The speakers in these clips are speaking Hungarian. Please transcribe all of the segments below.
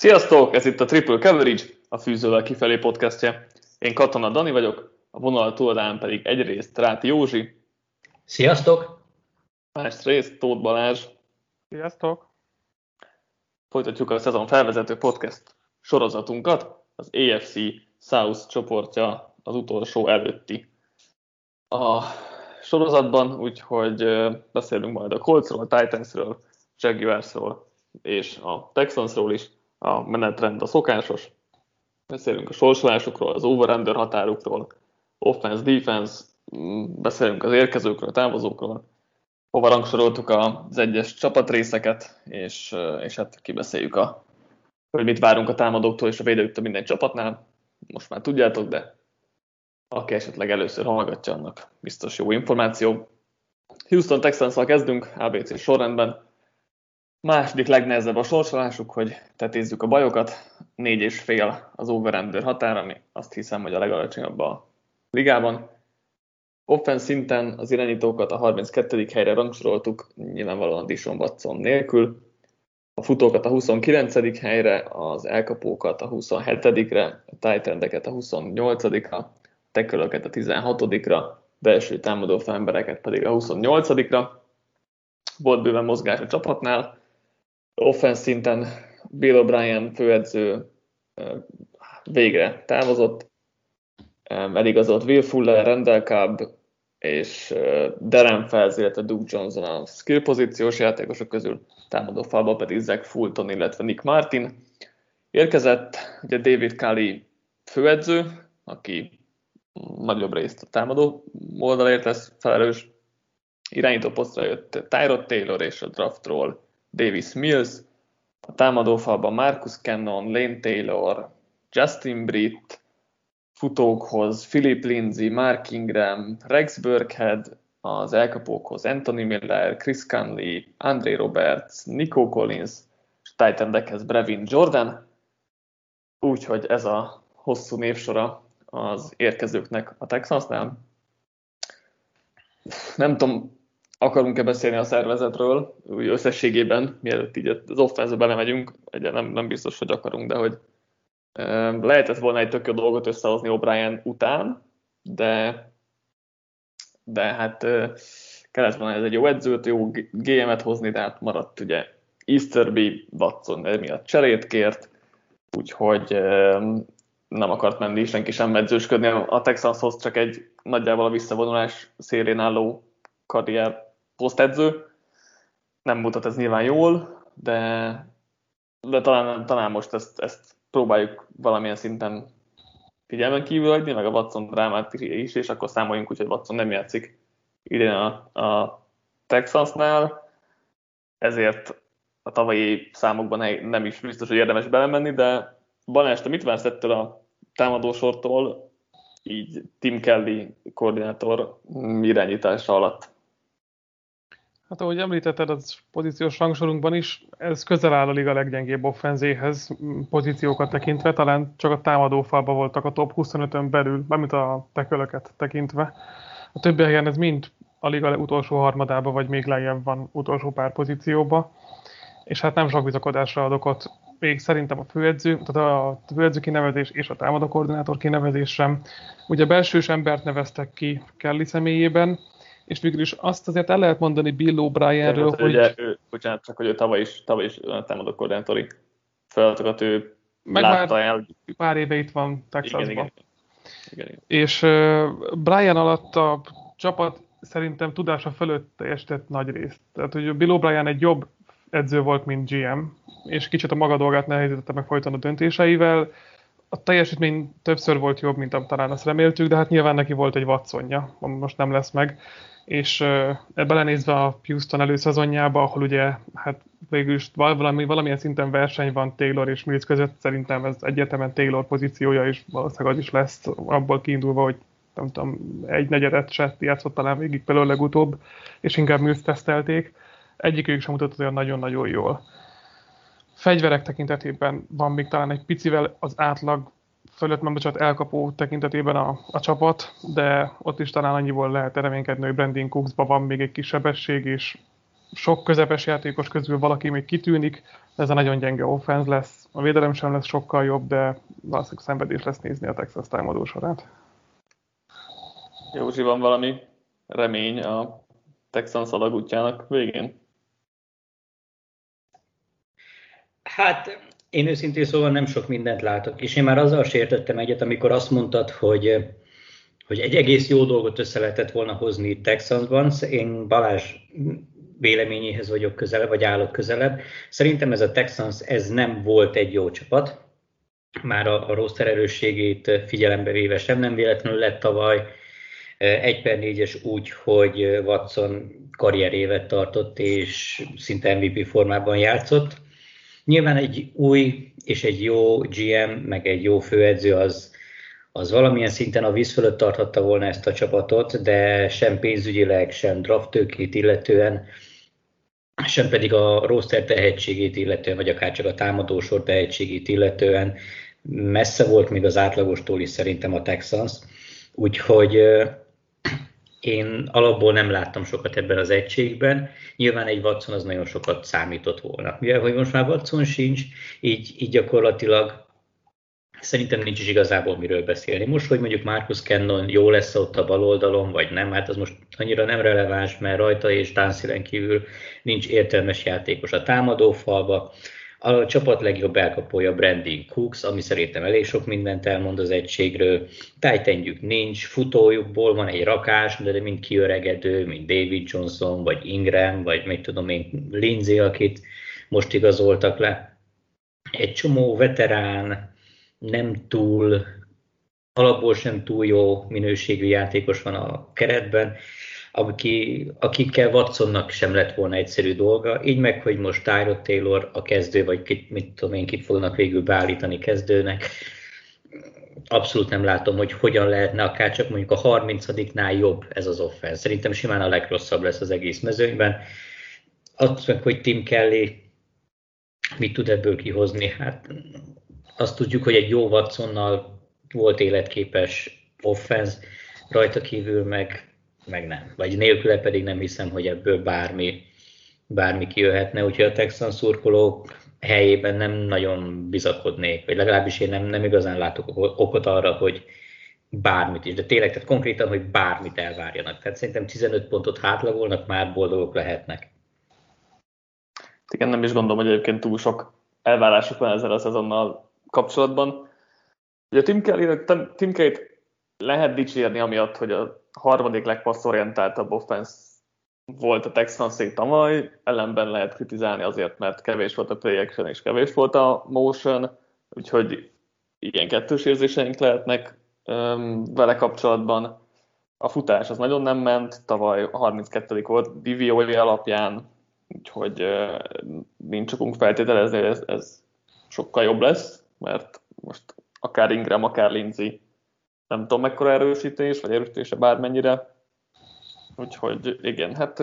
Sziasztok! Ez itt a Triple Coverage, a Fűzővel kifelé podcastje. Én Katona Dani vagyok, a vonal túloldalán pedig egyrészt Ráti Józsi. Sziasztok! Másrészt Tóth Balázs. Sziasztok! Folytatjuk a szezon felvezető podcast sorozatunkat, az AFC South csoportja az utolsó előtti a sorozatban, úgyhogy beszélünk majd a Coltsról, Titansről, Jaguarsról és a Texansról is. A menetrend a szokásos. Beszélünk a sorsolásokról, az over-under határokról, offense-defense, beszélünk az érkezőkről, a távozókról, hova rangsoroltuk az egyes csapatrészeket, és hát kibeszéljük, hogy mit várunk a támadóktól és a védőktől minden csapatnál. Most már tudjátok, de aki esetleg először hallgatja, annak biztos jó információ. Houston Texans-szal kezdünk, ABC sorrendben. Második legnehezebb a sorsolásuk, hogy tetézzük a bajokat. 4,5 az over-under határ, ami azt hiszem, hogy a legalacsonyabb a ligában. Offense szinten az irányítókat a 32. helyre rangsoroltuk, nyilvánvalóan Deshaun Watson nélkül. A futókat a 29. helyre, az elkapókat a 27-re, a tight endeket a 28-ra, a tackle-öket a 16-ra, belső támadó felembereket pedig a 28-ra. Volt bőven mozgás a csapatnál. Offense szinten Bill O'Brien főedző végre távozott, eligazolt Will Fuller, Randall Cobb és Darren Fells, illetve Duke Johnson a skill pozíciós játékosok közül, támadó falban pedig Zach Fulton, illetve Nick Martin. Érkezett ugye David Culley főedző, aki nagyobb részt a támadó oldalért lesz felelős. Irányító posztra jött Tyrod Taylor és a draftról Davis Mills, a támadófalban Marcus Cannon, Lane Taylor, Justin Britt, futókhoz Philip Lindsay, Mark Ingram, Rex Burkhead, az elkapókhoz Anthony Miller, Chris Conley, Andre Roberts, Nico Collins, és tight endekhez Brevin Jordan. Úgyhogy ez a hosszú névsora az érkezőknek a Texansnál. Nem tudom, akarunk-e beszélni a szervezetről, úgy összességében, mielőtt így az offense-be belemegyünk, nem biztos, hogy akarunk, de hogy lehetett volna egy tök jó dolgot összehozni O'Brien után, de hát kellett volna ez egy jó edzőt, jó GM-et hozni, de hát maradt ugye Easterby, Watson miatt cserét kért, úgyhogy nem akart menni senki sem edzősködni a Texanshoz, csak egy nagyjából a visszavonulás szélén álló karrier posztedző. Nem mutat ez nyilván jól, de talán most ezt próbáljuk valamilyen szinten figyelmen kívül hagyni, meg a Watson drámát is, és akkor számoljunk úgy, hogy Watson nem játszik idén a Texansnál, ezért a tavalyi számokban nem is biztos, hogy érdemes belemenni, de Balázs, te mit vársz ettől a támadósortól, így Tim Kelly koordinátor irányítása alatt? Hát ahogy említetted, az pozíciós rangsorunkban is, ez közel áll a liga leggyengébb offenzéhez pozíciókat tekintve, talán csak a támadófalban voltak a top 25-ön belül, mármint a tackle-öket tekintve. A többi helyen ez mind a liga utolsó harmadába, vagy még lejjebb van utolsó pár pozícióba, és hát nem sok bizakodásra adok ott. Még szerintem a főedző kinevezés és a támadó koordinátor kinevezés sem. Ugye belsős embert neveztek ki Kelly személyében, és végül is azt azért el lehet mondani Bill O'Brienről, hogy... Ugye, bocsánat, csak hogy ő tavaly is támadó koordinátori feladatokat ő látta el. Pár éve itt van Texasban. Igen. És Brian alatt a csapat szerintem tudása fölött teljesített nagy részt. Tehát, hogy Bill O'Brien egy jobb edző volt, mint GM, és kicsit a maga dolgát nehezítette meg folyton a döntéseivel. A teljesítmény többször volt jobb, mint talán azt reméltük, de hát nyilván neki volt egy Watsonja, most nem lesz meg. És belenézve a Houston előszezonjába, ahol ugye hát végül is valamilyen szinten verseny van Taylor és Mills között, szerintem ez egyértelműen Taylor pozíciója, és valószínűleg az is lesz, abból kiindulva, hogy nem tudom, egy negyedet se játszott talán végig belőle legutóbb, és inkább Mills tesztelték. Egyikük sem mutatott olyan nagyon-nagyon jól. Fegyverek tekintetében van még talán egy picivel az átlag fölött, nem bocsánat, elkapó tekintetében a csapat, de ott is talán annyiból lehet reménykedni, hogy Brandon Cooksban van még egy kis sebesség, és sok közepes játékos közül valaki még kitűnik, de ez a nagyon gyenge offense lesz. A védelem sem lesz sokkal jobb, de valószínűleg szenvedés lesz nézni a Texas támadó sorát. Józsi, van valami remény a Texans alagútjának végén? Hát én őszintén szóval nem sok mindent látok, és én már azzal sértettem egyet, amikor azt mondtad, hogy egy egész jó dolgot össze lehetett volna hozni Texansban. Én Balázs véleményéhez vagyok közelebb, vagy állok közelebb. Szerintem ez a Texans, ez nem volt egy jó csapat. Már a roster erősségét figyelembe véve sem nem véletlenül lett tavaly 1/4-es úgy, hogy Watson karrierévet tartott, és szinte MVP formában játszott. Nyilván egy új és egy jó GM, meg egy jó főedző az valamilyen szinten a víz fölött tarthatta volna ezt a csapatot, de sem pénzügyileg, sem drafttőkét illetően, sem pedig a roster tehetségét illetően, vagy akár csak a támadósor tehetségét illetően messze volt még az átlagostól is szerintem a Texans. Úgyhogy én alapból nem láttam sokat ebben az egységben. Nyilván egy Watson az nagyon sokat számított volna. Mivel hogy most már Watson sincs, így gyakorlatilag szerintem nincs is igazából miről beszélni. Most, hogy mondjuk Marcus Cannon jó lesz ott a bal oldalon, vagy nem, hát az most annyira nem releváns, mert rajta és Tansilen kívül nincs értelmes játékos a támadófalba. A csapat legjobb elkapója Brandon Cooks, ami szerintem elég sok mindent elmond az egységről. Tight-endjük nincs, futójukból van egy rakás, de mind kiöregedő, mint David Johnson, vagy Ingram, vagy még tudom én Lindsay, akit most igazoltak le. Egy csomó veterán, nem túl, alapból sem túl jó minőségű játékos van a keretben, akikkel Watsonnak sem lett volna egyszerű dolga, így meg, hogy most Tyrod Taylor a kezdő, vagy mit tudom én, kit fognak végül beállítani kezdőnek. Abszolút nem látom, hogy hogyan lehetne akár csak mondjuk a 30-nál jobb ez az offense. Szerintem simán a legrosszabb lesz az egész mezőnyben. Azt meg, hogy Tim Kelly mit tud ebből kihozni, hát azt tudjuk, hogy egy jó Watsonnal volt életképes offense, rajta kívül meg nem. Vagy nélküle pedig nem hiszem, hogy ebből bármi kijöhetne, úgyhogy a Texans szurkolók helyében nem nagyon bizakodnék, vagy legalábbis én nem igazán látok okot arra, hogy bármit is, de tényleg, tehát konkrétan, hogy bármit elvárjanak. Tehát szerintem 15 pontot hátlagolnak, már boldogok lehetnek. Igen, nem is gondolom, hogy egyébként túl sok elvárásuk van ezzel a szezonnal kapcsolatban. Ugye Tim Kellyt lehet dicsérni amiatt, hogy a harmadik legpasszorientáltabb offense volt a Texanszék tavaly, ellenben lehet kritizálni azért, mert kevés volt a play action és kevés volt a motion, úgyhogy ilyen kettős érzéseink lehetnek vele kapcsolatban. A futás az nagyon nem ment, tavaly 32. volt DVOA alapján, úgyhogy nincs okunk feltételezni, hogy ez sokkal jobb lesz, mert most akár Ingram, akár Lindsay, nem tudom mekkora erősítés, vagy erősítése bármennyire. Úgyhogy igen, hát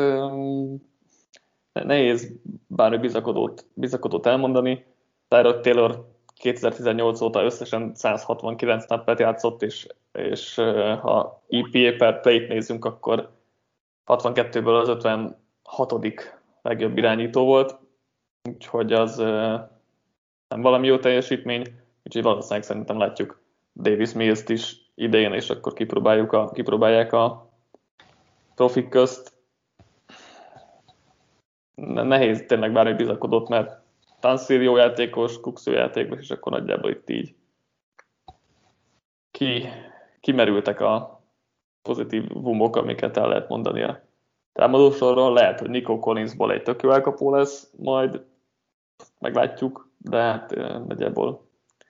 nehéz bármi bizakodót elmondani. Tyrod Taylor 2018 óta összesen 169 snappet játszott, és ha EPA per play-t nézzünk, akkor 62-ből az 56. legjobb irányító volt. Úgyhogy az nem valami jó teljesítmény, úgyhogy valószínűleg szerintem látjuk Davis Mills-t is idején, és akkor kipróbálják a trofik közt. Nehéz tényleg bármi bizakodott, mert Tansil jó játékos, Cooks jó játékos, és akkor nagyjából itt így kimerültek a pozitívumok, amiket el lehet mondani a támadósorról. Lehet, hogy Nico Collinsból egy tök jó elkapó lesz, majd meglátjuk, de hát nagyjából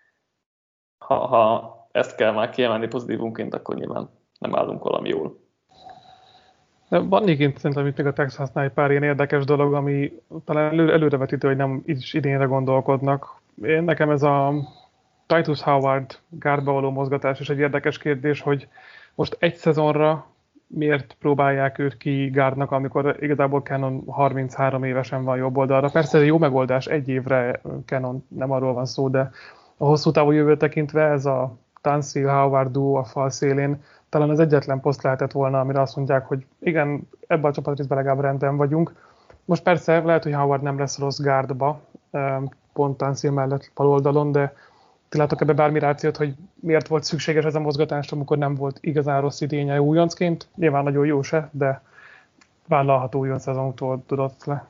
ha ezt kell már kiemelni pozitívunként, akkor nyilván nem állunk valami jól. De van igényt szerintem itt még a Texansnál egy pár ilyen érdekes dolog, ami talán előrevetítő, hogy nem is idénre gondolkodnak. Nekem ez a Titus Howard gárdba való mozgatás is egy érdekes kérdés, hogy most egy szezonra miért próbálják őt ki gárdnak, amikor igazából Cannon 33 évesen van jobb oldalra. Persze ez jó megoldás, egy évre Cannon, nem arról van szó, de a hosszú távú jövő tekintve ez a Tansil-Howard duo a fal szélén talán az egyetlen poszt lehetett volna, amire azt mondják, hogy igen, ebben a csapatrészben legalább rendben vagyunk. most persze lehet, hogy Howard nem lesz rossz gárdba, pont Tansil mellett bal oldalon, de ti látok ebbe bármi rációt, hogy miért volt szükséges ez a mozgatás, amikor nem volt igazán rossz idénye újoncként? Nyilván nagyon jó se, de vállalható újonc szezontól tudott le.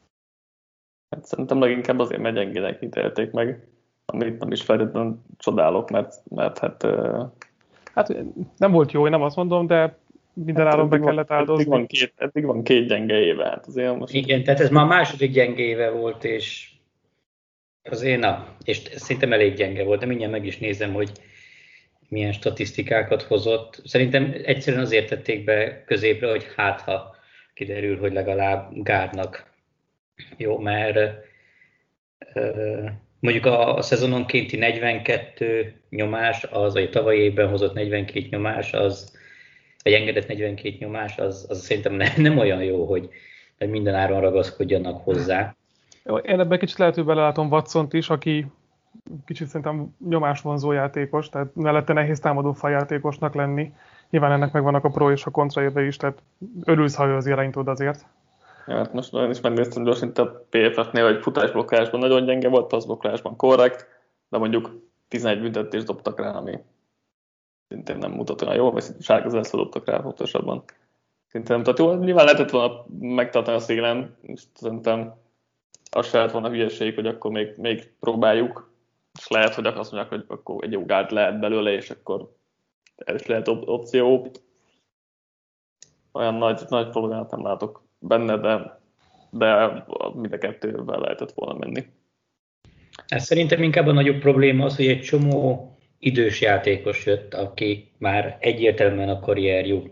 Hát szerintem leginkább azért, mert gyengének ítélték meg, amit nem is feltétlenül csodálok, mert hát... Hát nem volt jó, én nem azt mondom, de minden áron be kellett áldozni. Eddig van két gyenge éve. Hát azért most... Igen, tehát ez már a második gyenge éve volt, és azért és szerintem elég gyenge volt, de mindjárt meg is nézem, hogy milyen statisztikákat hozott. Szerintem egyszerűen azért tették be középre, hogy hát ha kiderül, hogy legalább Gárdnak jó, mert mondjuk a szezononkénti 42 nyomás, az a tavalyi évben hozott 42 nyomás, vagy engedett 42 nyomás, az szerintem nem olyan jó, hogy minden áron ragaszkodjanak hozzá. Jó, én ebben kicsit lehet, hogy belelátom Watsont is, aki kicsit szerintem nyomásvonzó játékos, tehát mellette nehéz támadó faljátékosnak lenni. Nyilván ennek megvannak a pro és a kontra érve is, tehát örülsz, ha ő az irányt tud azért. Ja, hát most én is megnéztem gyorsan itt a PFF-nél, hogy futásblokkálásban nagyon gyenge volt, passzblokkolásban korrekt, de mondjuk 11 büntetést dobtak rá, ami szintén nem mutat olyan jól, vagy sárgazászra dobtak rá fontosabban. Szintén nem mutat jól. Nyilván lehetett volna megtartani a szélen, és szerintem az se lehet volna hülyeség, hogy akkor még próbáljuk, és lehet, hogy azt mondják, hogy akkor egy jó gárd lehet belőle, és akkor ez is lehet opció. Olyan nagy problémát nem látok benne, de mind a kettővel lehetett volna menni. Ez szerintem inkább a nagyobb probléma az, hogy egy csomó idős játékos jött, akik már egyértelműen a karrierjük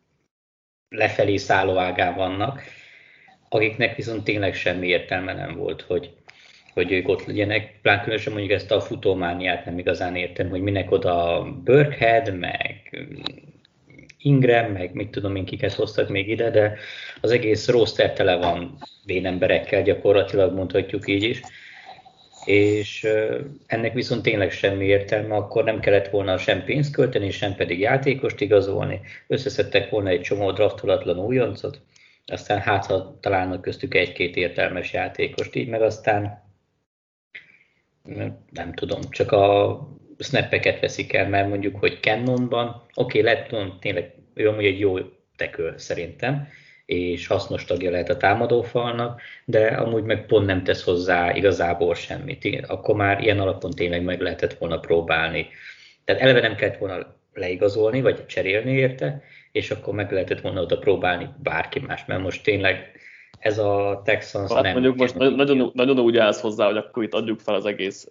lefelé szállóágán vannak, akiknek viszont tényleg semmi értelme nem volt, hogy ők ott legyenek. Plán különösen mondjuk ezt a futómániát nem igazán értem, hogy minek oda Burkhead, meg Ingram, meg mit tudom én, kiket hoztak még ide, de az egész roster tele van vénemberekkel, gyakorlatilag mondhatjuk így is. És ennek viszont tényleg semmi értelme, akkor nem kellett volna sem pénzt költeni, sem pedig játékost igazolni. Összeszedtek volna egy csomó draftolatlan újoncot, aztán hát ha találnak köztük egy-két értelmes játékost, így meg aztán nem tudom, csak a snappeket veszik el, mert mondjuk, hogy Cannonban, Letton tényleg ő amúgy egy jó tackle szerintem, és hasznos tagja lehet a támadófalnak, de amúgy meg pont nem tesz hozzá igazából semmit. Akkor már ilyen alapon tényleg meg lehetett volna próbálni. Tehát eleve nem kellett volna leigazolni, vagy cserélni érte, és akkor meg lehetett volna oda próbálni bárki más, mert most tényleg ez a Texans hát nem... Mondjuk most nagyon úgy állsz hozzá, hogy akkor itt adjuk fel az egész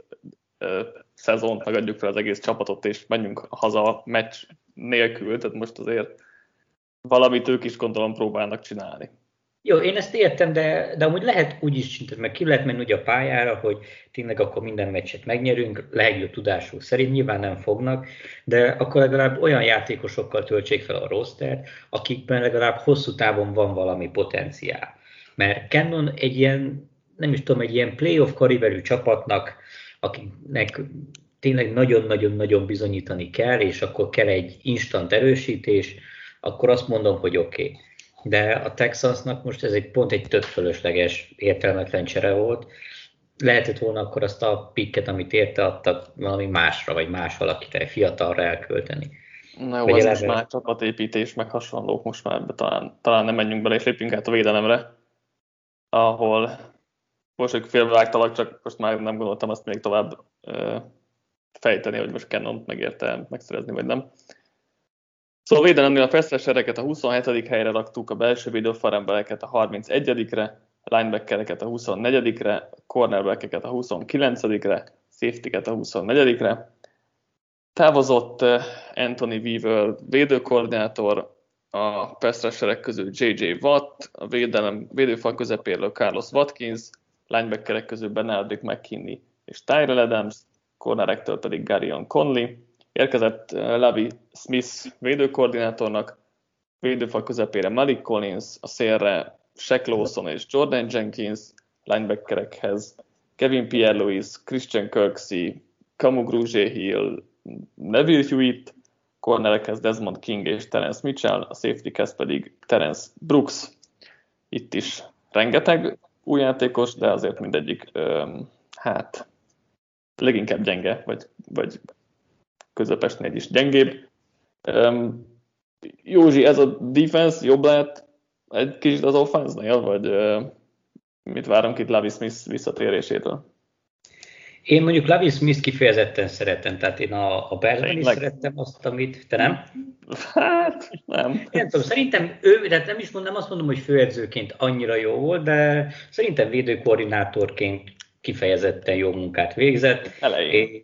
szezont, meg adjuk fel az egész csapatot, és menjünk haza meccs nélkül, tehát most azért valamit ők is gondolom próbálnak csinálni. Jó, én ezt értem, de amúgy lehet úgy is csinálni, meg ki lehet menni ugye a pályára, hogy tényleg akkor minden meccset megnyerünk, legjobb tudásuk szerint nyilván nem fognak, de akkor legalább olyan játékosokkal töltsék fel a rostert, akikben legalább hosszú távon van valami potenciál. Mert Cannon egy ilyen, nem is tudom, egy ilyen playoff kaliberű csapatnak, akiknek tényleg nagyon-nagyon-nagyon bizonyítani kell, és akkor kell egy instant erősítés, akkor azt mondom, hogy oké. De a Texansnak most ez pont egy tök fölösleges, értelmetlen csere volt. Lehetett volna akkor azt a picket, amit érte, adtak valami másra, vagy más valakire, fiatalra elkölteni. Na jó, ez most már csapatépítés, meg hasonlók, most már talán nem menjünk bele, és lépjünk át a védelemre, ahol most, hogy félbevágtalak, csak most már nem gondoltam azt még tovább fejteni, hogy most Cannont megérte megszerezni, vagy nem. Szóval védelemnél a pass rushereket a 27. helyre raktuk, a belső védőfarembereket a 31-re, a linebackereket a 24-re, a cornerbackeket a 29-re, safetyket a 24-re. Távozott Anthony Weaver védőkoordinátor, a pass rusherek közül J.J. Watt, a védőfal közepéről Carlos Watkins, linebackerek közül Benedict McKinney és Tyrell Adams, cornerektől pedig Garion Conley. Érkezett Lavi Smith védőkoordinátornak, védőfal közepére Malik Collins, a szélre Shaq Lawson és Jordan Jenkins, linebackerekhez Kevin Pierre-Louis, Christian Kirksey, Kamu Grugier-Hill, Neville Hewitt, cornerekhez Desmond King és Terence Mitchell, a safetykhez pedig Terence Brooks. Itt is rengeteg új játékos, de azért mindegyik leginkább gyenge, vagy közepesnél is gyengébb. Józsi, ez a defense jobb lehet egy kicsit az offense-nél, vagy mit várunk itt Lavi Smith visszatérésétől? Én mondjuk Lavi Smith kifejezetten szeretem, tehát én a Bearsben is szerettem azt, amit te nem? Hát, nem. Én tudom, szerintem ő, de nem azt mondom, hogy főedzőként annyira jó volt, de szerintem védőkoordinátorként kifejezetten jó munkát végzett. Elején.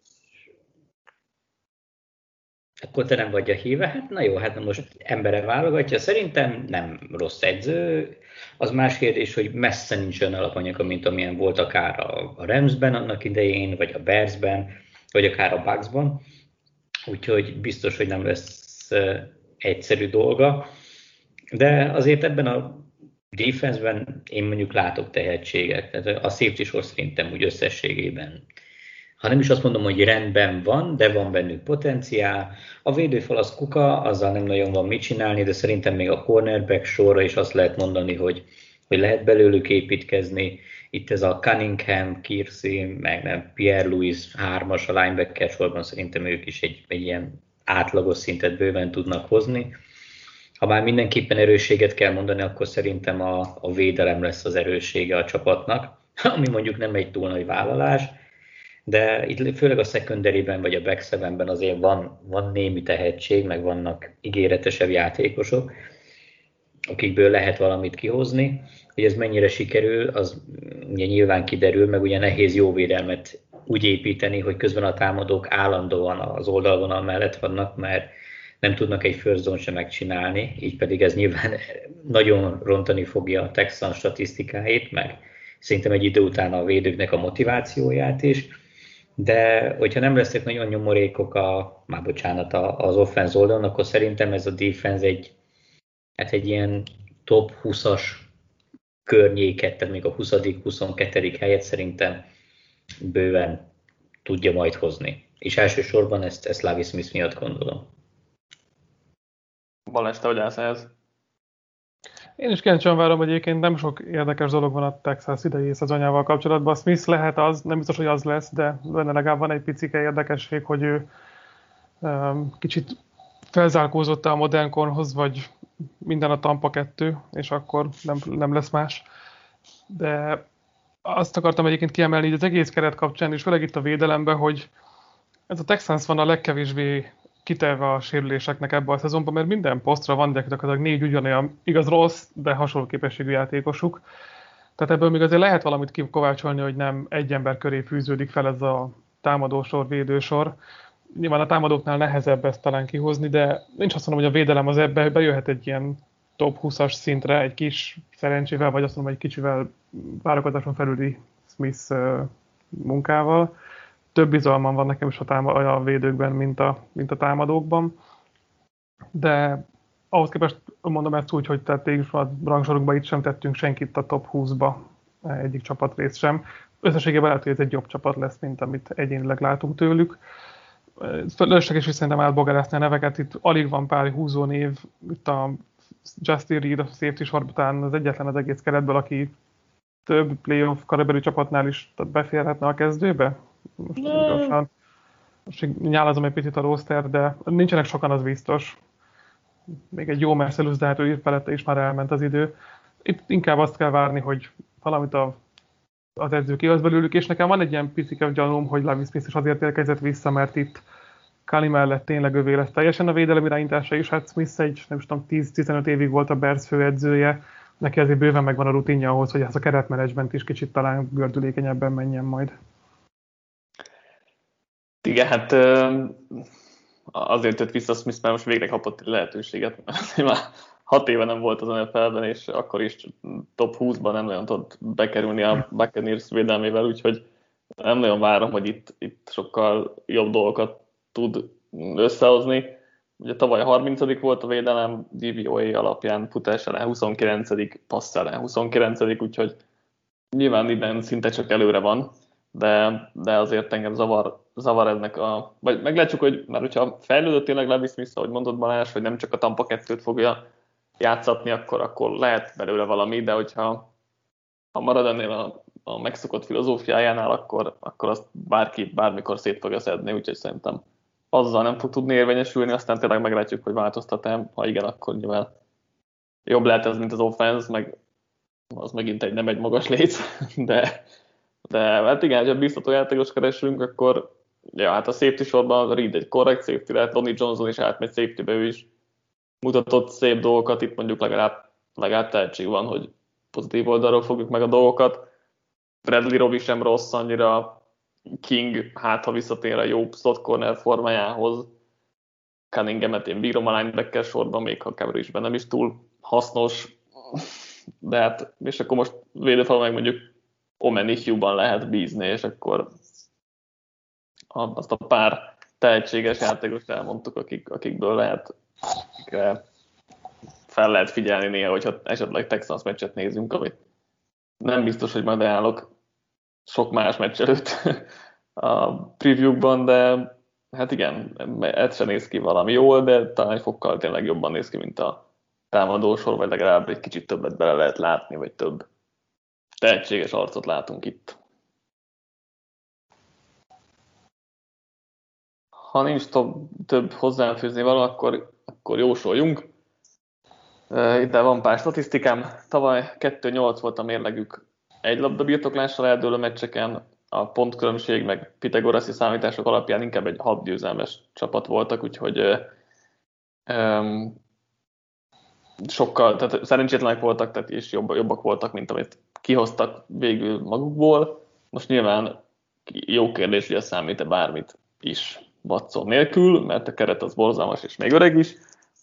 Akkor te nem vagy a híve? Hát na jó, hát most embere válogatja. Szerintem nem rossz edző. Az más kérdés, hogy messze nincs olyan alapanyaga, mint amilyen volt akár a Ramsben annak idején, vagy a Bearsben, vagy akár a Bucksban. Úgyhogy biztos, hogy nem lesz egyszerű dolga. De azért ebben a defense-ben én mondjuk látok tehetséget. Tehát a safety sor szerintem úgy összességében, ha nem is azt mondom, hogy rendben van, de van bennük potenciál. A védőfal az kuka, azzal nem nagyon van mit csinálni, de szerintem még a cornerback sorra is azt lehet mondani, hogy lehet belőlük építkezni. Itt ez a Cunningham, Kersey, meg nem, Pierre-Louis 3-as a linebacker sorban szerintem ők is egy ilyen átlagos szintet bőven tudnak hozni. Ha már mindenképpen erősséget kell mondani, akkor szerintem a védelem lesz az erőssége a csapatnak, ami mondjuk nem egy túl nagy vállalás, de itt főleg a secondary-ben vagy a back seven-ben azért van némi tehetség, meg vannak ígéretesebb játékosok, akikből lehet valamit kihozni. Hogy ez mennyire sikerül, az ugye nyilván kiderül, meg ugye nehéz jó védelmet úgy építeni, hogy közben a támadók állandóan az oldalvonal mellett vannak, mert nem tudnak egy first zone sem megcsinálni, így pedig ez nyilván nagyon rontani fogja a Texans statisztikáit, meg szerintem egy idő után a védőknek a motivációját is. De hogyha nem lesznek nagyon nyomorékok az offense oldalon, akkor szerintem ez a defense egy ilyen top 20-as környéket, tehát még a 20.-22. helyet szerintem bőven tudja majd hozni. És elsősorban ezt Lavi Smith miatt gondolom. Balázs, te hogy állsz ehhez? Én is kíváncsian várom, hogy egyébként nem sok érdekes dolog van a Texas idei szezonjával kapcsolatban. Smith lehet az, nem biztos, hogy az lesz, de benne legalább van egy picike érdekesség, hogy ő kicsit felzárkózott a modern korhoz, vagy minden a Tampa 2, és akkor nem lesz más. De azt akartam egyébként kiemelni, hogy az egész keret kapcsán, és főleg itt a védelemben, hogy ez a Texans van a legkevésbé kiterve a sérüléseknek ebben a szezonban, mert minden posztra van gyakorlatilag 4 ugyanolyan, igaz rossz, de hasonló képességű játékosuk. Tehát ebből még azért lehet valamit kikovácsolni, hogy nem egy ember köré fűződik fel ez a támadósor, védősor. Nyilván a támadóknál nehezebb ezt talán kihozni, de nincs azt mondom, hogy a védelem az ebbe bejöhet egy ilyen top 20-as szintre, egy kis szerencsével, vagy azt mondom, egy kicsivel várakozáson felüli Smith munkával. Több bizalmam van nekem is a védőkben, mint a támadókban. De ahhoz képest mondom ezt úgy, hogy tehát is a rangsorunkban itt sem tettünk senkit a top 20-ba, egyik csapatrészt sem. Összességében lehet, hogy ez egy jobb csapat lesz, mint amit egyénileg látunk tőlük. Fölösleges is szerintem átbogarászni a neveket, itt alig van pár húzó név, itt a Justin Reed, a safety sorban az egyetlen az egész keretből, aki több playoff kaliberű csapatnál is beférhetne a kezdőbe. Most nyálazom egy picit a roster, de nincsenek sokan, az biztos. Még egy jó Marcellus, de hát ő felette is már elment az idő. Itt inkább azt kell várni, hogy valamit az edző kihoz belőlük, és nekem van egy ilyen picike gyanúm, hogy Lavi Smith is azért érkezett vissza, mert itt Kali mellett tényleg övé lesz teljesen a védelem irányítása is. Hát Smith nem tudom, 10-15 évig volt a Bears főedzője, neki azért bőven megvan a rutinja ahhoz, hogy ez a keretmenedzsment is kicsit talán gördülékenyebben menjen majd. Igen, hát azért jött vissza Smith, mert most végre kapott egy lehetőséget. Már 6 éve nem volt az NFL-ben, és akkor is top 20-ban nem nagyon tudott bekerülni a Buccaneers védelmével, úgyhogy nem nagyon várom, hogy itt sokkal jobb dolgokat tud összehozni. Ugye tavaly 30. volt a védelem, DVOA alapján, futás ellen 29., passz ellen 29., úgyhogy nyilván minden szinte csak előre van, de azért engem zavar ennek vagy meglátjuk, hogy már hogyha fejlődött tényleg Lavi Smith, ahogy mondott Balázs, hogy nem csak a Tampa 2-t fogja játszatni, akkor lehet belőle valami, de hogyha ha marad ennél a megszokott filozófiájánál, akkor azt bárki bármikor szét fogja szedni, úgyhogy szerintem azzal nem fog tudni érvényesülni, aztán tényleg meglátjuk, hogy változtat-e. Ha igen, akkor nyilván jobb lehet ez, mint az offense, meg az megint nem egy magas léc, de hát igen, ha biztató játékos keresünk, akkor ja, hát a safety sorban Reed egy korrekt safety lehet, Ronnie Johnson is átmegy safety-be, ő is mutatott szép dolgokat, itt mondjuk legalább tehetség van, hogy pozitív oldalról fogjuk meg a dolgokat. Bradley Roby sem rossz annyira, King hát ha visszatér a jó slot corner formájához, Cunningham-et én bírom a linebacker sorban, még ha Caveriesben nem is túl hasznos, de hát, és akkor most védőfalon meg mondjuk Omenihu-ban lehet bízni, és akkor azt a pár tehetséges játékost elmondtuk, akikből lehet, akikre fel lehet figyelni néha, hogyha esetleg Texans meccset nézünk, amit nem biztos, hogy majd ajánlok sok más meccs előtt a preview-ban, de hát igen, ez sem néz ki valami jól, de talán egy fokkal tényleg jobban néz ki, mint a támadósor, vagy legalább egy kicsit többet bele lehet látni, vagy több tehetséges arcot látunk itt. Ha nincs több hozzáfűzni való, akkor jósoljunk. Itt van pár statisztikám. Tavaly 2-8 volt a mérlegük egy labda birtoklással eldőlő meccseken, a pontkülönbség meg pitagoraszi számítások alapján inkább egy 6 győzelmes csapat voltak, úgyhogy sokkal, tehát szerencsétlenek voltak, tehát és jobbak voltak, mint amit kihoztak végül magukból. Most nyilván jó kérdés, hogy ez számít-e bármit is Watson nélkül, mert a keret az borzalmas és még öreg is.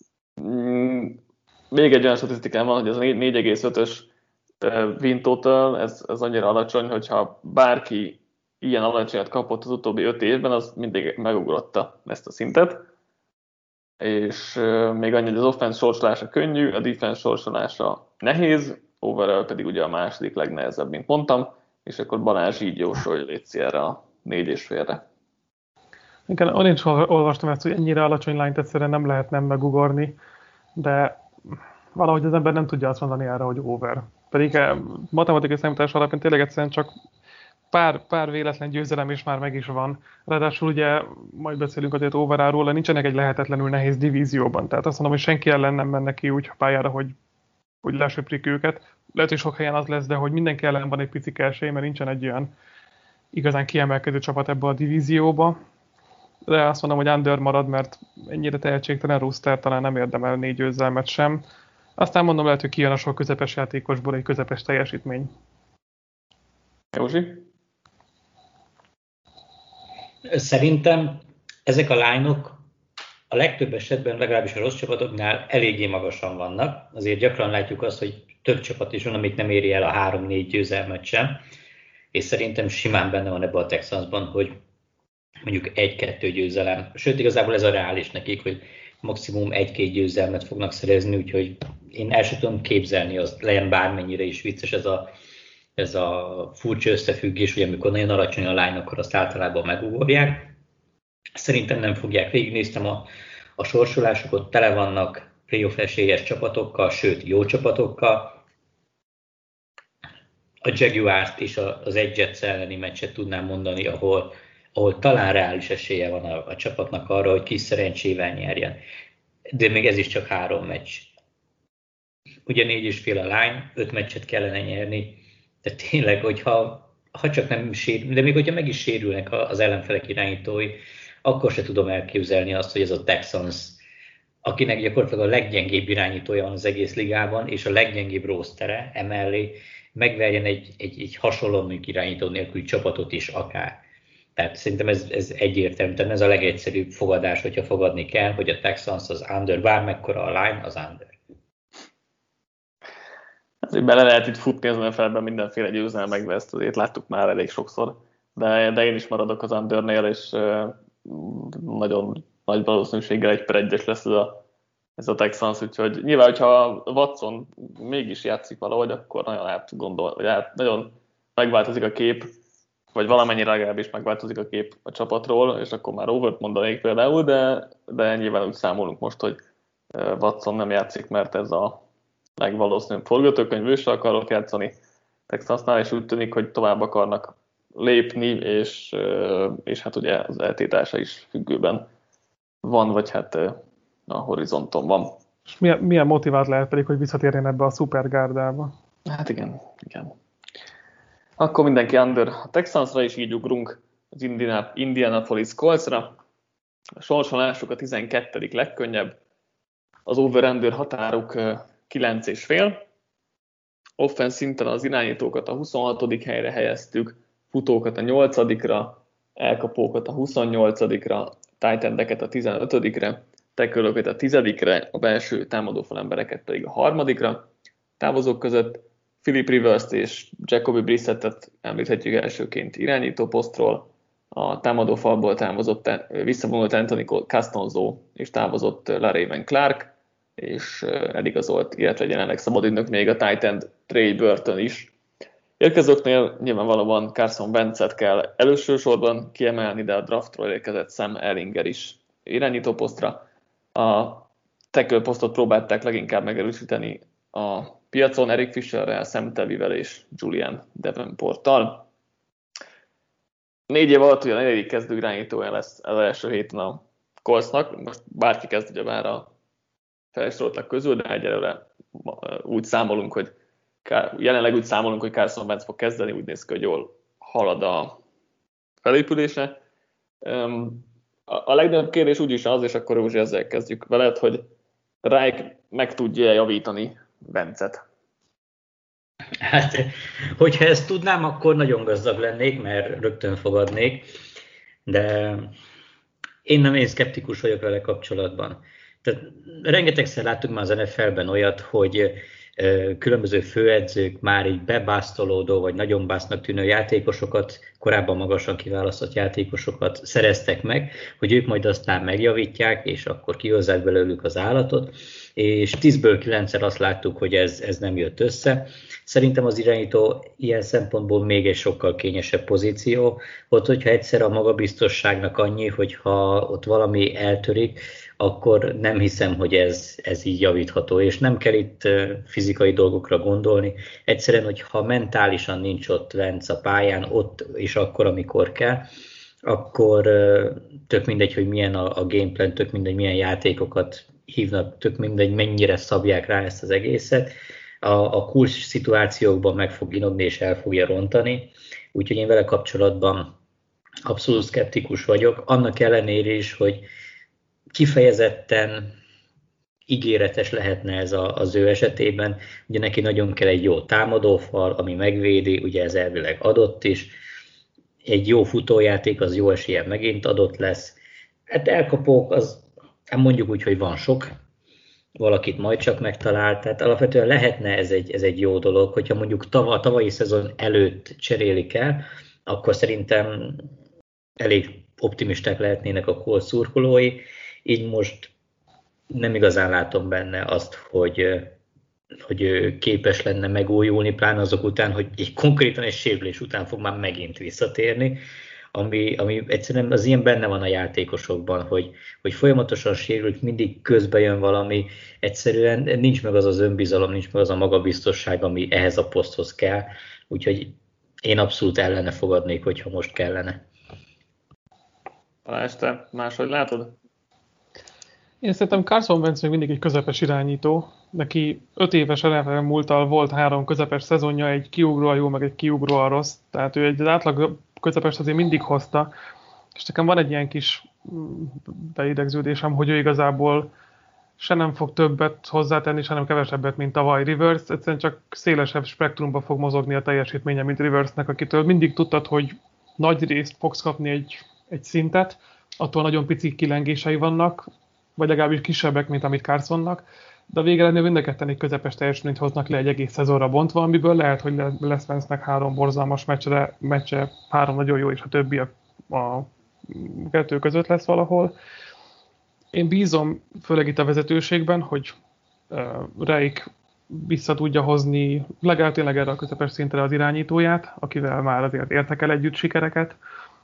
Még egy olyan statisztikám van, hogy ez a 4,5-ös win total, ez annyira alacsony, hogyha bárki ilyen alacsonyat kapott az utóbbi 5 évben, az mindig megugrotta ezt a szintet. És még annyi, hogy az offense sorsolása könnyű, a defense sorsolása nehéz, overall pedig ugye a második legnehezebb, mint mondtam, és akkor Balázs így jósolja, létszi erre a 4,5-re. Igen, onnan is olvastam ezt, hogy ennyire alacsony line-t egyszerűen nem lehet nem megugorni, de valahogy az ember nem tudja azt mondani erre, hogy over. Pedig matematikai számítás alapján tényleg egyszerűen csak pár véletlen győzelem is már meg is van. Ráadásul ugye, majd beszélünk azért overáról, nincsenek egy lehetetlenül nehéz divízióban. Tehát azt mondom, hogy senki ellen nem mennek ki úgy pályára, hogy lesöprik őket. Lehet, hogy sok helyen az lesz, de hogy mindenki ellen van egy pici esély, mert nincsen egy olyan igazán kiemelkedő csapat ebbe a divízióba. De azt mondom, hogy under marad, mert ennyire tehetségtelen roster talán nem érdemel 4 győzelmet sem. Aztán mondom, lehet, hogy kijön a sok közepes játékosból egy közepes teljesítmény. Józsi? Szerintem ezek a line-ok a legtöbb esetben, legalábbis a rossz csapatoknál eléggé magasan vannak. Azért gyakran látjuk azt, hogy több csapat is van, amik nem éri el a 3-4 győzelmet sem. És szerintem simán benne van ebben a Texansban, hogy mondjuk 1-2 győzelem. Sőt, igazából ez a reális nekik, hogy maximum 1-2 győzelmet fognak szerezni, úgyhogy én el sem tudom képzelni, az legyen bármennyire is vicces ez a furcsa összefüggés, hogy amikor nagyon alacsony a line, akkor azt általában megugorják. Szerintem nem fogják. Végignéztem a sorsolásokat, tele vannak playoff esélyes csapatokkal, sőt jó csapatokkal. A Jaguars-t és az Jets elleni meccset tudnám mondani, ahol talán reális esélye van a csapatnak arra, hogy kis szerencsével nyerjen. De még ez is csak 3 meccs. Ugye 4,5 a line, 5 meccset kellene nyerni, de tényleg, hogyha csak nem sérül, de még hogyha meg is sérülnek az ellenfelek irányítói, akkor se tudom elképzelni azt, hogy ez a Texans, akinek gyakorlatilag a leggyengébb irányítója van az egész ligában, és a leggyengébb rostere emellé megverjen egy hasonló irányító nélküli csapatot is akár. Tehát szerintem ez egyértelmű, tehát ez a legegyszerűbb fogadás, hogyha fogadni kell, hogy a Texans az under, bármekkora a line, az under. Azért bele lehet itt futni az NFL-ben mindenféle győzelmekbe, ezt azért láttuk már elég sokszor, de én is maradok az undernél, és nagyon nagy valószínűséggel 1-1-es lesz ez a Texans, úgyhogy nyilván, hogyha Watson mégis játszik valahogy, akkor nagyon nagyon megváltozik a kép, vagy valamennyire legalábbis megváltozik a kép a csapatról, és akkor már overt mondanék például, de nyilván úgy számolunk most, hogy Watson nem játszik, mert ez a legvalószínűbb forgatókönyv, ő se akarok játszani, Texansnál, és úgy tűnik, hogy tovább akarnak lépni, és hát ugye az eltétása is függőben van, vagy hát a horizonton van. És milyen motivált lehet pedig, hogy visszatérjen ebbe a szupergárdába? Hát igen. Akkor mindenki under a Texansra, és így ugrunk az Indianapolis Coltsra. A sorsolásuk a 12. legkönnyebb, az over-under határuk 9,5. Offense szinten az irányítókat a 26. helyre helyeztük, futókat a 8-ra, elkapókat a 28-ra, tight endeket a 15-re, tackle-öket a 10-re, a belső támadófal embereket pedig a 3-ra. Távozók között Philip Rivers-t és Jacoby Brissettet említhetjük elsőként irányító posztról, a támadófalból visszavonult Anthony Castonzo és távozott LaRaven Clark, és eligazolt, illetve jelenleg szabadügynök még a tight end Trey Burton is. Érkezőknél nyilvánvalóan Carson Wentzet kell elősorban kiemelni, de a draftról érkezett Sam Ehlinger is irányító posztra. A tackle posztot próbálták leginkább megerősíteni a piacon Eric Fisherrel, Sam Tevivel és Julian Davenporttal. 4 év alatt ugye a 4. kezdő irányítója lesz az első héten a Coltsnak. Most bárki kezd ugye már a felsoroltak közül, de egyelőre jelenleg úgy számolunk, hogy Carson Wentz fog kezdeni, úgy néz ki, hogy jól halad a felépülése. A legnagyobb kérdés úgyis az, és akkor Józsi ezzel kezdjük veled, hogy Reich meg tudja javítani Wentzet. Hát, hogyha ezt tudnám, akkor nagyon gazdag lennék, mert rögtön fogadnék, de én szkeptikus vagyok vele kapcsolatban. Tehát rengetegszer láttuk már az NFL-ben olyat, hogy különböző főedzők már így bebásztolódó, vagy nagyon básznak tűnő játékosokat, korábban magasan kiválasztott játékosokat szereztek meg, hogy ők majd aztán megjavítják, és akkor kihozzák belőlük az állatot, és 10-ből 9-szer azt láttuk, hogy ez nem jött össze. Szerintem az irányító ilyen szempontból még egy sokkal kényesebb pozíció. Ott, hogyha egyszer a magabiztosságnak annyi, hogyha ott valami eltörik, akkor nem hiszem, hogy ez így javítható, és nem kell itt fizikai dolgokra gondolni. Egyszerűen, hogyha mentálisan nincs ott Wentz a pályán, ott és akkor, amikor kell, akkor tök mindegy, hogy milyen a gameplan, tök mindegy, milyen játékokat hívnak, tök mindegy, mennyire szabják rá ezt az egészet. A kulcs szituációkban meg fog inogni és el fogja rontani, úgyhogy én vele kapcsolatban abszolút szkeptikus vagyok, annak ellenére is, hogy kifejezetten ígéretes lehetne ez az ő esetében. Ugye neki nagyon kell egy jó támadófal, ami megvédi, ugye ez elvileg adott is. Egy jó futójáték, az jó esélyen megint adott lesz. Hát elkapók, az mondjuk úgy, hogy van sok, valakit majd csak megtalál, tehát alapvetően lehetne ez egy jó dolog, hogyha mondjuk a tavalyi szezon előtt cserélik el, akkor szerintem elég optimisták lehetnének a Colts szurkolói, így most nem igazán látom benne azt, hogy ő képes lenne megújulni, pláne azok után, hogy konkrétan egy sérülés után fog már megint visszatérni, ami egyszerűen az ilyen benne van a játékosokban, hogy folyamatosan sérült, mindig közbe jön valami, egyszerűen nincs meg az az önbizalom, nincs meg az a magabiztosság, ami ehhez a poszthoz kell, úgyhogy én abszolút ellene fogadnék, hogyha most kellene. Balázs, te máshogy látod? Én szerintem Carson Wentz még mindig egy közepes irányító. Neki 5 éves NFL múlttal volt 3 közepes szezonja, egy kiugróan jó, meg egy kiugróan rossz. Tehát ő egy átlag közepest azért mindig hozta. És nekem van egy ilyen kis beidegződésem, hogy ő igazából se nem fog többet hozzátenni, se nem kevesebbet, mint tavaly Rivers. Egyszerűen csak szélesebb spektrumba fog mozogni a teljesítménye, mint Riversnek, akitől mindig tudtad, hogy nagy részt fogsz kapni egy szintet, attól nagyon pici kilengései vannak, vagy legalábbis kisebbek, mint amit Carsonnak, de a végeredmény mind a ketten egy közepes teljesítményt hoznak le egy egész szezonra bontva, amiből lehet, hogy lesz Wentznek 3 borzalmas meccse, 3 nagyon jó, és a többi a kettő között lesz valahol. Én bízom főleg itt a vezetőségben, hogy Reich vissza tudja hozni legalább tényleg erre a közepes szintre az irányítóját, akivel már azért értek el együtt sikereket.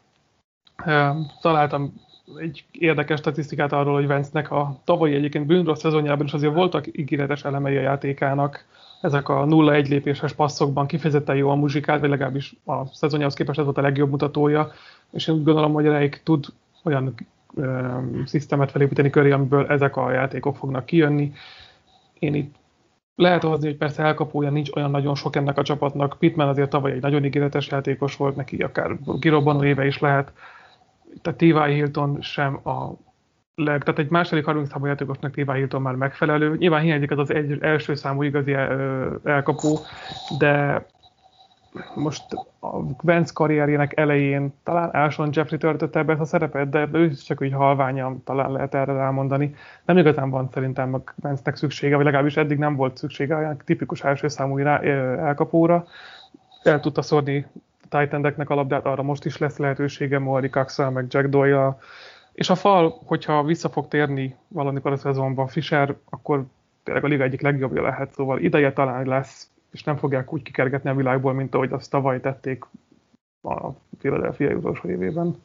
Találtam egy érdekes statisztikát arról, hogy Wentznek a tavalyi egyébként bűnrossz szezonjában is azért voltak ígéretes elemei a játékának, ezek a 0-1 lépéses passzokban kifejezetten jól muzsikált, vagy legalábbis a szezonjához képest ez volt a legjobb mutatója, és én úgy gondolom, hogy Reich tud olyan szisztemet felépíteni köré, amiből ezek a játékok fognak kijönni. Én itt lehet hozni, hogy persze elkapója nincs olyan nagyon sok ennek a csapatnak. Pittman azért tavaly egy nagyon ígéretes játékos volt, neki akár kirobbanó éve is lehet. Tehát T.Y. Hilton sem tehát egy második harmadik számú játékosnak T.Y. Hilton már megfelelő. Nyilván hiányzik az első számú igazi elkapó, de most a Vance karrierjének elején talán Alshon Jeffrey töltötte be ezt a szerepet, de ő is csak úgy halványan talán lehet erre rámondani. Nem igazán van szerintem a Vance-nek szüksége, vagy legalábbis eddig nem volt szüksége olyan tipikus első számú elkapóra. El tudta szórni a Titan-eknek a labdát, arra most is lesz lehetősége Maury Cox-szal, meg Jack Doyle-al. És a fal, hogyha vissza fog térni valamikor a szezonban Fisher, akkor tényleg a liga egyik legjobbja lehet, szóval ideje talán lesz, és nem fogják úgy kikergetni a világból, mint ahogy azt tavaly tették a Philadelphia utolsó évében.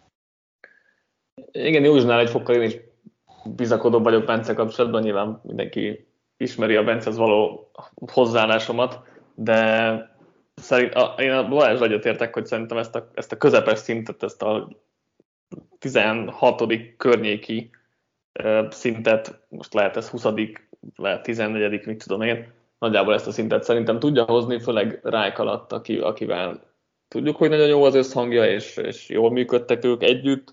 Igen, Józsnál egy fokkal én is bizakodóbb vagyok Bence kapcsolatban, nyilván mindenki ismeri a Bencehez való hozzáállásomat, de én a Balázs egyetértek, hogy szerintem ezt a közepes szintet, ezt a 16. környéki szintet, most lehet ez 20., lehet 14., mit tudom én, nagyjából ezt a szintet szerintem tudja hozni, főleg Reich alatt, akivel tudjuk, hogy nagyon jó az összhangja, és jól működtek ők együtt.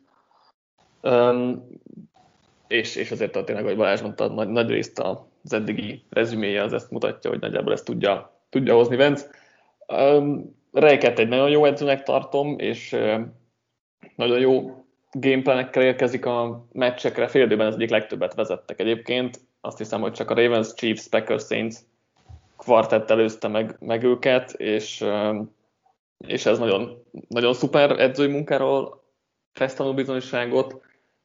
És azért tényleg, ahogy Balázs mondta, nagy részt az eddigi rezüméje az ezt mutatja, hogy nagyjából ezt tudja hozni Vance. Reichet egy nagyon jó edzőnek tartom, és nagyon jó gameplanekkel érkezik a meccsekre. Fél időben az egyik legtöbbet vezettek egyébként. Azt hiszem, hogy csak a Ravens, Chiefs, Packers, Saints kvartett előzte meg őket, és ez nagyon, nagyon szuper edzői munkáról tesz tanúbizonyságot.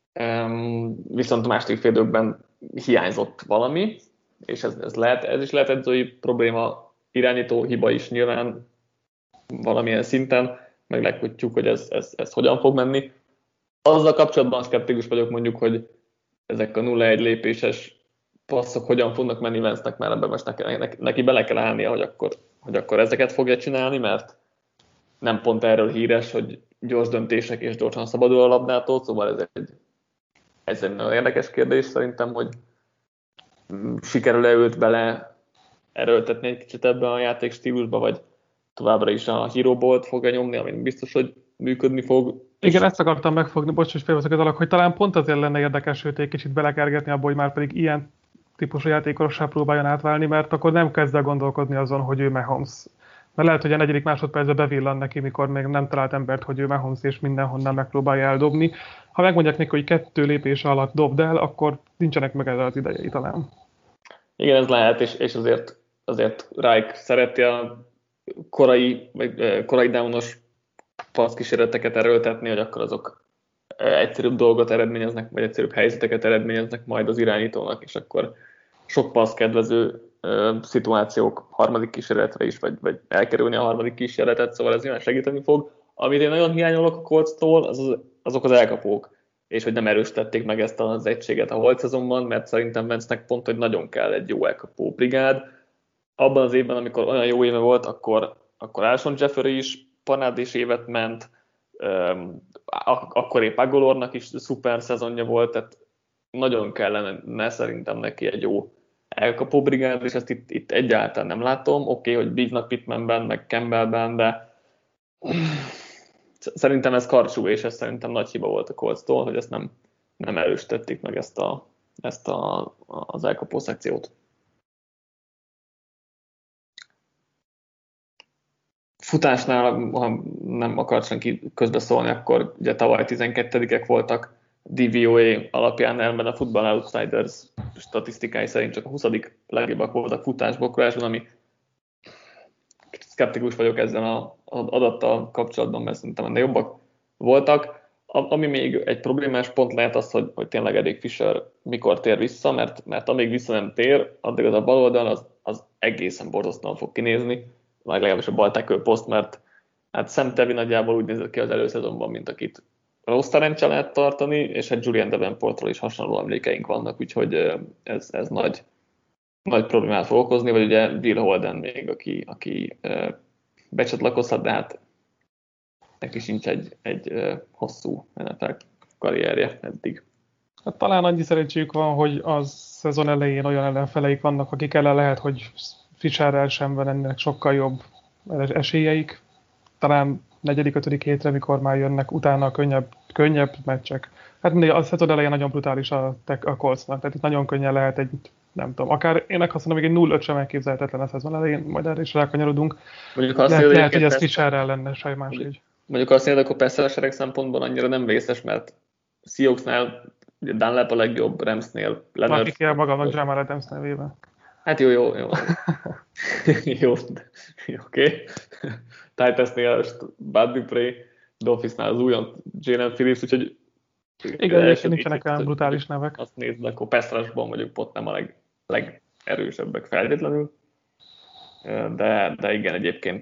Viszont a második fél időben hiányzott valami, és ez is lehet edzői probléma, irányító hiba is nyilván valamilyen szinten, meglátjuk, hogy ez hogyan fog menni. Azzal kapcsolatban szkeptikus vagyok mondjuk, hogy ezek a 0-1 lépéses passzok hogyan fognak menni Vance-nek, már ebben most neki bele kell állnia, hogy akkor ezeket fogja csinálni, mert nem pont erről híres, hogy gyors döntések és gyorsan szabadul a labdától, szóval ez egy nagyon érdekes kérdés szerintem, hogy sikerül-e őt bele erőltetni egy kicsit ebbe a játékstílusba, vagy továbbra is a Hero Ball-t fogja nyomni, ami biztos, hogy működni fog. Igen, ezt akartam megfogni, bocs, hogy félveszek az alak, hogy talán pont azért lenne érdekes őt egy kicsit belekergetni abba, hogy már pedig ilyen típusú játékossá próbáljon átválni, mert akkor nem kezd el gondolkodni azon, hogy ő Mahomes. Mert lehet, hogy a 4. másodpercben bevillan neki, mikor még nem talált embert, hogy ő Mahomes, és mindenhonnan megpróbálja eldobni. Ha megmondják neki, hogy 2 lépés alatt dobd el, akkor nincsenek meg ezzel az idejei talán. Igen, ez lehet, és azért Reich szereti a korai downos passzkísérleteket erőltetni, hogy akkor azok egyszerűbb dolgot eredményeznek, vagy egyszerűbb helyzeteket eredményeznek majd az irányítónak, és akkor sok passz kedvező szituációk harmadik kísérletre is, vagy elkerülni a harmadik kísérletet, szóval ez nyilván segíteni fog. Amit én nagyon hiányolok a Colts-tól, azok az elkapók, és hogy nem erősítették meg ezt az egységet a holt szezonban, mert szerintem Vance-nek pont, hogy nagyon kell egy jó elkapó brigád. Abban az évben, amikor olyan jó éve volt, akkor Alshon Jeffrey is parádés évet ment, akkor épp Agolornak is szuper szezonja volt, tehát nagyon kellene szerintem neki egy jó elkapó brigád, és ezt itt egyáltalán nem látom. Oké, hogy bíznak Pittmanben, meg Campbellben, de szerintem ez karcsú, és ez szerintem nagy hiba volt a Colts-tól, hogy ezt nem erősítették meg az elkapó szekciót. Futásnál, ha nem akart senki közbeszólni, akkor ugye tavaly 12-ek voltak DVOA alapján, elben a Football Outsiders statisztikái szerint csak a 20. legjobbak voltak futásbokrásban, ami szkeptikus vagyok ezzel az adattal kapcsolatban, mert szerintem ennél jobbak voltak. Ami még egy problémás pont lehet az, hogy tényleg Eric Fisher mikor tér vissza, mert amíg vissza nem tér, addig az a bal oldal az egészen borzasztóan fog kinézni, legalábbis a bal tackle poszt, mert hát Sam Tevi nagyjából úgy nézett ki az előszezonban, mint akit rossz talencsre lehet tartani, és hát Julian Davenportról is hasonló emlékeink vannak, úgyhogy ez nagy nagy problémát fog okozni, vagy ugye Will Holden még, aki becsatlakozhat, de hát neki sincs egy hosszú NFL karrierje eddig. Hát talán annyi szerencséjük van, hogy az szezon elején olyan ellenfeleik vannak, akik ellen lehet, hogy Fischerrel sem van ennek sokkal jobb esélyeik. Talán 4.-5. hétre, mikor már jönnek utána a könnyebb meccsek. Hát mindig a szezon elején nagyon brutális a Coltsnak, tehát itt nagyon könnyen lehet egy, nem tudom, akár én azt mondom, hogy egy 0-5 sem elképzelhetetlen a szezon elején, majd erre is rákanyarodunk. Lehet, hogy ez Fischerrel lenne sajmás így. Mondjuk azt mondja, hogy akkor persze szempontból annyira nem vészes, mert Seahawksnál Dunlap a legjobb, Ramsnél Leonard. Aki kell magamnak Jamal Adams nevébe. Hát jó. Jó, oké. Titansnél Bud Dupree, Dolphinsnál az újon Jalen Phillips, úgyhogy igen, és nincsenek olyan brutális nevek. Azt nézd, akkor pass rushban mondjuk pont nem a legerősebbek feltétlenül. De igen, egyébként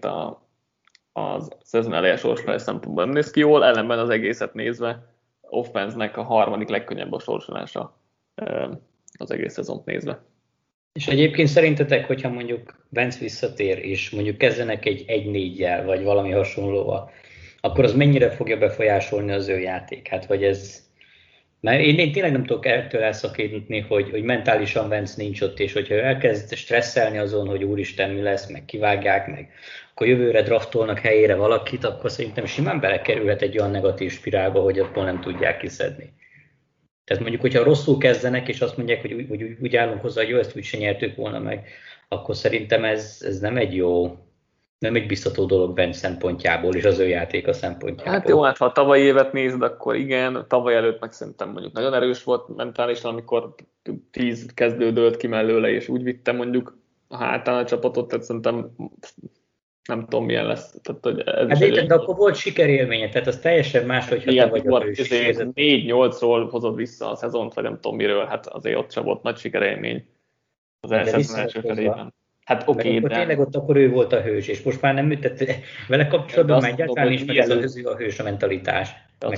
a szezon eleje sorsolás szempontból nem néz ki jól, ellenben az egészet nézve offense-nek a harmadik legkönnyebb a sorsolása az egész szezont nézve. És egyébként szerintetek, hogyha mondjuk Wentz visszatér, és mondjuk kezdenek egy 1-4-jel, vagy valami hasonlóval, akkor az mennyire fogja befolyásolni az ő játékát? Vagy ez... Mert én tényleg nem tudok ettől elszakítani, hogy mentálisan Wentz nincs ott, és hogyha ő elkezd stresszelni azon, hogy úristen mi lesz, meg kivágják, meg akkor jövőre draftolnak helyére valakit, akkor szerintem simán belekerülhet egy olyan negatív spirálba, hogy abból nem tudják kiszedni. Tehát mondjuk, hogyha rosszul kezdenek, és azt mondják, hogy úgy állunk hozzá, hogy jó, ezt úgy se nyertük volna meg, akkor szerintem ez nem egy jó, nem egy biztató dolog bent szempontjából, és az ő játéka szempontjából. Hát jó, hát ha a tavalyi évet nézed, akkor igen, tavaly előtt meg szerintem mondjuk nagyon erős volt mentálisan, amikor 10 kezdő dőlt ki mellőle, és úgy vitte mondjuk a hátán a csapatot, tehát szerintem nem tudom, milyen lesz. Tehát, hogy de akkor volt sikerélménye, tehát az teljesen más, hogyha te vagy a hős. 4-8-ról hozott vissza a szezont, vagy nem tudom miről, hát azért ott sem volt nagy sikerélmény az első felében. Hát oké, de... Tényleg ott akkor ő volt a hős, és most már nem műtett vele kapcsolatban, mert egyáltalán nincs meg ez a hős a mentalitás.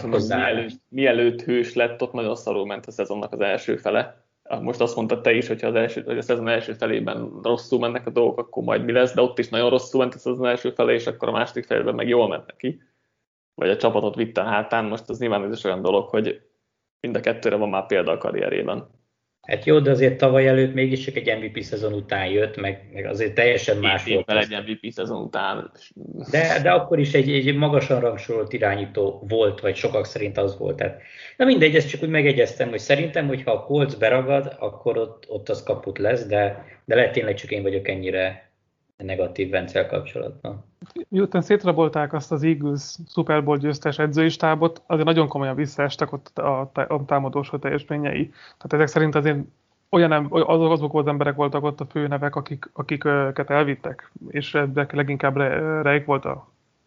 Mielőtt hős lett, ott nagyon szarul ment a szezonnak az első fele. Most azt mondtad te is, hogy a szezon első felében rosszul mennek a dolgok, akkor majd mi lesz, de ott is nagyon rosszul ment a szezon első fele, és akkor a második felében meg jól ment neki. Vagy a csapatot vitte a hátán, most az nyilván ez is olyan dolog, hogy mind a kettőre van már példa a karrierében. Hát jó, de azért tavaly előtt mégis csak egy MVP szezon után jött, meg azért teljesen más volt. Egy MVP szezon után. De akkor is egy magasan rangsorolt irányító volt, vagy sokak szerint az volt. Tehát, na mindegy, ezt csak úgy megegyeztem, hogy szerintem, hogyha a Colts beragad, akkor ott az kaput lesz, de lehet tényleg csak én vagyok ennyire negatív Wentzzel kapcsolatban. Miután szétrabolták azt az Eagles Super Bowl győztes edzői stábot, azért nagyon komolyan visszaestek ott a támadósor teljesményei. Tehát ezek szerint azért azok az emberek voltak ott a főnevek, akiket elvittek, és ezek leginkább Reich volt a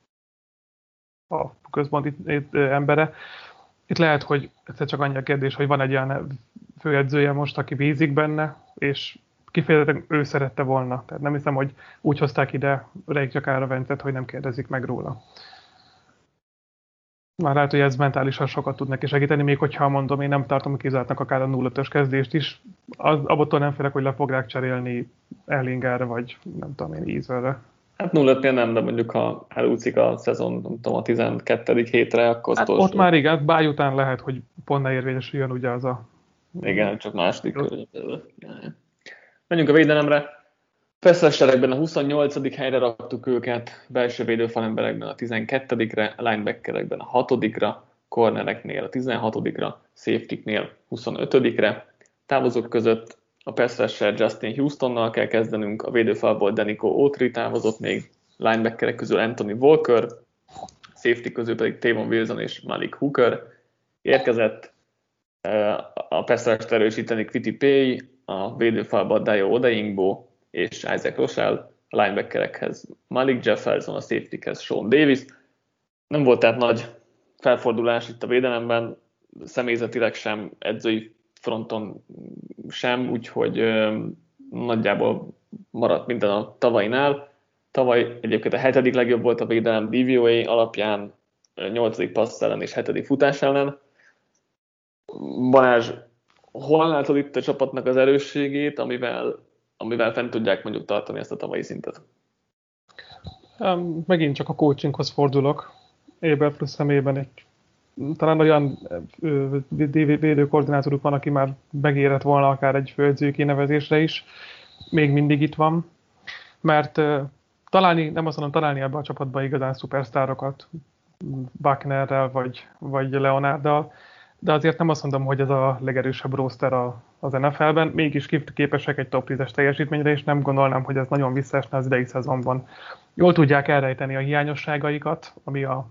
központi embere. Itt lehet, hogy ez csak annyi a kérdés, hogy van egy olyan főedzője most, aki bízik benne, és kifejezetten ő szerette volna. Tehát nem hiszem, hogy úgy hozták ide Reich Jakára Wentzet, hogy nem kérdezik meg róla. Már lehet, hogy ez mentálisan sokat tud neki segíteni, még hogyha mondom, én nem tartom kizártnak akár a 0-5-ös kezdést is. Abbottól nem félek, hogy le fogják cserélni Ellingerre, vagy nem tudom én, Easelre. Hát 0-5-nél nem, de mondjuk ha elúszik a szezon, nem tudom, a 12. hétre, akkor hát ott már igen, báj után lehet, hogy pont ne érvényesüljön ugye az a... Igen, csak második körül. Menjünk a védelemre. Pass-rusherekben a 28. helyre raktuk őket, belső védőfalemberekben a 12-re, linebackerekben a 6-ra, cornereknél a 16-ra, safetyknél 25-re. Távozók között a pass-rusher Justin Houstonnal kell kezdenünk, a védőfalból Denico Autry távozott még, linebackerek közül Anthony Walker, safety közül pedig Tavon Wilson és Malik Hooker érkezett. A pass-rusher erősíteni Kwity Paye, a védőfalban Dayo Odeyingbo és Isaac Rochelle, a linebackerekhez Malik Jefferson, a safetykhez Sean Davis. Nem volt tehát nagy felfordulás itt a védelemben, személyzetileg sem, edzői fronton sem, úgyhogy nagyjából maradt minden a tavainál. Tavaly egyébként a 7. legjobb volt a védelem DVOA alapján, 8. passz ellen és 7. futás ellen. Balázs, hol látod itt a csapatnak az erősségét, amivel amivel fent tudják mondjuk tartani ezt a tavalyi szintet? Megint csak a coachinghoz fordulok. Éber plusz szemében talán olyan védőkoordinátoruk van, aki már megérett volna akár egy főedző kinevezésre is. Még mindig itt van. Mert nem azt mondom, találni ebbe a csapatba igazán szupersztárokat, Bucknerrel vagy Leonarddal, de azért nem azt mondom, hogy ez a legerősebb roster az NFL-ben, mégis képesek egy top 10-es teljesítményre, és nem gondolnám, hogy ez nagyon visszaesne az idei szezonban. Jól tudják elrejteni a hiányosságaikat, ami a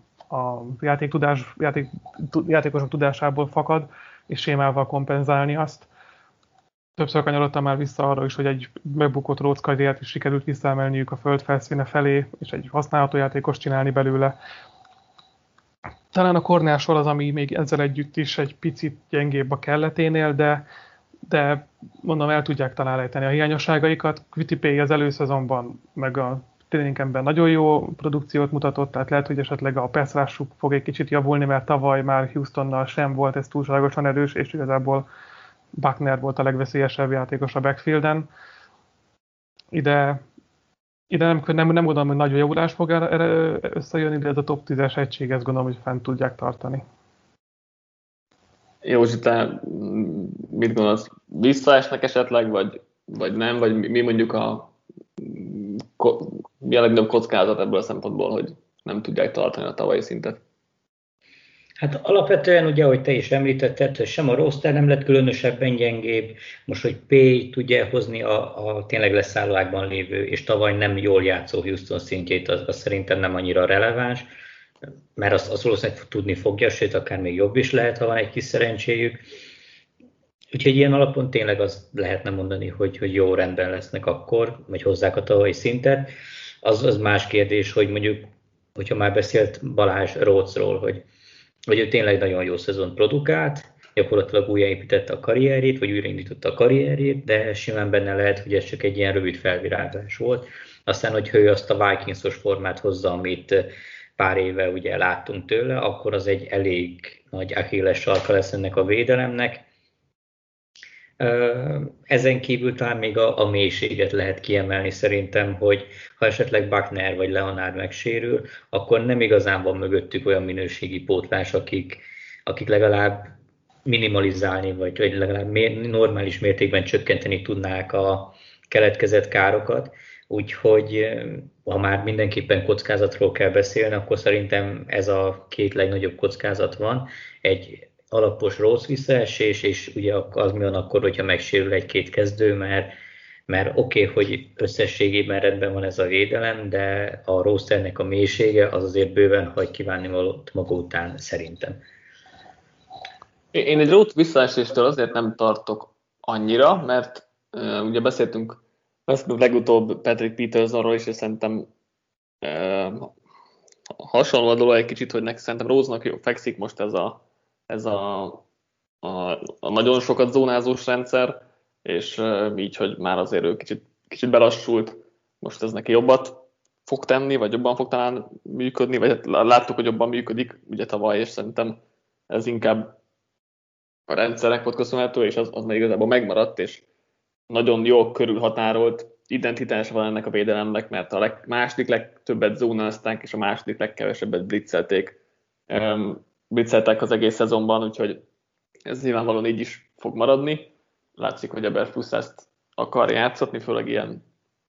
játékosok tudásából fakad, és sémával kompenzálni azt. Többször kanyarodtam már vissza arra is, hogy egy megbukott Rhodes karriert is sikerült visszaemelniük a föld felszíne felé, és egy használható játékos csinálni belőle. Talán a Cornell sor az, ami még ezzel együtt is egy picit gyengébb a kelleténél, de mondom, el tudják talán ejteni a hiányosságaikat. Quitty az előszezonban, meg a tréningemben nagyon jó produkciót mutatott, tehát lehet, hogy esetleg a pass rush-uk fog egy kicsit javulni, mert tavaly már Houstonnal sem volt ez túlságosan erős, és igazából Buckner volt a legveszélyesebb játékos a backfielden. Ide nem gondolom, hogy nagy javulás fog összejönni, de ez a top 10-es egység, ezt gondolom, hogy fent tudják tartani. Józsi, te mit gondolsz? Visszaesnek esetleg, vagy nem? Vagy mi mondjuk mi a legnagyobb kockázat ebből a szempontból, hogy nem tudják tartani a tavalyi szintet? Hát alapvetően ugye, ahogy te is említetted, hogy sem a roster nem lett különösebben gyengébb, most, hogy Pay tudja hozni a tényleg leszállóákban lévő, és tavaly nem jól játszó Houston szintjét, az szerintem nem annyira releváns, mert azt valószínűleg tudni fogja, sőt, akár még jobb is lehet, ha van egy kis szerencséjük. Úgyhogy ilyen alapon tényleg azt lehetne mondani, hogy jó rendben lesznek akkor, vagy hozzák a tavalyi szintet. Az más kérdés, hogy mondjuk, hogyha már beszélt Balázs Rhodesról, hogy ő tényleg nagyon jó szezon produkált, gyakorlatilag újjáépítette a karrierjét, vagy újraindította a karrierjét, de simán benne lehet, hogy ez csak egy ilyen rövid felvirágzás volt. Aztán, hogyha ő azt a Vikingsos formát hozza, amit pár éve ugye láttunk tőle, akkor az egy elég nagy Achilles sarka lesz ennek a védelemnek. Ezen kívül talán még a mélységet lehet kiemelni szerintem, hogy ha esetleg Buckner vagy Leonard megsérül, akkor nem igazán van mögöttük olyan minőségi pótlás, akik legalább minimalizálni, vagy legalább normális mértékben csökkenteni tudnák a keletkezett károkat. Úgyhogy ha már mindenképpen kockázatról kell beszélni, akkor szerintem ez a két legnagyobb kockázat van. Egy alapos rossz visszaesés, és ugye az mi van akkor, hogyha megsérül egy-két kezdő, mert oké, hogy összességében rendben van ez a védelem, de a rosternek a mélysége az azért bőven hagy kívánni valót maga után szerintem. Én egy Rhodes visszaeséstől azért nem tartok annyira, mert ugye beszéltünk legutóbb Patrick Petersonról is, és szerintem hasonló a dolog egy kicsit, hogy neki szerintem Rhodesnak fekszik most ez a nagyon sokat zónázós rendszer, és így, hogy már azért ő kicsit belassult, most ez neki jobbat fog tenni, vagy jobban fog talán működni, vagy láttuk, hogy jobban működik, ugye tavaly, és szerintem ez inkább a rendszernek volt köszönhető, és az már igazából megmaradt, és nagyon jól körülhatárolt identitása van ennek a védelemnek, mert a második legtöbbet zónázták, és a második legkevesebbet blitzeltek az egész szezonban, úgyhogy ez nyilvánvalóan így is fog maradni. Látszik, hogy Eberflus ezt akar játszatni, főleg ilyen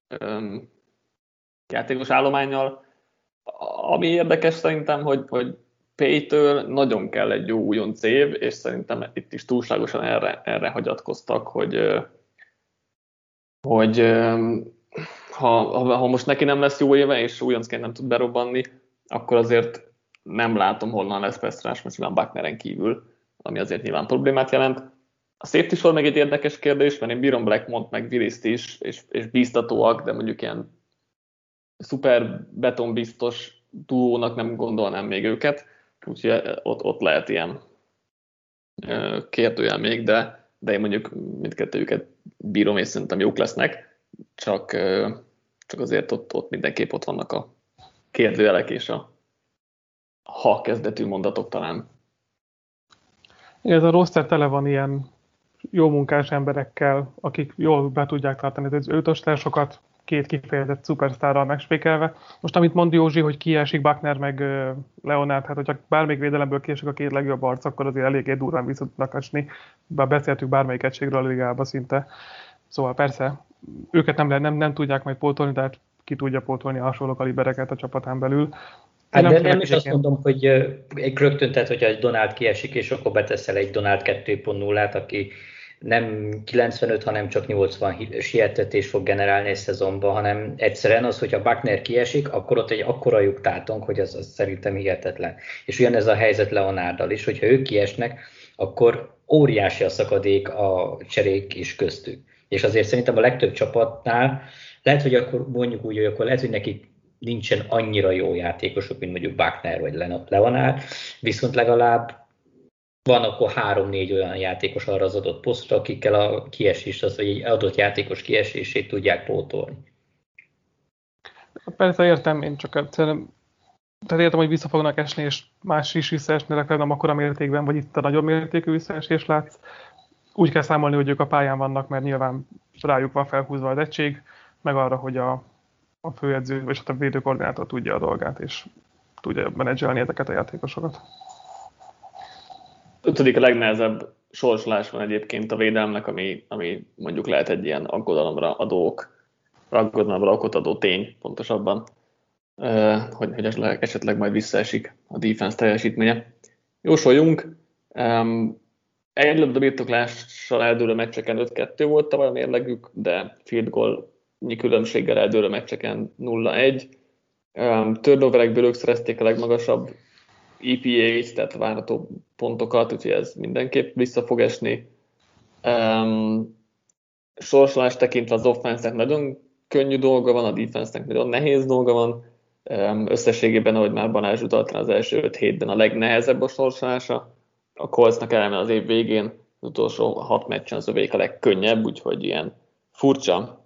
játékos állománnyal. Ami érdekes szerintem, hogy Paytől nagyon kell egy jó újonc év, és szerintem itt is túlságosan erre hagyatkoztak, hogy ha most neki nem lesz jó éve, és újoncként nem tud berobbanni, akkor azért nem látom, honnan lesz pass most nyilván Buckneren kívül, ami azért nyilván problémát jelent. A safety sor meg egy érdekes kérdés, mert én bírom Blackmont meg Willist is, és bíztatóak, de mondjuk ilyen szuper betonbiztos duónak nem gondolnám még őket, úgyhogy ott lehet ilyen kérdőjel még, de én mondjuk mindkettőjüket bírom, és szerintem jók lesznek, csak azért ott mindenképp ott vannak a kérdőjelek és a ha kezdetű mondatok talán. Ez a roster tele van ilyen jó munkás emberekkel, akik jól be tudják tartani az ötöstársokat, két kifejezett szupersztárral megspékelve. Most amit mond Józsi, hogy kiesik Buckner meg Leonard, hát hogyha bármelyik védelemből kiesik a két legjobb arc, akkor azért eléggé durván vissza tudnak esni. Bár beszéltük bármelyik egységről a ligába szinte. Szóval persze, őket nem tudják majd pótolni, de hát ki tudja pótolni a hasonló kalibereket a csapatán belül. Hát de nem is azt mondom, hogy rögtön, tehát hogyha egy Donald kiesik, és akkor beteszel egy Donald 2.0-át, aki nem 95, hanem csak 80 sietetés fog generálni egy szezonban, hanem egyszerűen az, hogyha Buckner kiesik, akkor ott egy akkora lyuk tátong, hogy az szerintem hihetetlen. És ugyanez a helyzet Leonarddal is, hogyha ők kiesnek, akkor óriási a szakadék a cserék is köztük. És azért szerintem a legtöbb csapatnál, lehet, hogy akkor mondjuk úgy, hogy akkor lehet, hogy nekik nincsen annyira jó játékosok, mint mondjuk Buckner vagy Leonard, viszont legalább van akkor 3-4 olyan játékos arra az adott posztra, akikkel a kiesést, az, vagy egy adott játékos kiesését tudják pótolni. Persze értem, én csak egyszerűen, tehát értem, hogy vissza fognak esni, és más is visszaesni, legalább nem akkora mértékben, vagy itt a nagyobb mértékű visszaesés látsz. Úgy kell számolni, hogy ők a pályán vannak, mert nyilván rájuk van felhúzva az egység, meg arra, hogy a főedző, vagy a védőkoordinátor tudja a dolgát, és tudja menedzselni ezeket a játékosokat. 5. a legnehezebb sorsolás van egyébként a védelemnek, ami mondjuk lehet egy ilyen aggodalomra okot adó tény pontosabban, hogy esetleg majd visszaesik a defense teljesítménye. Jósoljunk, egy labda birtoklással eldőlő meccseken 5-2 volt tavaly a mérlegük, de field goal-nyi különbséggel eldőlő meccseken 0-1. Turnoverekből ők szerezték a legmagasabb EPA-t, tehát várható pontokat, úgyhogy ez mindenképp vissza fog esni. Sorsolás tekintve az offense-nek nagyon könnyű dolga van, a defense-nek nagyon nehéz dolga van. Összességében, ahogy már Balázs utalt rá, az első 5 hétben a legnehezebb a sorsolása. A Coltsnak eleme az év végén, az utolsó 6 meccsen az övék a legkönnyebb, úgyhogy ilyen furcsa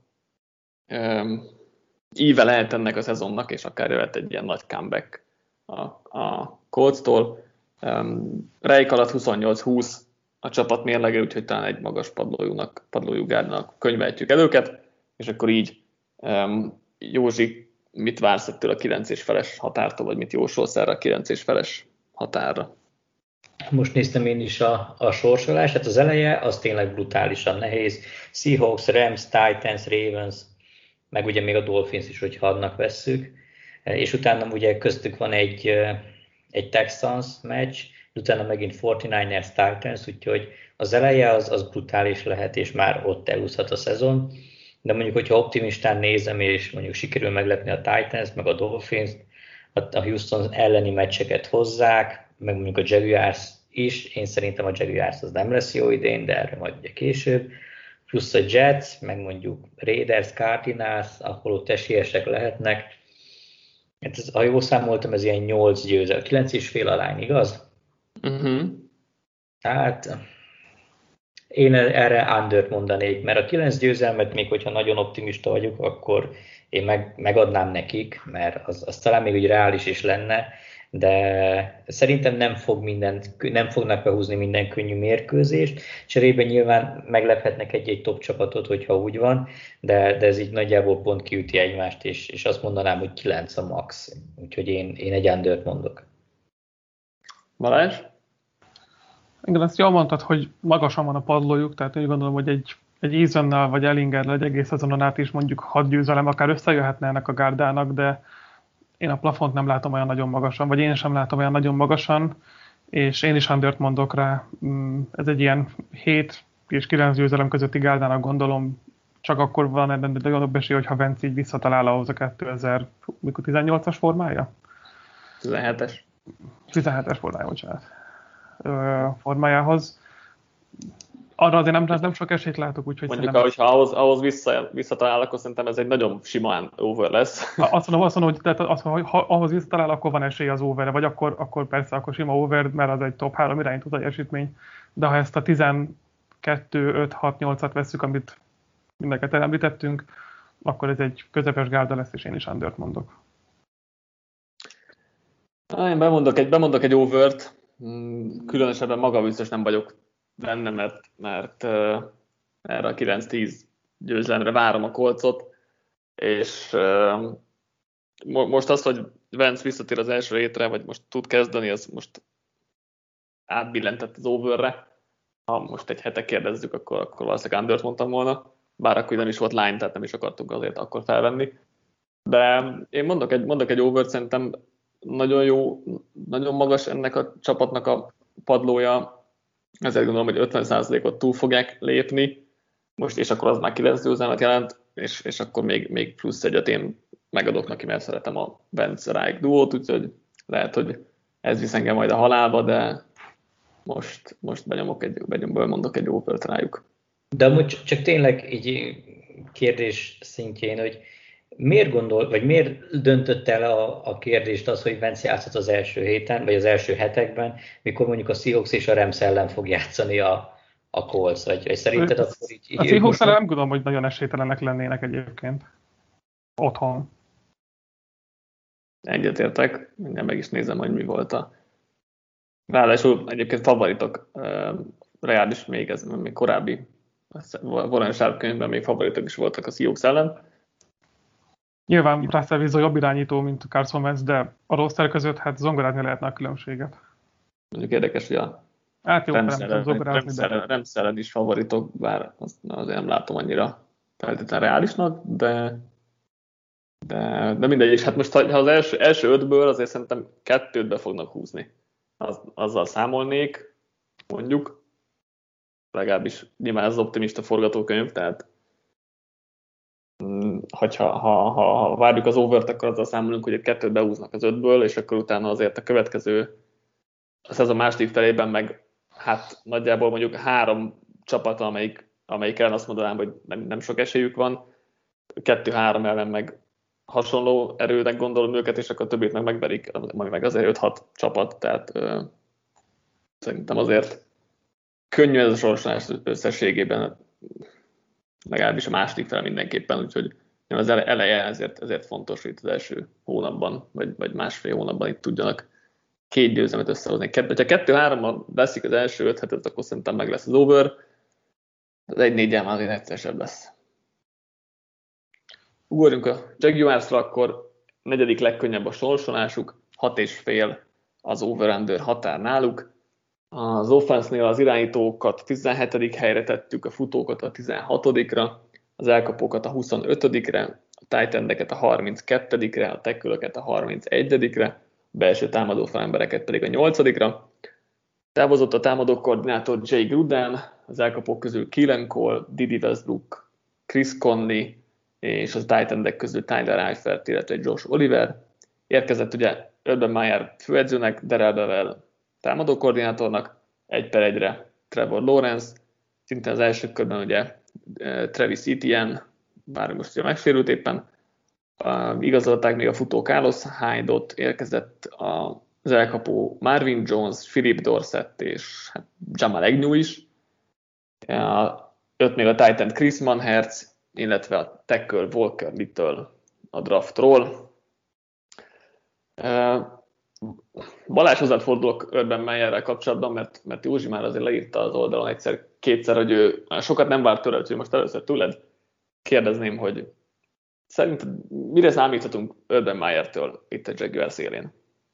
íve lehet ennek a szezonnak, és akár jöhet egy ilyen nagy comeback a Colts-tól. Reik alatt 28-20 a csapat mérlege, úgyhogy talán egy magas padlójú gárdnak könyvelhetjük el őket, és akkor így Józsi, mit vársz ettől a 9,5-es határtól, vagy mit jósolsz erre a 9,5-es határra? Most néztem én is a sorsolást, hát az eleje az tényleg brutálisan nehéz. Seahawks, Rams, Titans, Ravens, meg ugye még a Dolphins is, hogyha adnak vesszük. És utána ugye köztük van egy Texans meccs, utána megint 49ers, Titans, úgyhogy az eleje az brutális lehet, és már ott elúszhat a szezon. De mondjuk, hogyha optimistán nézem, és mondjuk sikerül meglepni a Titans, meg a Dolphins, a Houston elleni meccseket hozzák, meg mondjuk a Jaguars is, én szerintem a Jaguars az nem lesz jó idén, de erre majd ugye később, plusz a Jets, meg mondjuk Raiders, Cardinals, ahol ott esélyesek lehetnek. Hát ha jól számoltam, ez ilyen 8 győzelem, 9,5 alány, igaz? Hát én erre undert mondanék, mert a 9 győzelmet, még hogyha nagyon optimista vagyok, akkor én megadnám nekik, mert az talán még úgy reális is lenne, de szerintem nem fognak behúzni minden könnyű mérkőzést. Cserébe nyilván meglephetnek egy-egy top csapatot, hogyha úgy van, de ez így nagyjából pont kiüti egymást, és azt mondanám, hogy 9 a max. Úgyhogy én egy undert mondok. Balázs? Igen, azt jól mondtad, hogy magasan van a padlójuk, tehát úgy gondolom, hogy egy Easonnal vagy Ellingerrel egy egész szezonon át is mondjuk 6 győzelem akár összejöhetne ennek a gárdának, de én a plafont nem látom olyan nagyon magasan, vagy én sem látom olyan nagyon magasan, és én is undert mondok rá. Ez egy ilyen 7 és 9 győzelem közötti gárdának gondolom, csak akkor van egy nagyobb esély, hogyha Vence így visszatalál ahhoz a 2018-as formája? 17-es. 17-es formája, bocsánat. Formájához. Arra azért nem sok esélyt látok, úgyhogy mondjuk, hogyha ahhoz visszatalál, akkor szerintem ez egy nagyon simán over lesz. Azt mondom, hogy ha ahhoz visszatalál, akkor van esély az overre, vagy akkor persze, akkor sima over, mert az egy top 3 irányító teljesítmény. De ha ezt a 12-5-6-8-at vesszük, amit mindeket említettünk, akkor ez egy közepes gárda lesz, és én is undert mondok. Én bemondok egy overt, különösebben magabiztos nem vagyok benne, mert erre a 9-10 győzelemre várom a Coltsot, és most az, hogy Wentz visszatér az első hétre, vagy most tud kezdeni, az most átbillentett az overre. Ha most egy hete kérdezzük, akkor valószínűleg undert mondtam volna, bár akkor nem is volt line, tehát nem is akartunk azért akkor felvenni. De én mondok egy overt, szerintem nagyon jó, nagyon magas ennek a csapatnak a padlója, ezért gondolom, hogy 50%-ot túl fogják lépni, most, és akkor az már 9 győzelmet jelent, és akkor még plusz egyet én megadok neki, mert szeretem a Wentz-Reich duót, úgyhogy lehet, hogy ez visz engem majd a halálba, de most mondok egy overt rájuk. De amúgy csak tényleg így kérdés szintjén, hogy miért döntött el a kérdést az, hogy Wentz játszott az első héten, vagy az első hetekben, mikor mondjuk a Seahawks és a Rams ellen fog játszani a Colts, vagy szerinted akkor így... A Seahawks ellen nem gondolom, hogy nagyon esélytelenek lennének egyébként otthon. Egyetértek, mindjárt meg is nézem, hogy mi volt ráadásul egyébként favoritok, reális még ez, még korábbi Warren Sharp könyvben még favoritok is voltak a Seahawks ellen. Nyilván Russell Wilson jobb irányító, mint Carson Wentz, de a roster között hát zongorázni lehetne a különbséget. Mondjuk érdekes, hogy a Rams ellen is favoritok, bár azért nem látom annyira feltétlenül reálisnak, de mindegy, és hát most ha az első 5-ből azért szerintem 2-t be fognak húzni. Azzal számolnék, mondjuk, legalábbis nyilván ez az optimista forgatókönyv, tehát ha várjuk az overt, akkor azzal számolunk, hogy egy 2-t behúznak az 5-ből, és akkor utána azért a következő a szezon második felében meg hát nagyjából mondjuk 3 csapat, amelyik ellen azt mondanám, hogy nem sok esélyük van, 2-3 ellen meg hasonló erőnek gondolom őket, és akkor többit megverik, ami meg azért 5-6 csapat, tehát szerintem azért könnyű ez a sorsolás összességében, legalábbis a második fel mindenképpen, úgyhogy az eleje ezért fontos, hogy itt az első hónapban, vagy másfél hónapban itt tudjanak 2 győzelmet összehozni. Ha 2-3-ban veszik az első 5 hetet, akkor szerintem meg lesz az over, az 1-4-el már azért egyszerűsebb lesz. Ugorjunk a Jaguarsra, akkor 4. legkönnyebb a sorsolásuk, 6,5 az over-under határ náluk. Az offense-nél az irányítókat 17. helyre tettük, a futókat a 16-ra, az elkapókat a 25-re, a tight endeket a 32-re, a tackle-öket a 31-re, belső támadó falembereket pedig a 8-ra. Távozott a támadó koordinátor Jay Gruden, az elkapók közül Keelan Cole, Didi Westbrook, Chris Conley, és az tight endek közül Tyler Eifert, illetve Josh Oliver. Érkezett ugye Urban Meyer főedzőnek, Darrell Bevell támadó koordinátornak, 1-1-re Trevor Lawrence, szintén az első körben ugye Travis Etienne, bár most ugye megsérült éppen, igazolták még a futó Carlos Hyde-ot, érkezett az elkapó Marvin Jones, Philip Dorsett és hát Jamal Agnew is. Jött még a tight end Chris Manhertz, illetve a tackle Walker Little a draftról. Balázs, hozzád fordulok Urban Meyerrel kapcsolatban, mert Józsi már azért leírta az oldalon egyszer-kétszer, hogy ő sokat nem várt tőle, hogy most először tőled kérdezném, hogy szerinted mire számíthatunk Urban Meyertől itt a Jaguars élén?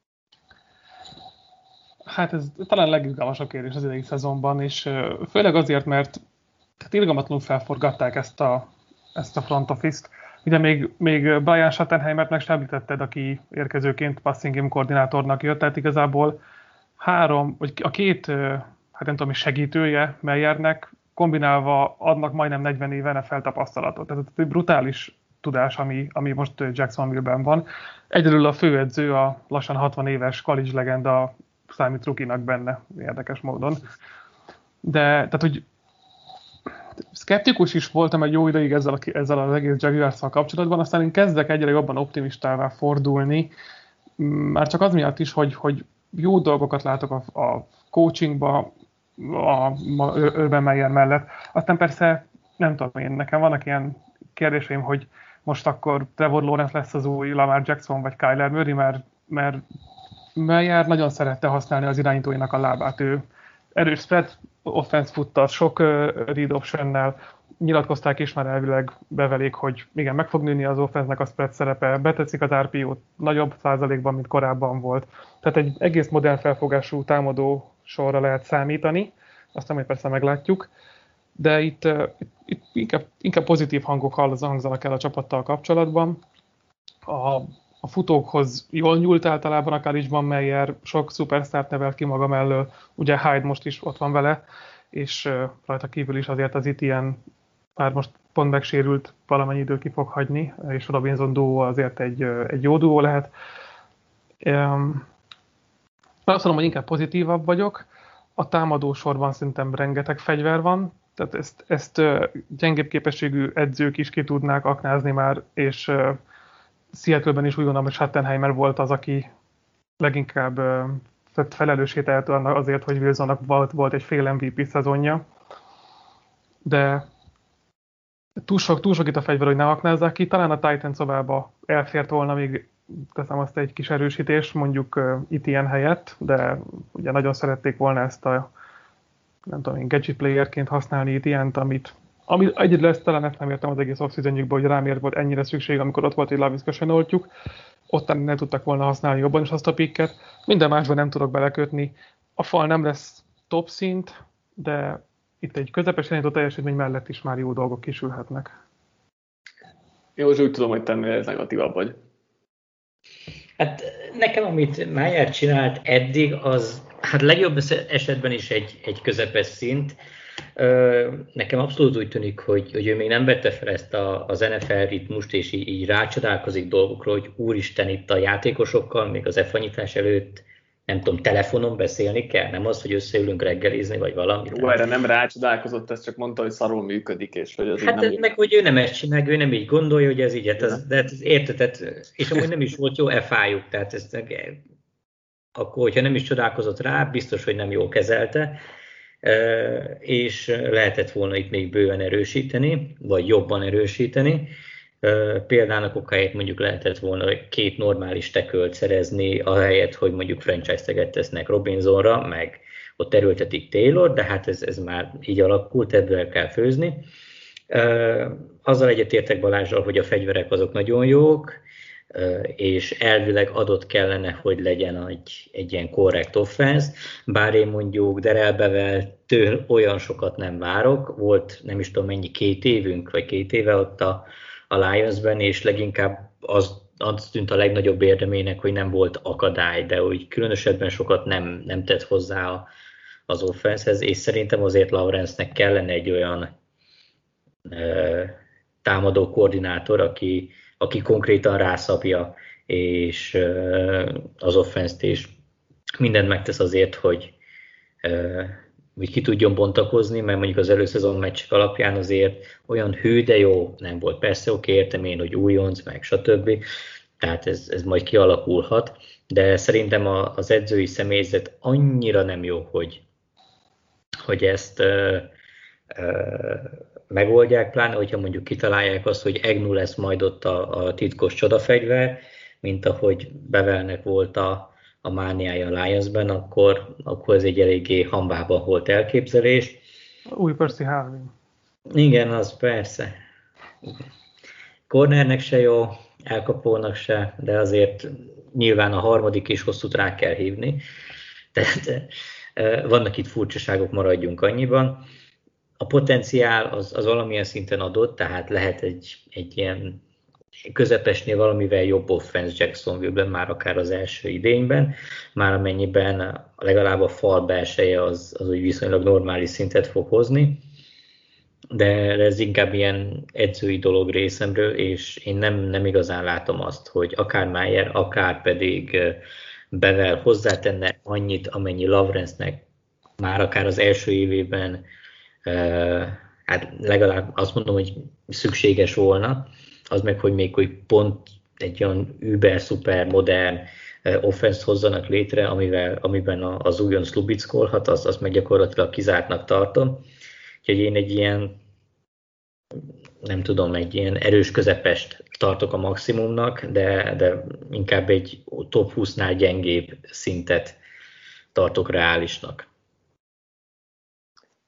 Hát ez talán legizgalmasabb kérdés az idei szezonban, és főleg azért, mert irgalmatlanul felforgatták ezt a front office-t. Ugye még Brian Schottenheimert meg sem említetted, aki érkezőként passing game koordinátornak jött, tehát igazából a két, hát nem tudom, segítője Meyernek kombinálva adnak majdnem 40 éve NFL tapasztalatot. Tehát ez egy brutális tudás, ami most Jacksonville-ben van. Egyedül a főedző, a lassan 60 éves college legenda számít rookie-nak benne, érdekes módon. De tehát, hogy szkeptikus is voltam egy jó ideig ezzel az egész Jaguars-szal kapcsolatban, aztán én kezdek egyre jobban optimistává fordulni, már csak az miatt is, hogy jó dolgokat látok a coachingba, a Urban Meyer mellett. Aztán persze, nem tudom én, nekem vannak ilyen kérdéseim, hogy most akkor Trevor Lawrence lesz az új Lamar Jackson, vagy Kyler Murray, mert Meyer nagyon szerette használni az irányítóinak a lábát. Ő erős spread offense futtat, sok read optionnel, nyilatkozták is már elvileg bevelik, hogy igen, meg fog nőni az offense-nek a spread szerepe, betetszik az RPO nagyobb százalékban, mint korábban volt. Tehát egy egész modern felfogású támadó sorra lehet számítani, aztán majd persze meglátjuk, de itt inkább pozitív hangok hangzanak el a csapattal kapcsolatban. A futókhoz jól nyúlt általában, akár is Van Meyer, sok szupersztárt nevelt ki maga mellől, ugye Hyde most is ott van vele, és rajta kívül is azért az itt ilyen, már most pont megsérült, valamennyi idő ki fog hagyni, és a Robinson duó azért egy jó duó lehet. Azt mondom, hogy inkább pozitívabb vagyok. A támadó sorban szerintem rengeteg fegyver van, tehát ezt gyengébb képességű edzők is ki tudnák aknázni már, és Seattle-ben is úgy gondolom, hogy Schottenheimer volt az, aki leginkább felelőssé tehető azért, hogy Wilsonnak volt egy fél MVP szezonja. De túl sok itt a fegyver, hogy ne aknázzák ki. Talán a Titan szobába elfért volna még, teszem azt, egy kis erősítés, mondjuk Etienne helyett, de ugye nagyon szerették volna ezt a, nem tudom én, gadget playerként használni Etienne-t, ami egyedül ezt talán ezt nem értem az egész off-seasonjükben, hogy rá miért volt ennyire szükség, amikor ott volt, hogy Laviska Chenoltjuk, ott nem tudtak volna használni jobban is azt a picket. Minden másban nem tudok belekötni. A fal nem lesz top szint, de itt egy közepes irányító teljesítmény mellett is már jó dolgok kisülhetnek. Én most úgy tudom, hogy te ez negatívabb vagy. Hát nekem, amit Meyer csinált eddig, az hát legjobb esetben is egy közepes szint. Nekem abszolút úgy tűnik, hogy ő még nem vette fel ezt az NFL ritmust, és így rácsodálkozik dolgokról, hogy úristen, itt a játékosokkal, még az F-anyítás előtt, nem tudom, telefonon beszélni kell, nem az, hogy összeülünk reggelizni, vagy valami. Jó, erre nem rácsodálkozott, ez csak mondta, hogy szarul működik, és hogy az hát így nem meg, hogy ő nem ezt csinál, ő nem így gondolja, hogy ez így, de ez érted, és amúgy nem is volt jó FA-juk, tehát ezt, akkor, hogyha nem is csodálkozott rá, biztos, hogy nem jól kezelte, és lehetett volna itt még bőven erősíteni, vagy jobban erősíteni. Például a kokáért mondjuk lehetett volna 2 normális tekölt szerezni, ahelyett, hogy mondjuk franchise-teget tesznek Robinsonra, meg ott erőltetik Taylor, de hát ez már így alakult, ebből kell főzni. Azzal egyetértek Balázsral, hogy a fegyverek azok nagyon jók, és elvileg adott kellene, hogy legyen egy ilyen korrekt offense, bár én mondjuk Darrell Bevell-től olyan sokat nem várok, volt nem is tudom mennyi 2 évünk, vagy 2 éve ott a Lionsben, és leginkább az tűnt a legnagyobb érdemének, hogy nem volt akadály, de úgy különösebben sokat nem tett hozzá az offensehez, és szerintem azért Lawrence-nek kellene egy olyan támadó koordinátor, aki konkrétan rászabja, és az offense-t is mindent megtesz azért, hogy ki tudjon bontakozni, mert mondjuk az előszezon meccsek alapján azért olyan hű, de jó nem volt. Persze oké, értem én, hogy újonc, meg stb. Tehát ez majd kialakulhat, de szerintem az edzői személyzet annyira nem jó, hogy ezt megoldják, pláne, hogyha mondjuk kitalálják azt, hogy Agnew lesz majd ott a titkos csodafegyver, mint ahogy Bevellnek volt a mániája a Lionsben, akkor ez egy eléggé hambában volt elképzelés. Új Percy Harvin. Igen, az persze. Cornernek se jó, elkapónak se, de azért nyilván a harmadik is hosszút rá kell hívni. Tehát vannak itt furcsaságok, maradjunk annyiban. A potenciál az valamilyen szinten adott, tehát lehet egy ilyen közepesnél valamivel jobb offense Jacksonville-ben, már akár az első idényben, már amennyiben legalább a fal belseje az úgy viszonylag normális szintet fog hozni, de ez inkább ilyen edzői dolog részemről, és én nem igazán látom azt, hogy akár Meyer, akár pedig Bevell hozzátenne annyit, amennyi Lawrence-nek már akár az első évében, hát legalább azt mondom, hogy szükséges volna, az meg, hogy még hogy pont egy olyan über-szuper modern offense hozzanak létre, amiben az újonc lubickolhat, azt meg gyakorlatilag kizártnak tartom. Úgyhogy én egy ilyen, nem tudom, egy ilyen erős közepest tartok a maximumnak, de inkább egy top 20-nál gyengébb szintet tartok reálisnak.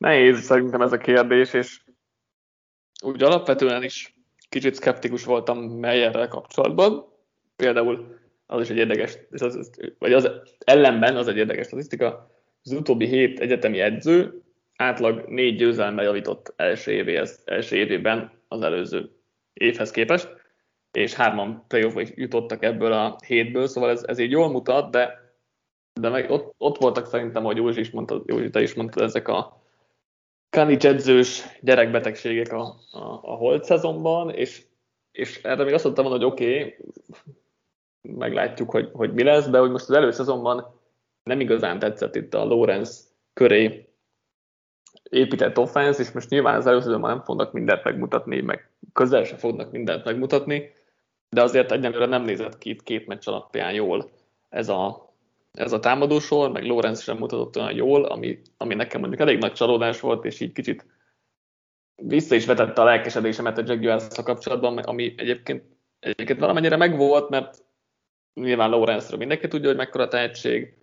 Nehéz szerintem ez a kérdés, és úgy alapvetően is kicsit szkeptikus voltam Meyerrel kapcsolatban. Például az is egy érdekes, vagy az ellenben az egy érdekes statisztika, az utóbbi 7 egyetemi edző átlag 4 győzelemmel javított első évében az előző évhez képest, és 3 playoffba jutottak ebből a 7-ből, szóval ez így jól mutat, de meg ott voltak szerintem, ahogy Józsi te is mondtad, ezek a Kanics edzős gyerekbetegségek a holt szezonban, és erre még azt mondtam, hogy oké, meglátjuk, hogy mi lesz, de hogy most az előszezonban nem igazán tetszett itt a Lawrence köré épített offense, és most nyilván az előszezonban nem fognak mindent megmutatni, meg közel sem fognak mindent megmutatni, de azért egyelőre nem nézett ki itt 2 meccs alapján jól ez a támadósor, meg Lawrence sem mutatott olyan jól, ami nekem mondjuk elég nagy csalódás volt, és így kicsit vissza is vetette a lelkesedésemet a Jaguars-szal kapcsolatban, ami egyébként valamennyire megvolt, mert nyilván Lawrence-ről mindenki tudja, hogy mekkora tehetség.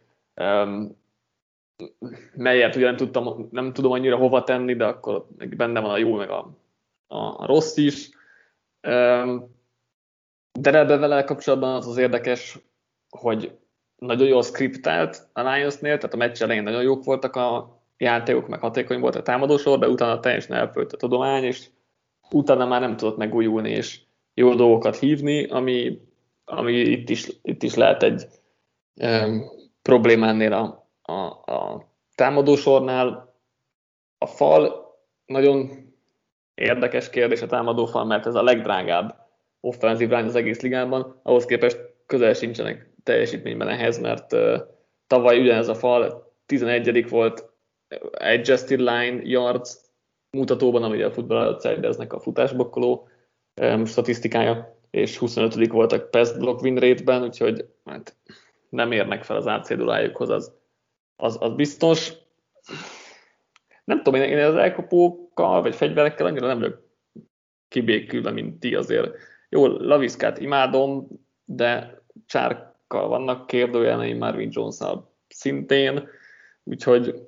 Melyet ugye nem tudom annyira hova tenni, de akkor benne van a jó, meg a rossz is. De ebben vele kapcsolatban az érdekes, hogy nagyon jól skriptelt a Lionsnél, tehát a meccs elején nagyon jók voltak a játékok, meg hatékony volt a támadósor, de utána teljesen elfölt a tudomány, és utána már nem tudott megújulni, és jó dolgokat hívni, ami itt is lehet egy problémánnél a támadósornál. A fal nagyon érdekes kérdés, a támadófal, mert ez a legdrágább offenzív line az egész ligában, ahhoz képest közel sincsenek teljesítményben ehhez, mert tavaly ugyanez a fal 11. volt adjusted line yards mutatóban, ami a Football Outsiders-nek a futásblokkoló statisztikája, és 25. voltak pass block win rate-ben, úgyhogy hát nem érnek fel az AC-dulájukhoz, az biztos. Nem tudom, én az elkapókkal, vagy fegyverekkel annyira nem vagyok kibékülve, mint ti azért. Jó, Laviszkát imádom, de Csárkkal vannak kérdőjeleim, Marvin Jones-nal szintén, úgyhogy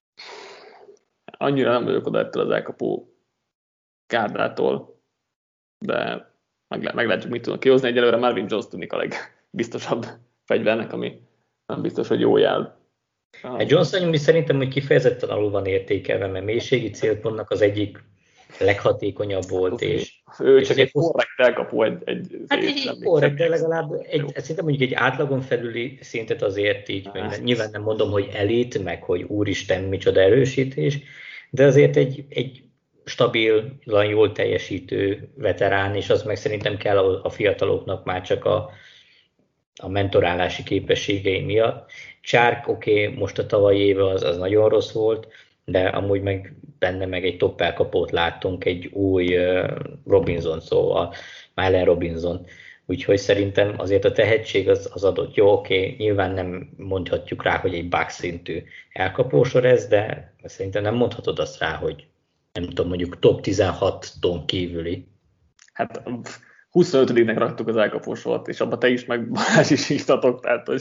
annyira nem vagyok oda ettől az elkapó gárdától, de meglátjuk, mit tudnak kihozni. Egyelőre Marvin Jones tűnik a legbiztosabb fegyvernek, ami nem biztos, hogy jó jel. Jones anyumi szerintem, hogy kifejezetten alul van értékelve, mert mélységi célpontnak az egyik leghatékonyabb volt. Ő csak egy korrekt elkapó. Egy korrekt, de legalább szerintem mondjuk egy átlagon felüli szintet azért így, nyilván nem mondom, hogy elit, meg hogy úristen, micsoda erősítés, de azért egy stabil, jól teljesítő veterán, és az meg szerintem kell a fiataloknak már csak a mentorálási képességei miatt. Chark, oké, most a tavalyi éve az nagyon rossz volt, de amúgy meg benne meg egy top elkapót láttunk, egy új Robinson, szóval Allen Robinson. Úgyhogy szerintem azért a tehetség az adott. Jó, oké, nyilván nem mondhatjuk rá, hogy egy Bucs szintű elkapósor ez, de szerintem nem mondhatod azt rá, hogy nem tudom, mondjuk top 16-ton kívüli. Hát 25-nek raktuk az elkapósort, és abban te is, meg Balázs is hívtatok, tehát hogy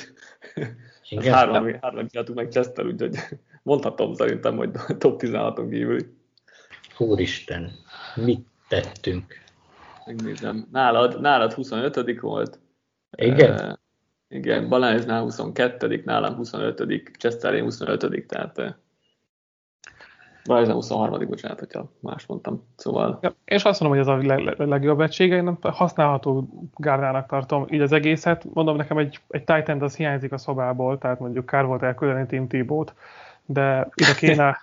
hárman csináltuk meg Chester, úgyhogy mondhatom szerintem, hogy top 16-on kívüli. Úristen, mit tettünk? Megnézem. Nálad 25. volt. Igen? Igen, Balázsnál 22., nálam 25., Chesterén 25., tehát Balázsnál 23., bocsánat, hogyha más mondtam. Szóval... Ja, és azt mondom, hogy ez a legjobb egysége, én nem használható gárdának tartom így az egészet. Mondom, nekem egy tight end az hiányzik a szobából, tehát mondjuk kár volt elküldeni Tim Tebow-t, de ide kéne...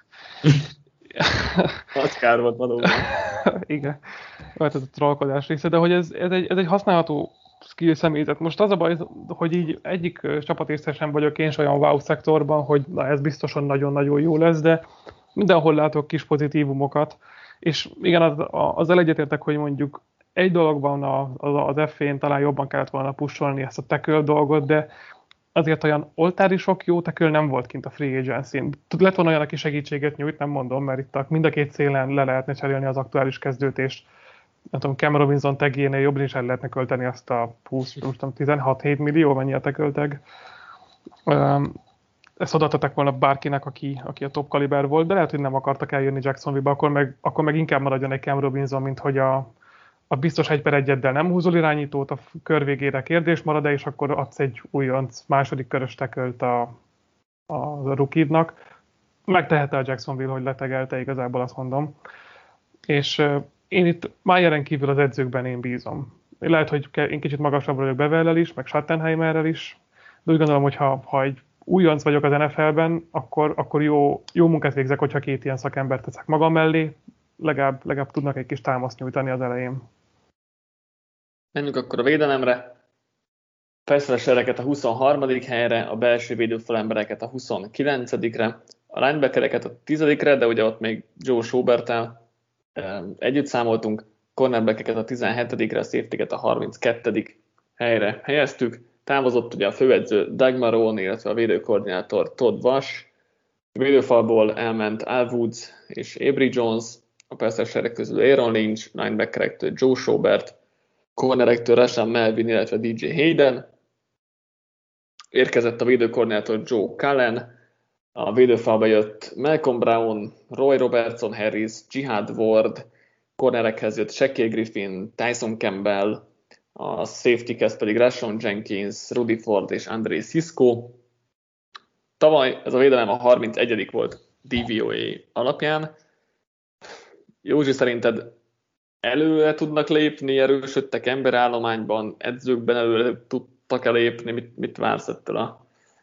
Az kár volt valóban. Igen, volt ez a trollkodás része, de hogy ez egy használható skill személyzet. Most az a baj, hogy így egyik csapatrésze sem vagyok én olyan wow szektorban, hogy na, ez biztosan nagyon-nagyon jó lesz, de mindenhol látok kis pozitívumokat. És igen, azzal egyetértek, hogy mondjuk egy dologban az F-én talán jobban kellett volna pusolni ezt a tackle dolgot, de azért olyan oltári sok jó tackle nem volt kint a free agency-n. Lett volna olyan, aki segítséget nyújt, nem mondom, mert itt mind a két szélen le lehetne cserélni az aktuális kezdőt, és nem tudom, Cam Robinson tagjénél jobban is el lehetne költeni azt a 16-7 millió, mennyi a tackle tag. ezt odaadták volna bárkinek, aki a top kaliber volt, de lehet, hogy nem akartak eljönni Jacksonville-be, akkor meg inkább maradjon egy Cam Robinson, mint hogy a biztos 1/1-del nem húzol irányítót, a kör végére kérdés marad, és akkor adsz egy újonc második körös tackle-t a rookie-nak. Megtehette a Jacksonville, hogy letegelte, igazából azt mondom. És én itt Meyeren kívül az edzőkben én bízom. Lehet, hogy én kicsit magasabb vagyok Bevellel is, meg Schattenheimerrel is, de úgy gondolom, hogy ha egy újonc vagyok az NFL-ben, akkor jó munkát végzek, hogyha 2 ilyen szakembert teszek magam mellé, legalább tudnak egy kis támaszt nyújtani az elején. Menjünk akkor a védelemre. Pass-rushereket a 23. helyre, a belső védőfalembereket a 29-re, a linebackereket a 10-re, de ugye ott még Joe Schauberttel együtt számoltunk, cornerbackeket a 17-re, a safety-ket a 32. helyre helyeztük. Távozott ugye a főedző Doug Marrone, illetve a védőkoordinátor Todd Wash. A védőfalból elment Al Woods és Avery Jones, a pass-rusherek közül Aaron Lynch, linebackerektől Joe Schaubert, cornerektől Rashaan Melvin, illetve DJ Hayden. Érkezett a védőkoordinátor Joe Cullen, a védőfalba jött Malcolm Brown, Roy Robertson Harris, Jihad Ward, cornerekhez jött Shaquille Griffin, Tyson Campbell, a safety-hez pedig Rashawn Jenkins, Rudy Ford és André Cisco. Tavaly ez a védelem a 31. volt DVOA alapján. Józsi, szerinted előre tudnak lépni, erősödtek emberállományban, edzőkben előre tudtak lépni? Mit vársz ettől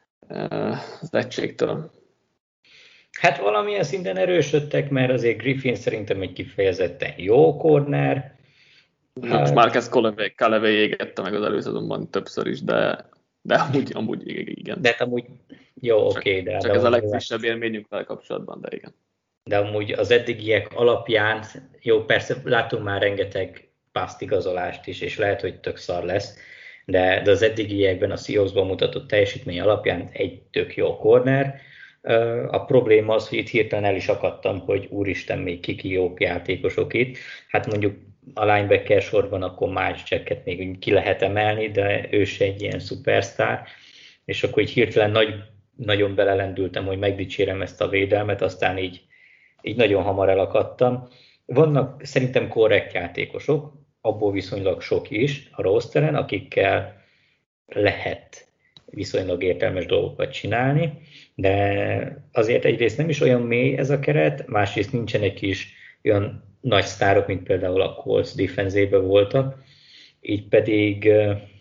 az egységtől? Hát valamilyen szinten erősödtek, mert azért Griffin szerintem egy kifejezetten jó corner. Hát, Marcus Callaway égette meg az előszezonban többször is, de amúgy igen. De amúgy jó, oké. Csak ez a legfrissebb élményünk vele kapcsolatban, de igen. De amúgy az eddigiek alapján, jó, persze látunk már rengeteg pásztigazolást is, és lehet, hogy tök szar lesz, de az eddigiekben a Seahawksban mutatott teljesítmény alapján egy tök jó corner. A probléma az, hogy itt hirtelen el is akadtam, hogy úristen, még kiki jó játékosok itt. Hát mondjuk a linebacker sorban akkor Miles Jacket még ki lehet emelni, de ő se egy ilyen szupersztár. És akkor így hirtelen nagyon belelendültem, hogy megdicsérem ezt a védelmet, aztán így nagyon hamar elakadtam. Vannak szerintem korrekt játékosok, abból viszonylag sok is a rosteren, akikkel lehet viszonylag értelmes dolgokat csinálni, de azért egyrészt nem is olyan mély ez a keret, másrészt nincsenek is olyan nagy sztárok, mint például a Colts defenzében voltak, így pedig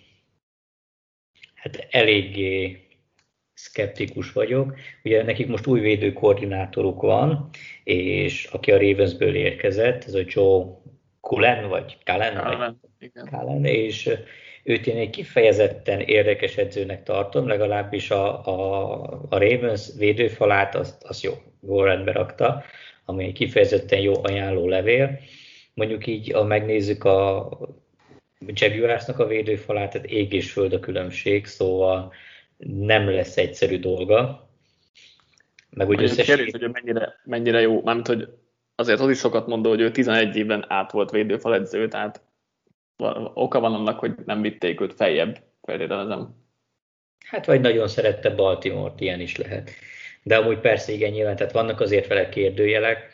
hát eléggé szkeptikus vagyok. Ugye nekik most új védőkoordinátoruk van, és aki a Ravensből érkezett, ez a Joe Cullen, vagy Cullen, és őt én egy kifejezetten érdekes edzőnek tartom, legalábbis a Ravens védőfalát azt jó rendbe rakta, ami egy kifejezetten jó ajánló levél. Mondjuk így, ha megnézzük a Jaguarsnak a védőfalát, tehát ég és föld a különbség, szóval nem lesz egyszerű dolga. Meg úgy kérdés, hogy mennyire jó, mármint hogy azért az is sokat mondó, hogy ő 11 évben át volt védőfal edző, tehát oka van annak, hogy nem vitték őt feljebb, feltételezem. Hát vagy nagyon szerette Baltimore-t, ilyen is lehet. De amúgy persze igen, nyilván, tehát vannak azért vele kérdőjelek.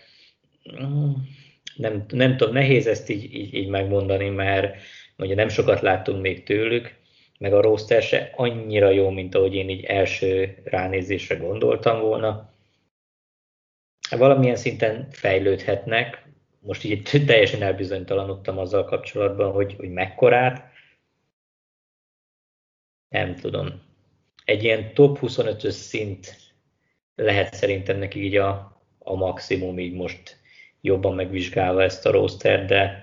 Nem tudom, nehéz ezt így megmondani, mert ugye nem sokat láttunk még tőlük, meg a roster se annyira jó, mint ahogy én így első ránézésre gondoltam volna. Valamilyen szinten fejlődhetnek. Most így teljesen elbizonytalanodtam azzal kapcsolatban, hogy mekkorát. Nem tudom. Egy ilyen top 25-ös szint lehet szerintem nekik így a maximum, így most jobban megvizsgálva ezt a roster, de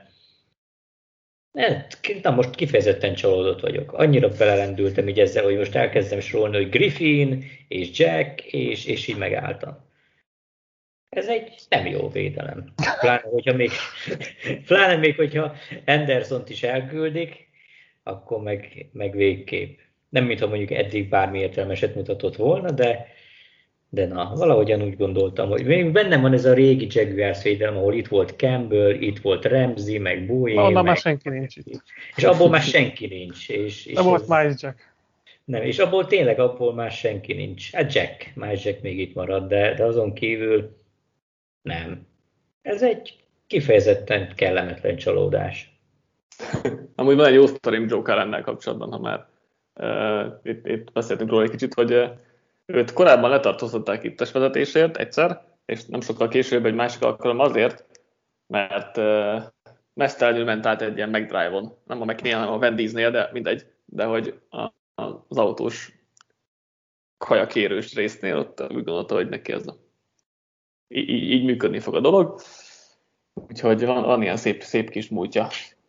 most kifejezetten csalódott vagyok. Annyira belelendültem így ezzel, hogy most elkezdem sorolni, hogy Griffin és Jack, és így megálltam. Ez egy nem jó védelem. Pláne még, hogyha Andersont is elküldik, akkor meg végképp. Nem mintha mondjuk eddig bármi értelmeset mutatott volna, de na, valahogyan úgy gondoltam, hogy még bennem van ez a régi Jaguars védelem, ahol itt volt Campbell, itt volt Ramsey, meg Bowie. Onnan már senki nincs itt. És abból már senki nincs. Nem volt Miles Jack. Nem, és abból már senki nincs. Hát Jack még itt marad, de azon kívül nem. Ez egy kifejezetten kellemetlen csalódás. Amúgy van egy jó sztorim Joe Callennel kapcsolatban, ha már itt beszéltünk róla egy kicsit, hogy őt korábban letartóztatták itt testvezetésért egyszer, és nem sokkal később egy másik alkalom azért, mert mesztelenül ment át egy ilyen McDrive-on, nem a McNeil, hanem a Wendy's-nél, de mindegy, de hogy az autós kajakérős résznél ott úgy gondolta, hogy neki ez így működni fog a dolog. Úgyhogy van ilyen szép kis múltja.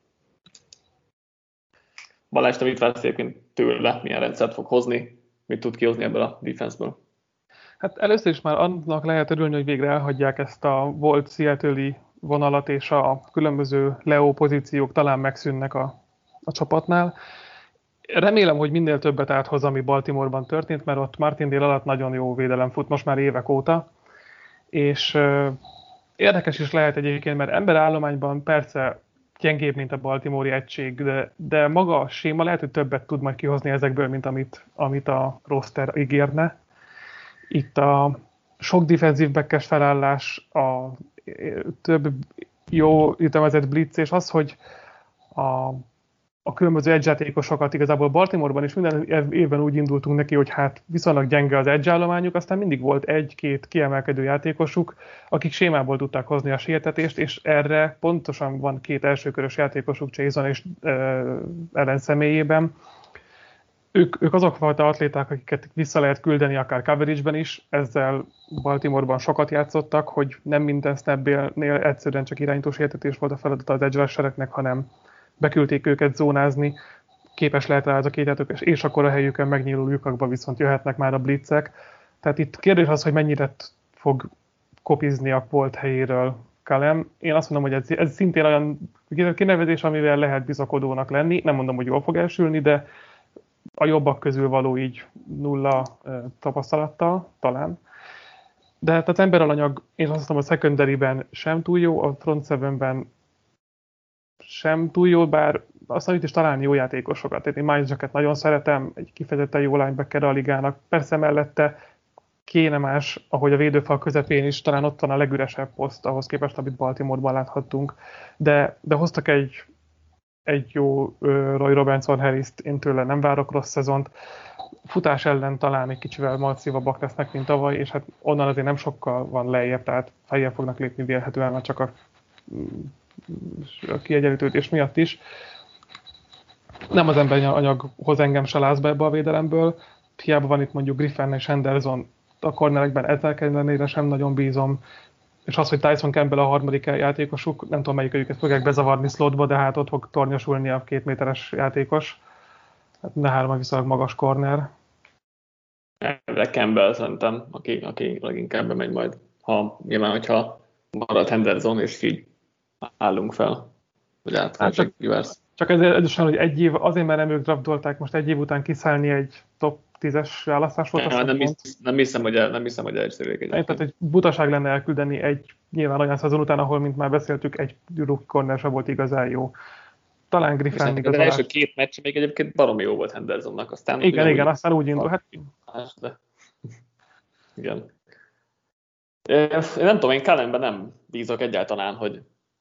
Balázs, te mit vársz egyébként tőle, milyen rendszert fog hozni, mit tud kihozni ebből a defense-ből? Hát először is már annak lehet örülni, hogy végre elhagyják ezt a volt Seattle-i vonalat, és a különböző Leo pozíciók talán megszűnnek a csapatnál. Remélem, hogy minél többet áthoz, ami Baltimoreban történt, mert ott Martindale alatt nagyon jó védelem fut, most már évek óta. És érdekes is lehet egyébként, mert emberállományban persze gyengébb, mint a Baltimore-i egység, de maga a séma lehet, hogy többet tud majd kihozni ezekből, mint amit a roster ígérne. Itt a sok defensív backes felállás, a több jó ütemezett blitz, és az, hogy a különböző edge játékosokat igazából Baltimoreban is minden évben úgy indultunk neki, hogy hát viszonylag gyenge az edge állományuk, aztán mindig volt egy-két kiemelkedő játékosuk, akik sémából tudták hozni a sértetést, és erre pontosan van két elsőkörös játékosuk Chason és Allen személyében. Ők azok fajta atléták, akiket vissza lehet küldeni akár coverage-ben is, ezzel Baltimoreban sokat játszottak, hogy nem minden snapnél egyszerűen csak irányítós értetés volt a feladata az edge rushereknek, hanem beküldték őket zónázni, képes lehet rá az a két játékos, és akkor a helyükön megnyíló lyukakba viszont jöhetnek már a blitzek. Tehát itt kérdés az, hogy mennyire fog kopizni a volt helyéről Callum. Én azt mondom, hogy ez szintén olyan kinevezés, amivel lehet bizakodónak lenni. Nem mondom, hogy jól fog elsülni, de a jobbak közül való így nulla tapasztalattal talán. De hát az emberalanyag, én azt mondom, a secondary-ben sem túl jó, a front seven-ben sem túl jó, bár aztán itt is találni jó játékosokat. Én Miles Jacket nagyon szeretem, egy kifejezetten jó linebacker a ligának. Persze mellette kéne más, ahogy a védőfal közepén is, talán ott van a legüresebb poszt, ahhoz képest, amit Baltimore-ban láthattunk. De hoztak egy jó Roy Robertson Harris-t, én tőle nem várok rossz szezont. Futás ellen talán egy kicsivel masszívabbak lesznek, mint tavaly, és hát onnan azért nem sokkal van lejjebb, tehát feljebb fognak lépni vélhetően, mert csak a kiegyenlítődés miatt is. Nem az emberanyag hoz engem se lázba ebbe a védelemből. Hiába van itt mondjuk Griffin és Henderson, a cornerekben ezzel ellenére sem nagyon bízom. És az, hogy Tyson Campbell a harmadik játékosuk, nem tudom melyik őket fogják bezavarni slotba, de hát ott fog tornyosulni a 2 méteres játékos. Hát Nehár viszonylag magas corner. Elvileg Campbell szerintem, aki leginkább bemegy majd, nyilván, hogyha marad Henderson, és így állunk fel, hogy átfogják Rivers. Csak ez is hogy egy év, azért mert nem ők draftolták, most egy év után kiszállni egy top 10-es választás volt. Nem hiszem, hogy egyszerűek egyébként. Tehát egy butaság lenne elküldeni egy nyilván olyan szezon után, ahol, mint már beszéltük, egy rookie corner sem volt igazán jó. Talán Griffin igazán. Az első két meccs még egyébként baromi jó volt Hendersonnak. Aztán igen, aztán úgy indul. Hát... Igen. Én nem tudom, én Cullenben nem bízok egyáltalán, hogy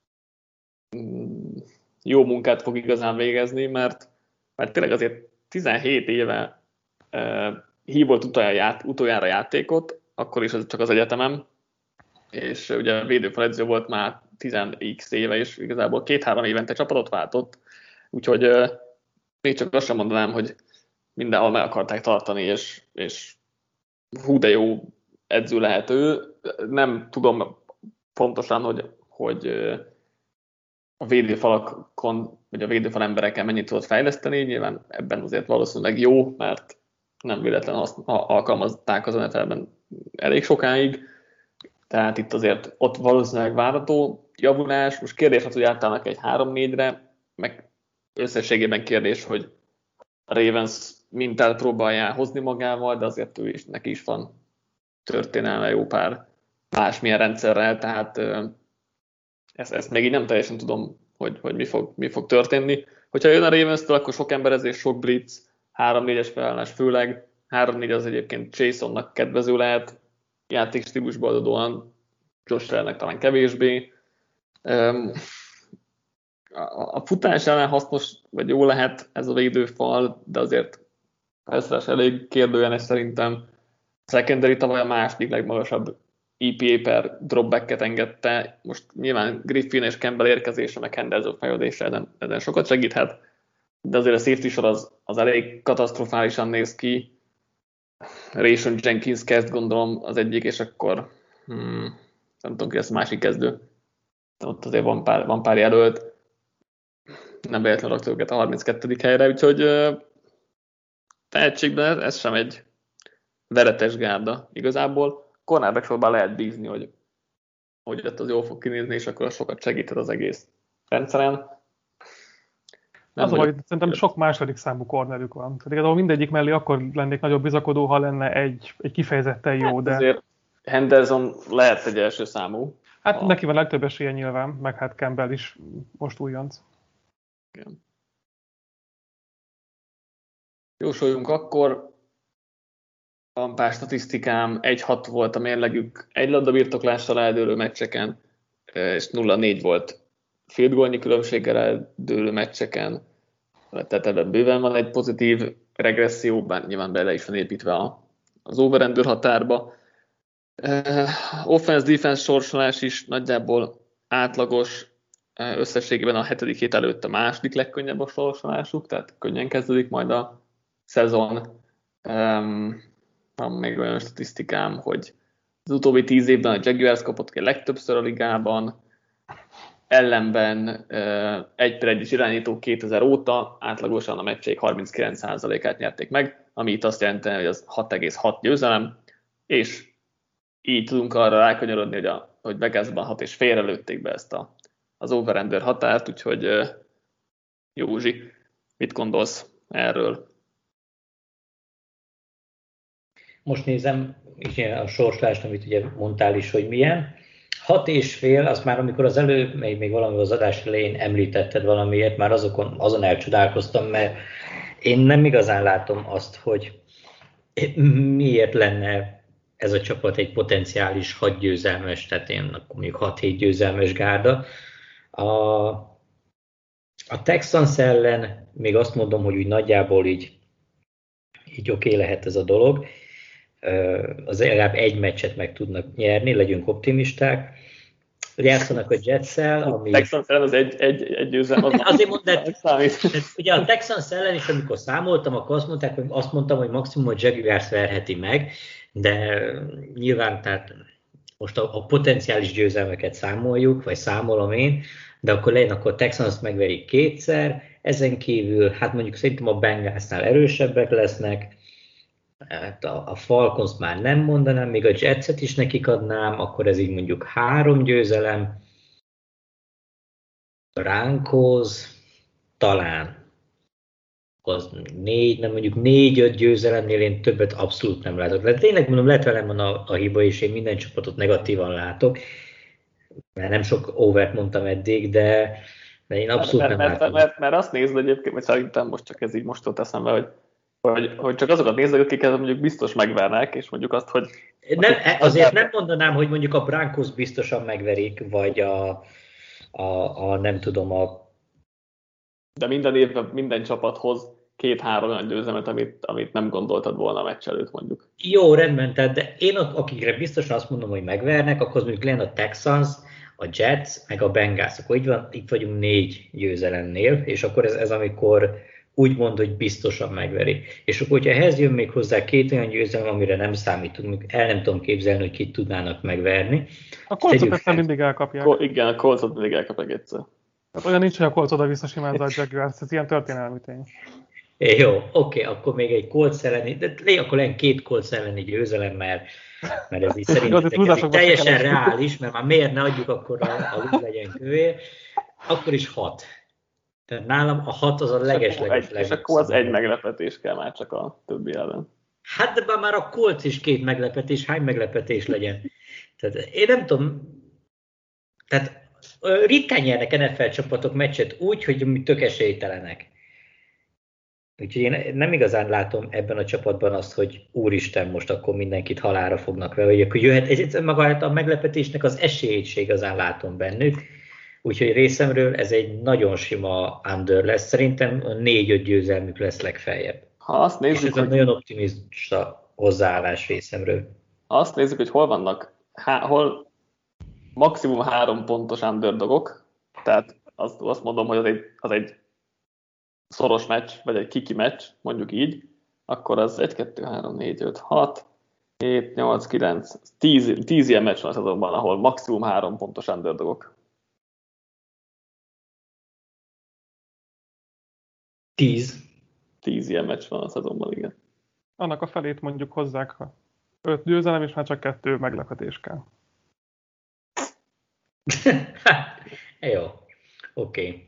jó munkát fog igazán végezni, mert tényleg azért 17 éve hívott utoljára játékot, akkor is ez csak az egyetemem, és ugye a védőfal edző volt már 10x éve, és igazából 2-3 évente csapatot váltott, úgyhogy még csak azt sem mondanám, hogy mindenhol meg akarták tartani, és hú de jó edző lehet ő. Nem tudom pontosan, hogy a védőfalakon, vagy a védőfal emberekkel mennyit tudott fejleszteni, nyilván ebben azért valószínűleg jó, mert nem véletlen alkalmazták az NFL-ben elég sokáig, tehát itt azért ott valószínűleg várható javulás. Most kérdés az, hogy átállnak egy 3-4-re, meg összességében kérdés, hogy a Ravens mintát próbálja hozni magával, de azért neki is van történelme jó pár másmilyen rendszerrel, tehát ezt még így nem teljesen tudom, hogy mi fog történni. Hogyha jön a Ravens-től, akkor sok emberezés, sok blitz, 3-4-es felállás főleg. 3-4 az egyébként Jasonnak kedvező lehet, játékstílusból adódóan, Josh Allennek talán kevésbé. A futás ellen hasznos, vagy jó lehet ez a védőfal, de azért ez elég kérdőjeles szerintem. A secondary tavaly a második legmagasabb EPA per dropbacket engedte. Most nyilván Griffin és Campbell érkezése, meg Henderson fejlődése ezen sokat segíthet, de azért a safety sor az elég katasztrofálisan néz ki. Rayshon Jenkins kezd, gondolom, az egyik, és akkor nem tudom ki lesz a másik kezdő. Ott azért van pár jelölt. Nem véletlenül rakta őket a 32. helyre, úgyhogy tehetségben ez sem egy veretes gárda igazából. Cornerback sorban lehet bízni, hogy ott az jól fog kinézni, és akkor sokat segített az egész rendszeren. Az a baj, szerintem sok második számú cornerük van. Tehát igazából mindegyik mellé akkor lennék nagyobb bizakodó, ha lenne egy kifejezetten jó, de... Azért Henderson lehet egy első számú. Hát neki van legtöbb esélye nyilván, meg hát Campbell is most újonc. Igen. Jósoljunk akkor. Van pár statisztikám, 1-6 volt a mérlegük egy labdabirtoklással eldőlő meccseken, és 0-4 volt field goalnyi különbséggel eldőlő meccseken. Tehát ebben bőven van egy pozitív regresszió, bár nyilván bele is van építve az over-under határba. Offense-defense sorsolás is nagyjából átlagos, összességében a 7. hét előtt a második legkönnyebb a sorsolásuk, tehát könnyen kezdődik majd a szezon. Van még olyan statisztikám, hogy az utóbbi 10 évben a Jaguars kapott ki legtöbbször a ligában, ellenben 1-1 is irányító 2000 óta átlagosan a meccseik 39%-át nyerték meg, ami itt azt jelenti, hogy az 6,6 győzelem, és így tudunk arra rákanyarodni, hogy Vegasban 6,5-re lőtték be ezt az over-under határt, úgyhogy Józsi, mit gondolsz erről? Most nézem a sorsolást, amit ugye mondtál is, hogy milyen. 6,5, azt már amikor az előbb, még valami az adás elején említetted valamiért, már azon elcsodálkoztam, mert én nem igazán látom azt, hogy miért lenne ez a csapat egy potenciális 6 győzelmes, tehát én akkor mondjuk 6-7 győzelmes gárda. A Texans ellen még azt mondom, hogy úgy nagyjából így oké lehet ez a dolog. Az legalább egy meccset meg tudnak nyerni, legyünk optimisták. Játszanak a Jets-szel, ami... Texans ellen az egy győzelem. Azért mondom, ugye a Texans ellen is, amikor számoltam, akkor azt mondtam, hogy maximum a Jaguars verheti meg, de nyilván tehát most a potenciális győzelmeket számoljuk, vagy számolom én, de akkor legyen, akkor a Texans megverik kétszer, ezen kívül, hát mondjuk szerintem a Bengalsnál erősebbek lesznek, hát a Falcons már nem mondanám, még a Jetset is nekik adnám, akkor ez így mondjuk 3 győzelem, Broncos talán az 4, nem mondjuk 4-5 győzelemnél én többet abszolút nem látok. De tényleg mondom, lehet velem van a hiba, és én minden csapatot negatívan látok, mert nem sok overt mondtam eddig, de én abszolút nem látom. Mert azt nézd egyébként, vagy szerintem most csak ez így most ott eszembe, hogy csak azokat nézzek, akiket mondjuk biztos megvernek, és mondjuk azt, hogy... Azért nem mondanám, hogy mondjuk a Broncos biztosan megverik, vagy nem tudom, De minden évben minden csapathoz 2-3 olyan győzelmet, amit nem gondoltad volna a meccs előtt, mondjuk. Jó, rendben, tehát de én akikre biztosan azt mondom, hogy megvernek, akkor az mondjuk legyen a Texans, a Jets, meg a Bengals. Akkor itt vagyunk 4 győzelemnél, és akkor ez amikor úgy mond, hogy biztosan megverik. És akkor, hogyha ehhez jön még hozzá 2 olyan győzelem, amire nem számítunk, el nem tudom képzelni, hogy kit tudnának megverni. A Coltsot ezt mindig elkapják. Igen, a Coltsot mindig elkapják egyszer. Hát olyan nincs, hogy a Colts oda-vissza simázza a Jaguars, ez ilyen történelmi tény. Jó, oké, akkor még egy Colts elleni, de akkor legyen 2 Colts elleni győzelem, mert ez így szerintem teljesen reális, mert már miért ne adjuk, akkor a lúd legyen kövér, akkor is 6. Tehát nálam a 6 az a legesleges. És akkor az egy meglepetés kell már csak a többi ellen. Hát de már a Colts is 2 meglepetés, hány meglepetés legyen? Tehát én nem tudom, tehát ritkán nyernek NFL csapatok meccset úgy, hogy tök esélytelenek. Úgyhogy én nem igazán látom ebben a csapatban azt, hogy úristen, most akkor mindenkit halálra fognak vele, hogy akkor jöhet, ez maga a meglepetésnek az esélyét se igazán látom bennük. Úgyhogy részemről ez egy nagyon sima under lesz. Szerintem 4-5 győzelmük lesz legfeljebb. Ha azt nézzük, és ez egy nagyon optimista hozzáállás részemről. Ha azt nézzük, hogy hol vannak, hol maximum 3 pontos underdogok, tehát azt mondom, hogy az egy szoros meccs, vagy egy kiki meccs, mondjuk így, akkor az 1, 2, 3, 4, 5, 6, 7, 8, 9, 10 ilyen meccs van a szezonban, ahol maximum 3 pontos underdogok. 10 ilyen meccs van a szezonban, igen. Annak a felét mondjuk hozzák, 5 győzelem, és már csak 2 meglepetés kell. Jó, oké.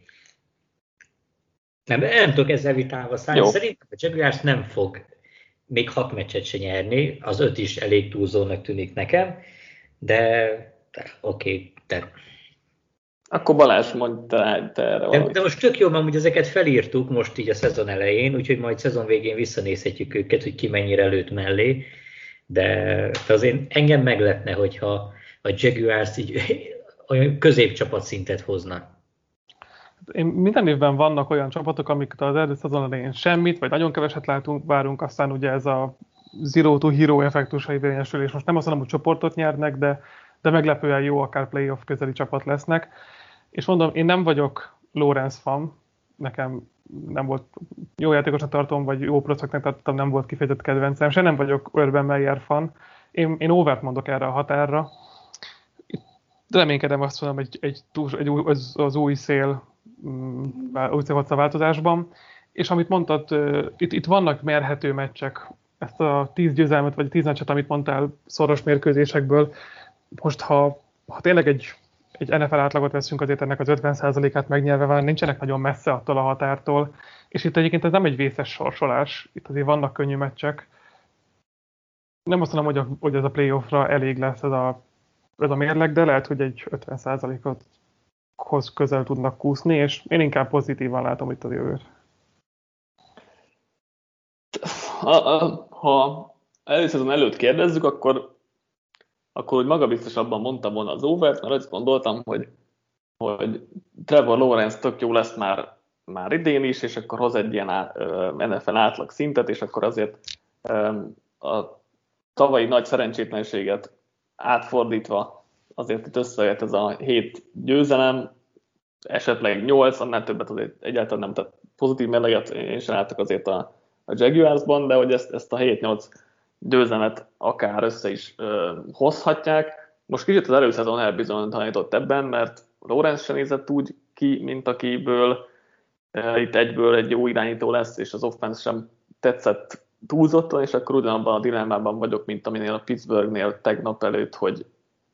Nem tudok ezzel vitába szállni. Szerintem a Jaguars nem fog még 6 meccset se nyerni, az 5 is elég túlzónak tűnik nekem, de oké. Akkor Balázs, mondj te erre valamit. De most tök jó, mert ezeket felírtuk most így a szezon elején, úgyhogy majd szezon végén visszanézhetjük őket, hogy ki mennyire előtt mellé, de azért engem meglepne, hogyha a Jaguars így olyan középcsapat szintet hoznak. Minden évben vannak olyan csapatok, amiket az előző szezon elején semmit, vagy nagyon keveset várunk, aztán ugye ez a zero to hero effektusa érvényesül, és most nem azt mondom, hogy csoportot nyernek, de meglepően jó, akár playoff közeli csapat lesznek. És mondom, én nem vagyok Lawrence fan, nekem nem volt jó játékosnak tartom, vagy jó prospectnek tartottam, nem volt kifejezett kedvencem, se nem vagyok Urban Meyer fan. Én overt mondok erre a határra. Reménykedem azt mondom, az új szél változásban. És amit mondtad, itt vannak mérhető meccsek, ezt a 10 győzelmet, vagy 10 meccset, amit mondtál szoros mérkőzésekből, most ha tényleg egy NFL átlagot veszünk, azért ennek az 50%-át megnyerve van, nincsenek nagyon messze attól a határtól, és itt egyébként ez nem egy vészes sorsolás, itt azért vannak könnyű meccsek. Nem azt mondom, hogy ez a playoffra elég lesz ez a mérleg, de lehet, hogy egy 50%-hoz közel tudnak kúszni, és én inkább pozitívan látom itt az jövőt. Ha előszezon előtt kérdezzük, akkor úgy magabiztosabban mondtam volna az overt, mert azt gondoltam, hogy Trevor Lawrence tök jó lesz már idén is, és akkor hoz egy ilyen NFL átlag szintet, és akkor azért a tavalyi nagy szerencsétlenséget átfordítva azért itt összejött ez a 7 győzelem, esetleg 8, annál többet azért egyáltalán nem tett pozitív mérleget, és álltak azért a Jaguarsban, de hogy ezt a 7-8 győzelmet akár össze is hozhatják. Most kicsit az előszezon elbizonytalanított ebben, mert Lawrence sem nézett úgy ki, mint akiből itt egyből egy jó irányító lesz, és az offense sem tetszett túlzottan, és akkor ugyanabban a dilemmában vagyok, mint aminél a Pittsburghnél tegnap előtt, hogy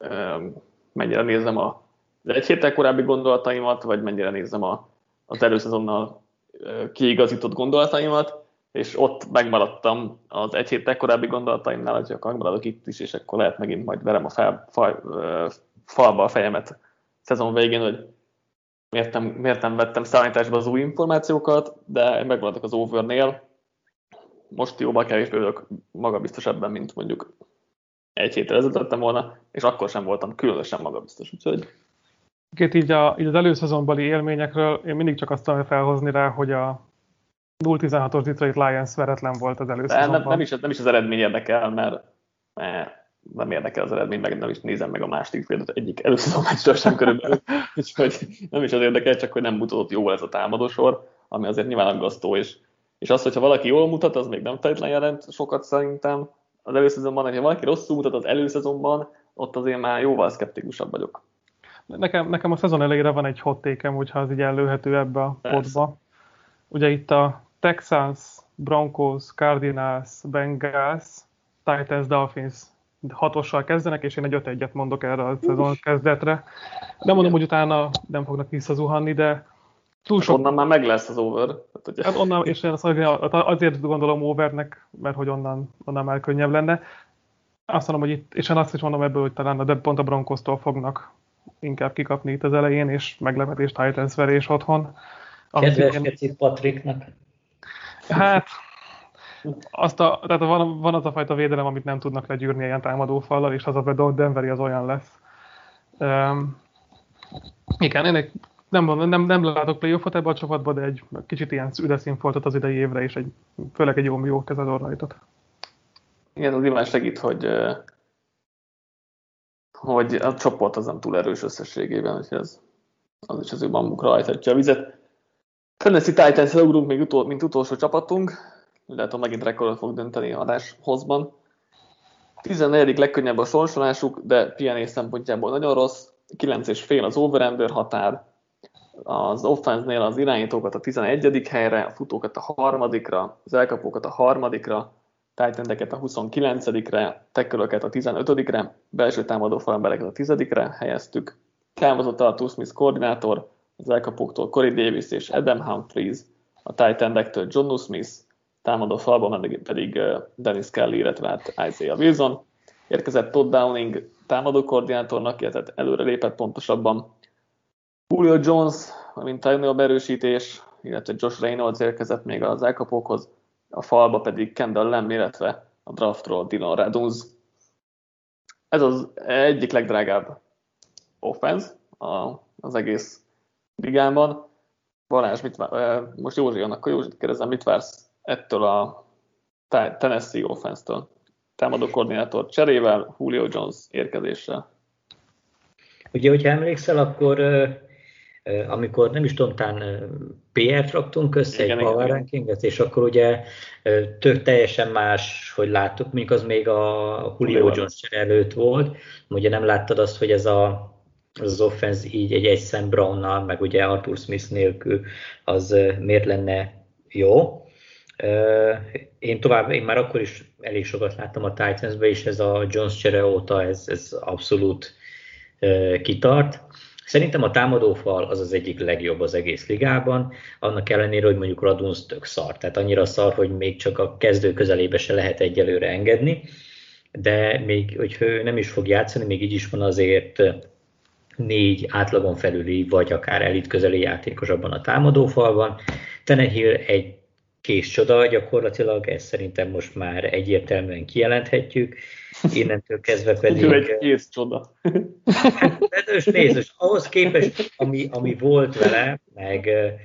mennyire nézem az egy héttel korábbi gondolataimat, vagy mennyire nézem az előszezonnal kiigazított gondolataimat, és ott megmaradtam az egy héttel korábbi gondolataimnál, hogy akkor megmaradok itt is, és akkor lehet megint majd verem a falba a fejemet szezon végén, hogy miért nem vettem számításba az új információkat, de megmaradok az overnél. Most jóval kevésbé vagyok magabiztosabban, mint mondjuk egy héttel ezelőtt tettem volna, és akkor sem voltam különösen magabiztos, úgyhogy... Így az előszezonbeli élményekről én mindig csak azt tudom felhozni rá, hogy a 0-16-os Detroit Lions veretlen volt az előszezonban. Nem is az eredmény érdekel, mert nem érdekel az eredmény, meg nem is nézem meg a második fél, egyik előszezon meccsről sem körülbelül. Úgyhogy nem is az érdekel, csak hogy nem mutatott jól ez a támadósor, ami azért nyilván aggasztó is. És az, hogyha valaki jól mutat, az még nem feltétlenül jelent sokat szerintem. Az előszezonban, hogyha valaki rosszul mutat az előszezonban, ott azért már jóval szkeptikusabb vagyok. Nekem a szezon elejére van egy hot take-em, hogyha az így ellőhető ebbe a potba. Ugye itt a Texans, Broncos, Cardinals, Bengals, Titans, Dolphins 6-ossal kezdenek, és én egy 5-1-et mondok erre a szezon kezdetre. Nem mondom, hogy utána nem fognak visszazuhanni, de túl sok... Onnan már meg lesz az over. Hát onnan, és én azért gondolom overnek, mert hogy onnan már könnyebb lenne. Azt mondom, hogy itt, és én azt is mondom ebből, hogy talán pont a Broncostól fognak inkább kikapni itt az elején, és meglepetés Titans verés otthon. Kedves Keci Patriknak. Hát, tehát van az a fajta védelem, amit nem tudnak legyűrni ilyen támadófallal, és az a Denveri az olyan lesz. Igen, én nem látok playoffot ebbe a csapatba, de egy kicsit ilyen üres színfoltot az idei évre, és főleg egy jó kezador rajtot. Igen, az nyilván segít, hogy a csoport az nem túl erős összességében, úgyhogy az is az ő bambukra rajtatja a vizet. Tennessee Titans-re ugrunk még mint utolsó csapatunk. Lehet, hogy megint rekordot fog dönteni adáshozban. 14. legkönnyebb a sorsolásuk, de PNA szempontjából nagyon rossz. 9,5 az over-under határ. Az offense-nél az irányítókat a 11. helyre, a futókat a 3., az elkapókat a 3., tight-endeket a 29-re, tackle-öket a 15-re, belső támadó falembereket a 10-re helyeztük. Támozott Arthur Smith koordinátor, az elkapóktól Corey Davis és Adam Humphries, a tight-endektől Jonnu Smith, támadó falban pedig Dennis Kelly, illetve Isaiah Wilson. Érkezett Todd Downing támadó koordinátornak, illetve előre lépett pontosabban. Julio Jones, mint legnagyobb erősítés, illetve Josh Reynolds érkezett még az elkapókhoz, a falba pedig Kendall Lamb, illetve a draftról Dylan Radunz. Ez az egyik legdrágább offense az egész ligában. Balázs, most akkor Józsit kérdezem, mit vársz ettől a Tennessee offense-től? Támadó koordinátor cserével, Julio Jones érkezéssel. Ugye, hogyha emlékszel, akkor amikor nem is tudom, PR-t raktunk össze, egy power rankinget, és akkor ugye teljesen más, hogy láttuk, mondjuk az még a Julio Jones csere előtt volt, ugye nem láttad azt, hogy ez az offense így egy Sam Brownnal, meg ugye Arthur Smith nélkül, az miért lenne jó. Én már akkor is elég sokat láttam a Titansbe, és ez a Jones csere óta ez abszolút kitart. Szerintem a támadófal az egyik legjobb az egész ligában, annak ellenére, hogy mondjuk Radunz tök szar, tehát annyira szar, hogy még csak a kezdő közelébe se lehet egyelőre engedni, de még, hogy ő nem is fog játszani, még így is van azért 4 átlagon felüli, vagy akár elit közeli játékos abban a támadófalban. Tannehill egy kés csoda gyakorlatilag, ezt szerintem most már egyértelműen kijelenthetjük. Innentől kezdve pedig... egy kész csoda. De nézd, ahhoz képest, ami volt vele, meg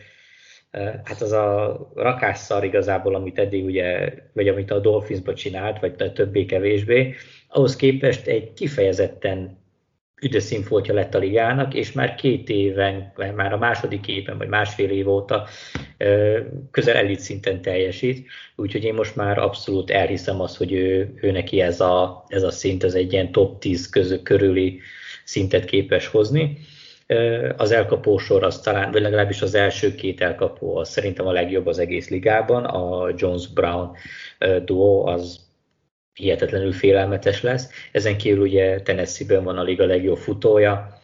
hát az a rakásszar igazából, amit eddig ugye, vagy amit a Dolphinsba csinált, vagy többé-kevésbé, ahhoz képest egy kifejezetten üdes színfoltja lett a ligának, és már 2 éven, már a második éven, vagy másfél év óta közel elit szinten teljesít, úgyhogy én most már abszolút elhiszem azt, hogy ő neki ez a szint, ez egy ilyen top 10 körüli szintet képes hozni. Az elkapósor az talán, vagy legalábbis az első 2 elkapó az szerintem a legjobb az egész ligában, a Jones-Brown duo az hihetetlenül félelmetes lesz. Ezen kívül ugye Tennessee-ben van a liga legjobb futója.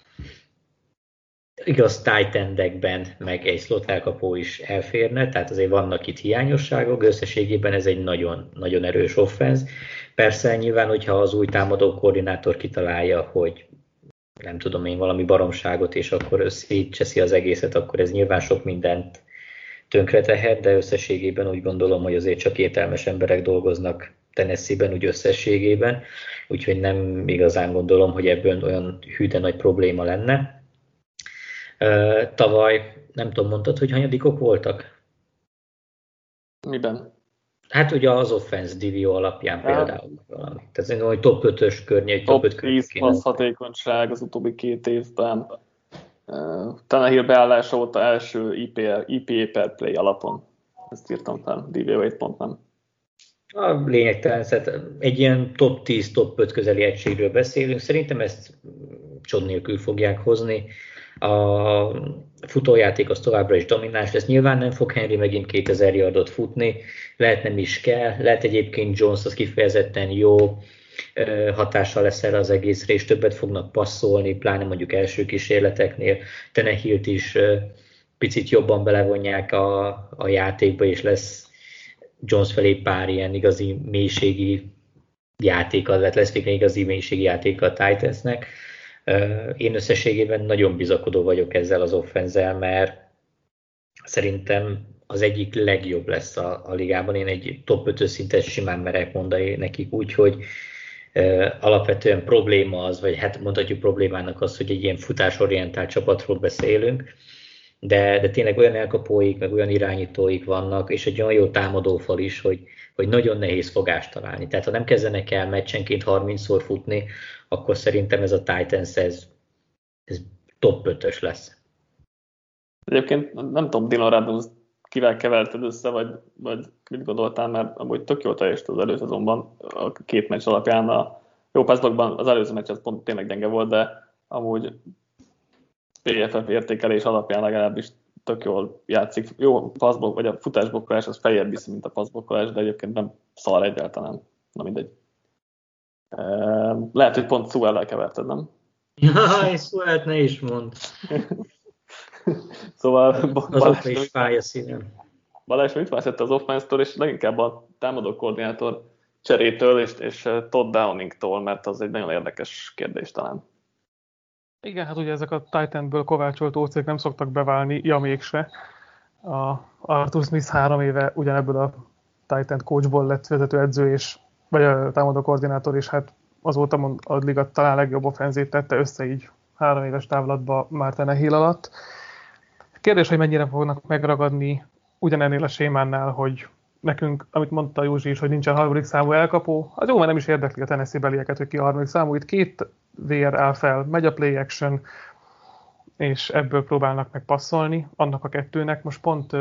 Igaz, tight endekben meg egy slot elkapó is elférne, tehát azért vannak itt hiányosságok, összességében ez egy nagyon, nagyon erős offense. Persze nyilván, hogyha az új támadó koordinátor kitalálja, hogy nem tudom én, valami baromságot, és akkor szétcseszi az egészet, akkor ez nyilván sok mindent tönkre tehet, de összességében úgy gondolom, hogy azért csak értelmes emberek dolgoznak Tennessee-ben, úgy összességében, úgyhogy nem igazán gondolom, hogy ebből olyan hű de nagy probléma lenne. Tavaly, nem tudom, mondtad, hogy hanyadikok voltak? Miben? Hát ugye az offense divió alapján például valami. Tehát szerintem, hogy top 5-ös környék, top 5 10 passz hatékonyság az utóbbi 2 évben. Tannehill beállása óta első EPA per play alapon. Ezt írtam fel, DVOA.nem. A lényegtelen, egy ilyen top 10, top 5 közeli egységről beszélünk. Szerintem ezt csod nélkül fogják hozni. A futójáték az továbbra is domináns lesz. Nyilván nem fog Henry megint 2000 yardot futni, lehet nem is kell. Lehet egyébként Jones az kifejezetten jó hatással lesz erre az egészre, és többet fognak passzolni, pláne mondjuk első kísérleteknél. Tannehillt is picit jobban belevonják a játékba, és lesz Jones felé pár ilyen igazi mélységi játéka, lesz még igazi mélységi játéka a Titansnek. Én összességében nagyon bizakodó vagyok ezzel az offenzel, mert szerintem az egyik legjobb lesz a ligában. Én egy top 5-ös szintet simán merek mondani nekik, úgyhogy alapvetően probléma az, vagy hát mondhatjuk problémának az, hogy egy ilyen futásorientált csapatról beszélünk, de tényleg olyan elkapóik, meg olyan irányítóik vannak, és egy olyan jó támadófal is, hogy nagyon nehéz fogást találni. Tehát ha nem kezdenek el meccsenként 30-szor futni, akkor szerintem ez a Titans, ez top 5-ös lesz. Egyébként nem tudom, Dylan Radunz kivel keverted össze, vagy mit gondoltál, mert amúgy tök jól teljesített az előszezonban a két meccs alapján. Jó passzblokkban az előző meccs az pont tényleg gyenge volt, de amúgy PFF értékelés alapján legalábbis tök jól játszik. Jó passzblokk, vagy a futásblokkolás az feljebb viszi, mint a passzblokkolás, de egyébként nem szar egyáltalán. Na mindegy. Lehet, hogy pont Sewell-lel keverted, nem? Jaj, Sewell-t ne is mondd. Szóval azóta is fáj a szívem. Balázs mit vársz az offense-től, és leginkább a támadó koordinátor cserétől és Todd Downingtól, mert az egy nagyon érdekes kérdés talán. Igen, hát ugye ezek a Titanből kovácsolt ócék nem szoktak beválni, ja mégse. A Arthur Smith 3 éve ugyanebből a Titan coachból lett vezetőedző, vagy a támadó koordinátor, és hát azóta a liga talán legjobb offenzét tette össze így 3 éves távlatba már Tannehill alatt. Kérdés, hogy mennyire fognak megragadni ugyanennél a sémánnál, hogy nekünk, amit mondta Józsi is, hogy nincsen harmadik számú elkapó, az jó, mert nem is érdekli a Tennessee-belieket, hogy ki a harmadik számú. Itt 2 VR áll fel, megy a play action, és ebből próbálnak meg passzolni, annak a 2-nek. Most pont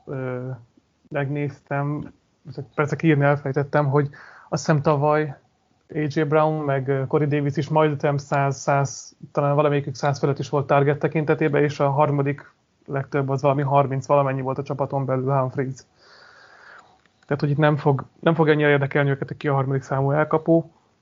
megnéztem, persze kiírni elfelejtettem, hogy azt hiszem tavaly AJ Brown, meg Corey Davis is majdnem 100, talán valamelyikük 100 fölött is volt target tekintetében, és a harmadik legtöbb az valami 30 valamennyi volt a csapaton belül Humphries. Tehát, hogy itt nem fog annyira érdekelni őket, hogy ki a harmadik számú elkapó.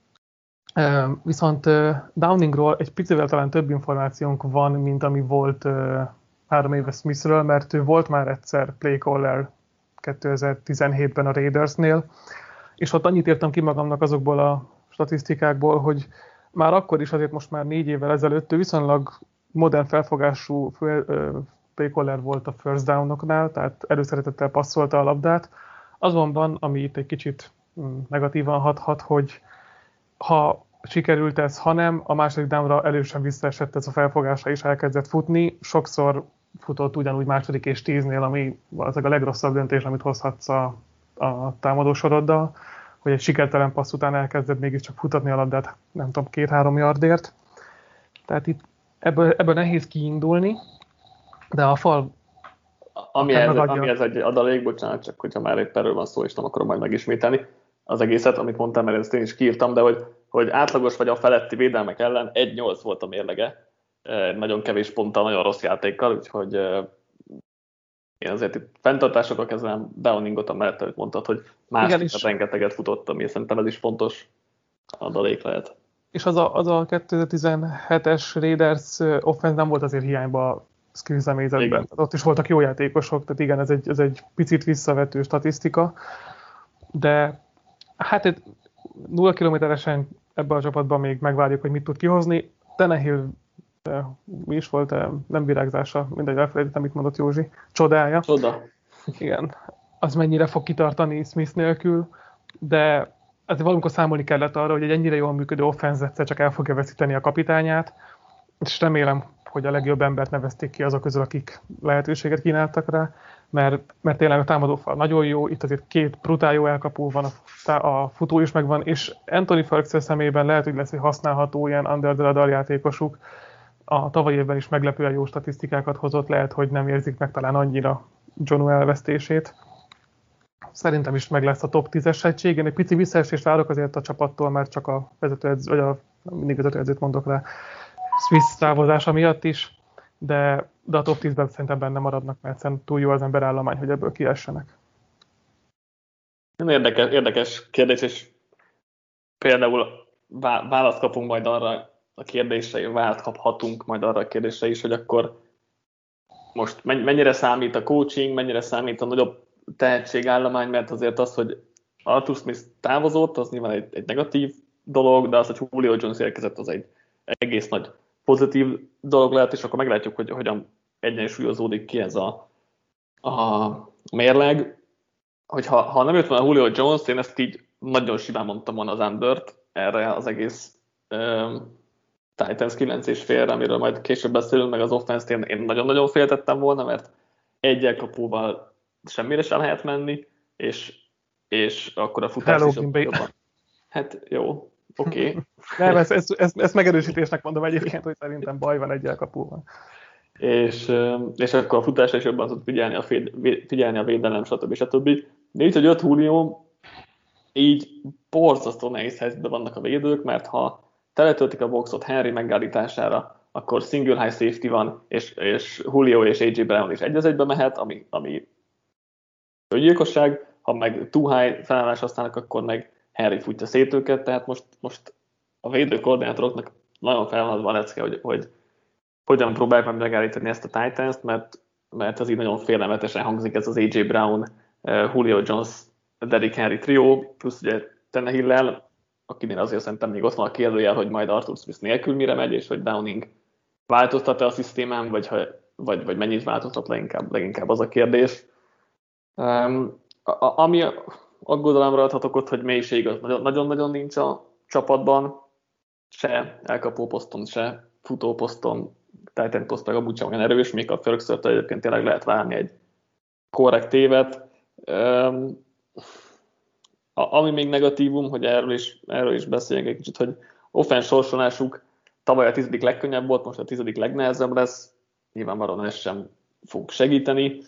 Viszont Downingról egy picivel talán több információnk van, mint ami volt 3 éve Smithről, mert ő volt már egyszer playcaller 2017-ben a Raidersnél, és ott annyit írtam ki magamnak azokból a statisztikákból, hogy már akkor is, azért most már 4 évvel ezelőtt ő viszonylag modern felfogású playcaller volt a first downoknál, tehát előszeretettel passzolta a labdát. Azonban, ami itt egy kicsit negatívan hathat, hogy ha sikerült ez, ha nem, a második downra elősen visszaesett ez a felfogása, és elkezdett futni. Sokszor futott ugyanúgy második és 10-nél, ami valószínűleg a legrosszabb döntés, amit hozhatsz a támadósoroddal, hogy egy sikertelen passz után elkezded mégiscsak futatni a labdát, nem tudom, 2-3 yardért. Tehát itt ebből nehéz kiindulni, de a fal... Ami ez egy adalék, bocsánat, csak hogyha már épp erről van szó, és nem akarom majd megismételni az egészet, amit mondtam, mert ezt én is kiírtam, de hogy átlagos vagy a feletti védelmek ellen 1-8 volt a mérlege, nagyon kevés ponttal, nagyon rossz játékkal, úgyhogy én azért itt fenntartásokkal kezelem Downingot, amellett, hogy mondtad, hogy másképp rengeteget futott, ami szerintem ez is fontos adalék lehet. És az a 2017-es Raiders offense nem volt azért hiányba a skill személyzetben. Ott is voltak jó játékosok, tehát igen, ez egy picit visszavető statisztika, de hát 0 kilométeresen ebben a csapatban még megvárjuk, hogy mit tud kihozni. Tannehill, mi is volt, nem virágzása, mindegy, elfelejtettem, mit mondott Józsi, csodája. Csoda. Igen, az mennyire fog kitartani Smith nélkül, de azért valamikor számolni kellett arra, hogy egy ennyire jól működő offense egyszer csak el fogja veszíteni a kapitányát, és remélem, hogy a legjobb embert nevezték ki azok közül, akik lehetőséget kínáltak rá, mert tényleg a támadófal nagyon jó, itt azért 2 brutál jó elkapó van, a futó is megvan, és Anthony Ferguson szemében lehet, hogy lesz egy használható ilyen under the radar játékosuk. A tavalyi évben is meglepően jó statisztikákat hozott, lehet, hogy nem érzik meg talán annyira Jonnu elvesztését. Szerintem is meg lesz a top 10-es egység. Én egy pici visszaesést várok azért a csapattól, mert csak a vezetőedző, vagy mindig vezetőedzőt mondok rá, Smith távozása miatt is, de a top 10-ben szerintem benne maradnak, mert szerintem túl jó az emberállomány, hogy ebből kiessenek. Érdekes kérdés, és például választ kapunk majd arra a kérdésre, választ kaphatunk majd arra a kérdésre is, hogy akkor most mennyire számít a coaching, mennyire számít a nagyobb tehetségállomány, mert azért az, hogy Arthur Smith távozott, az nyilván egy negatív dolog, de az, hogy Julio Jones érkezett, az egy egész nagy pozitív dolog lehet, és akkor meglátjuk, hogy hogyan egyensúlyozódik ki ez a mérleg, hogy ha nem jött volna Julio Jones, én ezt így nagyon simán mondtam volna az undert erre az egész Titans 9,5-re, amiről majd később beszélünk, meg az offense-t én nagyon-nagyon féltettem volna, mert egy elkapóval semmire sem lehet menni, és akkor a futás is jobban. Hát jó, oké. Nem, ezt megerősítésnek mondom egyébként, hogy szerintem baj van egy elkapóval. És akkor a futásra is jobban tud figyelni a védelem, stb. De így, hogy jött Julio, így borzasztó nehéz helyzetben vannak a védők, mert ha teletöltik a boxot Henry megállítására, akkor single high safety van, és Julio és AJ Brown is egy az egybe mehet, ami öngyilkosság, ha meg too high felállást használnak, akkor meg Henry futja szét őket, tehát most a védő koordinátoroknak nagyon felhadva a lecke, hogy hogyan próbálják meg megállítani ezt a Titans-t, mert az így nagyon félelmetesen hangzik ez az AJ Brown, Julio Jones, Derrick Henry trió, plusz ugye Tannehillel, akinél azért szerintem még ott van a kérdőjel, hogy majd Arthur Smith nélkül mire megy, és hogy Downing változtat-e a szisztémán, vagy mennyit változtat, leginkább az a kérdés. Ami aggodalomra adhatok ott, hogy mélység az nagyon-nagyon nincs a csapatban, se elkapó poszton, se futó poszton, Titan poszt meg amúgy sem olyan erős, még a Ferguson-től egyébként tényleg lehet várni egy korrekt évet. Ami még negatívum, hogy erről is beszéljünk egy kicsit, hogy offense sorsolásuk tavaly a 10. legkönnyebb volt, most a 10. legnehezebb lesz, nyilvánvalóan ez sem fog segíteni.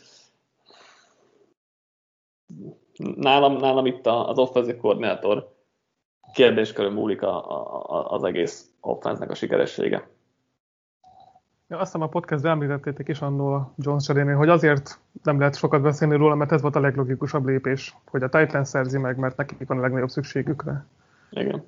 Nálam itt az offensive koordinátor kérdéskörön múlik az egész offense-nek a sikeressége. Ja, azt hiszem a podcastben említettétek is annól a Jones cserénél, hogy azért nem lehet sokat beszélni róla, mert ez volt a leglogikusabb lépés, hogy a Titans szerzi meg, mert nekik van a legnagyobb szükségükre. Igen.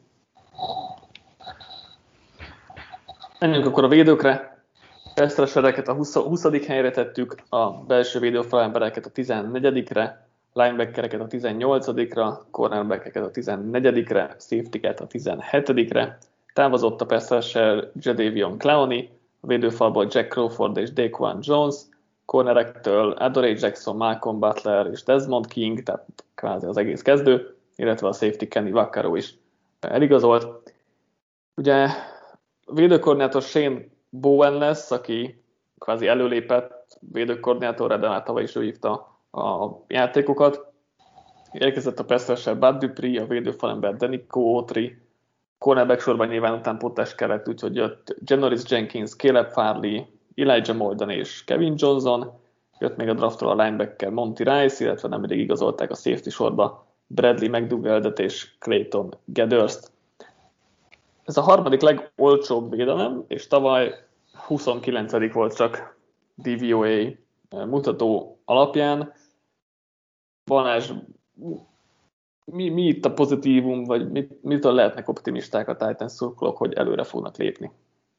Menjünk akkor a védőkre. Pass-rushereket a 20. helyre tettük, a belső védőfalembereket a 14-re, linebackereket a 18-ra, cornerbackeket a 14-re, safety-ket a 17-re. Távozott a pass rusher Jadeveon Clowney, a védőfalból Jack Crawford és Daquan Jones, cornerektől Adoree Jackson, Malcolm Butler és Desmond King, tehát kvázi az egész kezdő, illetve a safety Kenny Vaccaro is eligazolt. Ugye a védőkoordinátor Shane Bowen lesz, aki kvázi előlépett védőkoordinátorra, de már tavaly is ő hívta a játékokat. Érkezett a pass rusher Bud Dupree, a védőfalember Denico Autry, cornerback sorban nyilván utánpótlás kellett, úgyhogy jött Janoris Jenkins, Caleb Farley, Elijah Molden és Kevin Johnson, jött még a draftról a linebacker Monty Rice, illetve nemrég igazolták a safety sorba Bradley McDougald és Clayton Gedurst. Ez a harmadik legolcsóbb védelem, és tavaly 29. volt csak DVOA mutató alapján. Balázs, mi itt a pozitívum, vagy mitől lehetnek optimisták a Titans szurkolók, hogy előre fognak lépni?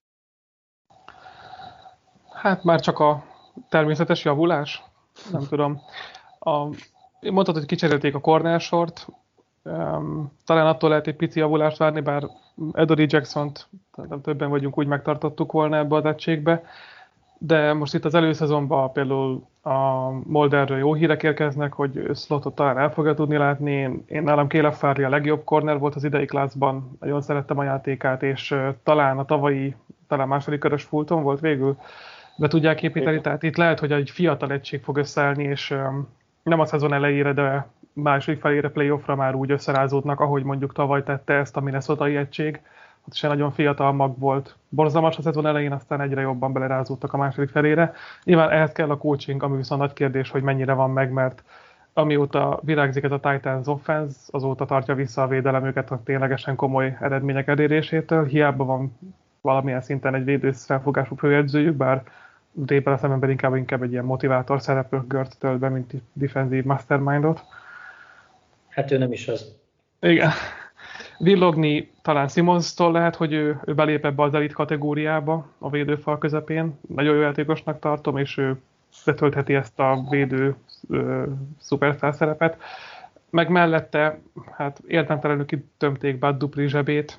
Hát már csak a természetes javulás, nem tudom. Mondtad, hogy kicserélték a cornersort, talán attól lehet egy pici javulást várni, bár Adoree Jackson-t többen vagyunk, úgy megtartottuk volna ebbe az egységbe, de most itt az előszezonban például a Molderről jó hírek érkeznek, hogy slotot talán el fogja tudni látni. Én nálam Caleb Farley a legjobb corner volt az idei klászban, nagyon szerettem a játékát, és talán a tavalyi, talán második körös Fulton volt végül, be tudják építeni, tehát itt lehet, hogy egy fiatal egység fog összeállni, és nem a szezon elejére, de második felére playoffra már úgy összerázódnak, ahogy mondjuk tavaly tette ezt a minnesotai egység. Ott is egy nagyon fiatal mag volt. Borzalmas a szezon elején, aztán egyre jobban belerázódtak a második felére. Nyilván ehhez kell a coaching, ami viszont nagy kérdés, hogy mennyire van meg, mert amióta virágzik ez a Titans offense, azóta tartja vissza a védelem őket a ténylegesen komoly eredmények elérésétől. Hiába van valamilyen szinten egy védős felfogású főedzőjük, bár Débel a szememben inkább egy ilyen motivátor szereplő Gört tölt be, mint defensive mastermindot. Hát ő nem is az. Igen. Villogni talán Simonstól lehet, hogy ő belép ebbe az elit kategóriába a védőfal közepén. Nagyon jó játékosnak tartom, és ő betöltheti ezt a védő szupersztár szerepet. Meg mellette, hát értelmtelenül kitömték Bud Dupree zsebét.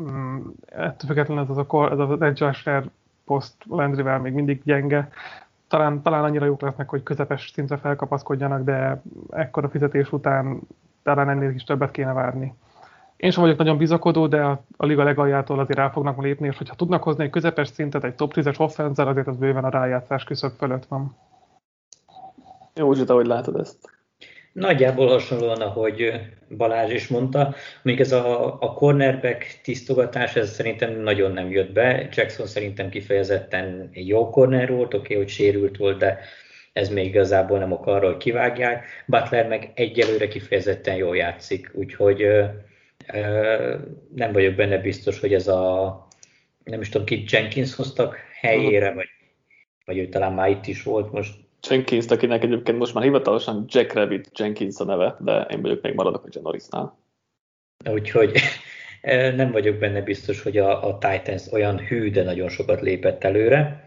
Ettől függetlenül ez az edge rusher poszt Landryvel még mindig gyenge. talán annyira jók lesznek, hogy közepes szintre felkapaszkodjanak, de ekkora fizetés után talán ennél is többet kéne várni. Én sem vagyok nagyon bizakodó, de a liga legaljától azért el fognak lépni, és hogyha tudnak hozni egy közepes szintet, egy top 10-es offenzel, azért az bőven a rájátszás küszöb fölött van. Jó, Zsita, hogy látod ezt? Nagyjából hasonlóan, ahogy Balázs is mondta, még ez a cornerback tisztogatás, ez szerintem nagyon nem jött be. Jackson szerintem kifejezetten egy jó corner volt, oké, hogy sérült volt, de ez még igazából nem ok arra, hogy kivágják. Butler meg egyelőre kifejezetten jól játszik, úgyhogy nem vagyok benne biztos, hogy ez nem is tudom, kit Jenkins hoztak helyére, vagy ő talán már itt is volt most. Jenkins, akinek egyébként most már hivatalosan Jack Rabbit Jenkins a neve, de én vagyok még maradok a Janorisnál. Úgyhogy nem vagyok benne biztos, hogy a Titans olyan hű, de nagyon sokat lépett előre.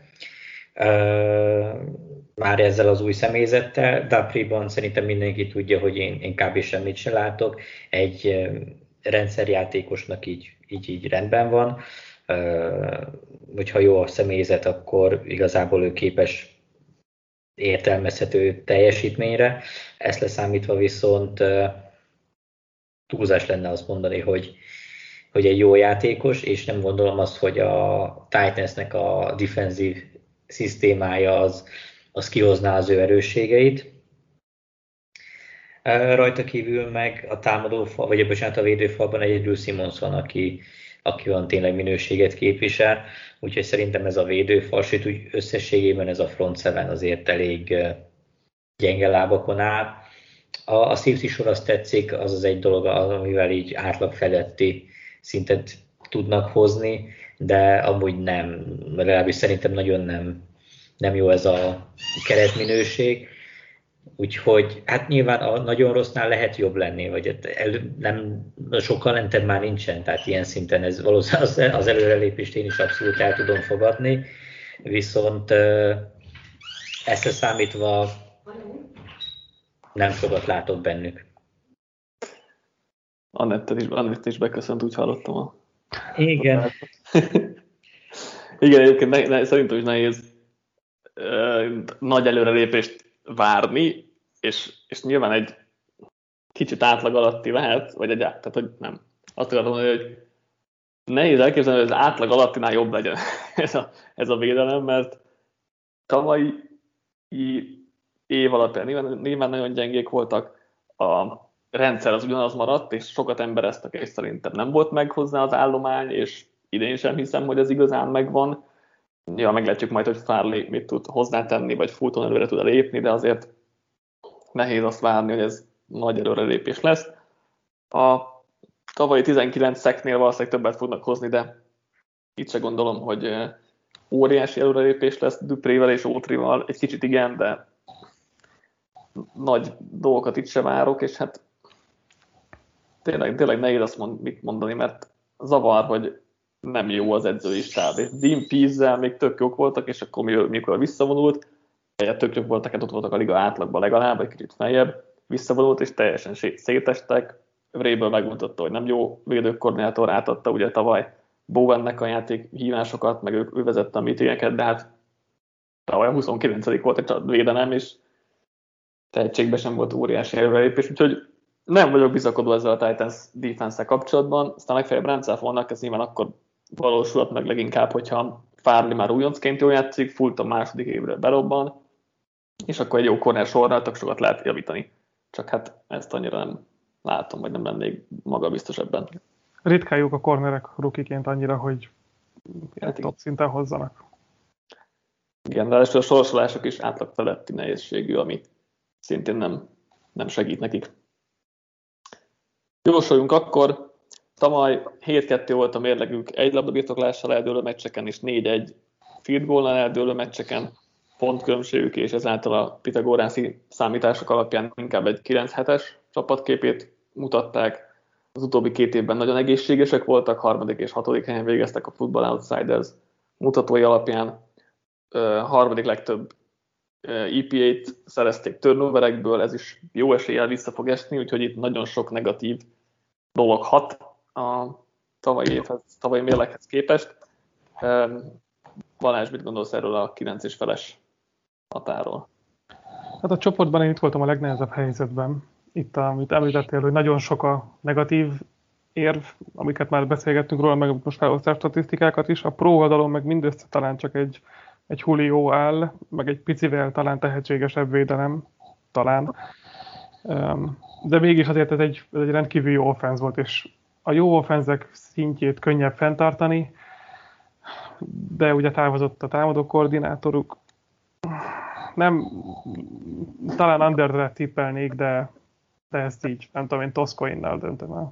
Már ezzel az új személyzettel, Dupree-ban szerintem mindenki tudja, hogy én kb. Semmit sem látok. Egy rendszerjátékosnak így rendben van. Hogyha jó a személyzet, akkor igazából ő képes értelmezhető teljesítményre. Ezt leszámítva viszont túlzás lenne azt mondani, hogy egy jó játékos, és nem gondolom azt, hogy a Titansnek a defenzív szisztémája az kihozná az ő erősségeit. Rajta kívül meg a védőfalban egyedül Simmons van, aki van tényleg minőséget képvisel, úgyhogy szerintem ez a védőfal, sőt úgy összességében ez a front seven azért elég gyenge lábakon áll. A safety sor azt tetszik, az egy dolog, amivel így átlag feletti szintet tudnak hozni, de amúgy nem, legalábbis szerintem nagyon nem jó ez a keretminőség. Úgyhogy hát nyilván a nagyon rossznál lehet jobb lenni, vagy sokkal lentebb már nincsen, tehát ilyen szinten ez valószínűleg az előrelépést én is abszolút el tudom fogadni, viszont ezt számítva nem sokat látok bennük. Annett is beköszönt, úgy hallottam. Igen. Igen, egyébként szerintem is nehéz nagy előrelépést várni, és nyilván egy kicsit átlag alatti lehet, vagy tehát hogy nem. Azt akarom mondani, hogy nehéz elképzelni, hogy az átlag alattinál jobb legyen ez a védelem, mert tavalyi év alapján nyilván nagyon gyengék voltak, a rendszer az ugyanaz maradt, és sokat embereztek, és szerintem nem volt meg hozzá az állomány, és idén sem hiszem, hogy ez igazán megvan. Ja, meglátjuk majd, hogy Farley mit tud hozzátenni, vagy Fulton előre tud lépni, de azért nehéz azt várni, hogy ez nagy előrelépés lesz. A tavalyi 19 sacknél valószínűleg többet fognak hozni, de itt se gondolom, hogy óriási előrelépés lesz Duprével és Autrival. Egy kicsit igen, de nagy dolgokat itt se várok, és hát tényleg nehéz azt mit mondani, mert zavar, hogy nem jó az edzői stáb. És Dean Pease-zel még tök jók voltak, és akkor mikor visszavonult, tök jók voltak, hát ott voltak a liga átlagban legalább, egy kicsit feljebb, visszavonult, és teljesen szétestek. Vrabel megmutatta, hogy nem jó védőkoordinátor, átadta ugye tavaly Bowennek a játék hívásokat, meg ő vezette a meetingeket, de hát tavaly 29. volt egy védelem, és tehetségben sem volt óriási előrelépés, úgyhogy nem vagyok bizakodó ezzel a Titans defense-szel kapcsolatban, aztán legfeljebb rendszer vannak, ez nyilván akkor valósulhat meg leginkább, hogyha Farley már újoncként jól játszik, Fulton második évre berobban, és akkor egy jó corner sorral tök sokat lehet javítani. Csak hát ezt annyira nem látom, vagy nem lennék magabiztos ebben. Ritkán jók a cornerek rukiként annyira, hogy top szinten hozzanak. Igen, de a sorsolások is átlag feletti nehézségű, ami szintén nem segít nekik. Jósoljunk akkor. Tavaly 7-2 volt a mérlegük egy labdabirtoklással eldőlő meccseken, és 4-1 field goal-nal eldőlő meccseken. Pontkülönbségük, és ezáltal a pitagórászi számítások alapján inkább egy 9-7-es csapatképét mutatták. Az utóbbi 2 évben nagyon egészségesek voltak, 3. és 6. helyen végeztek a Football Outsiders mutatói alapján. 3. legtöbb EPA-t szerezték turnoverekből, ez is jó eséllyel vissza fog esni, úgyhogy itt nagyon sok negatív dolog hat a tavalyi mérleghez képest. Balázs, mit gondolsz erről a 9 és feles határól. Hát a csoportban én itt voltam a legnehezebb helyzetben. Itt, amit említettél, hogy nagyon sok a negatív érv, amiket már beszélgettünk róla, meg most felhoztál statisztikákat is. A pro oldalon meg mindössze talán csak egy Julio áll, meg egy picivel talán tehetségesebb védelem, talán. De mégis azért ez egy rendkívül jó offense volt, és a jó offenzek szintjét könnyebb fenntartani, de ugye távozott a támadó koordinátoruk. Nem, talán underre tippelnék, de ezt így, nem tudom, én Toscoinnal döntöm el.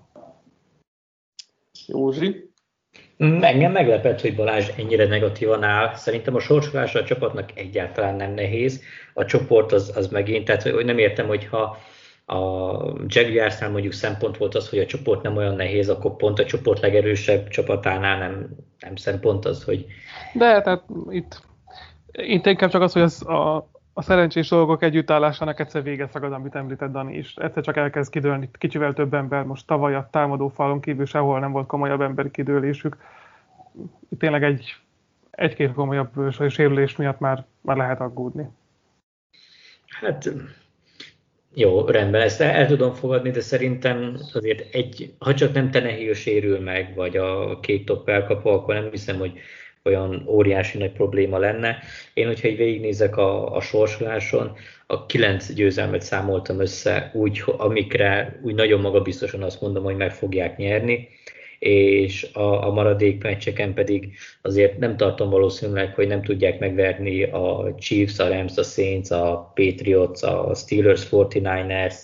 Józsi? Engem meglepett, hogy Balázs ennyire negatívan áll. Szerintem a sorsolása a csapatnak egyáltalán nem nehéz. A csoport az megint, tehát hogy nem értem, hogyha a Jaguarsnál mondjuk szempont volt az, hogy a csoport nem olyan nehéz, akkor pont a csoport legerősebb csapatánál nem szempont az, hogy... De tehát itt inkább csak az, hogy a szerencsés dolgok együttállásának egyszer vége szakad, amit említett Dani is. Egyszer csak elkezd kidőlni kicsivel több ember. Most tavaly a támadó falon kívül sehol nem volt komolyabb emberi kidőlésük. Tényleg egy-két komolyabb sérülés miatt már lehet aggódni. Hát jó, rendben, ezt el tudom fogadni, de szerintem azért ha csak nem Tannehill sérül meg, vagy a két top elkapó, akkor nem hiszem, hogy olyan óriási nagy probléma lenne. Én, hogyha így végignézek a sorsoláson, a 9 győzelmet számoltam össze, amikre úgy nagyon magabiztosan azt mondom, hogy meg fogják nyerni, és a maradék meccseken pedig azért nem tartom valószínűleg, hogy nem tudják megverni a Chiefs, a Rams, a Saints, a Patriots, a Steelers, 49ers.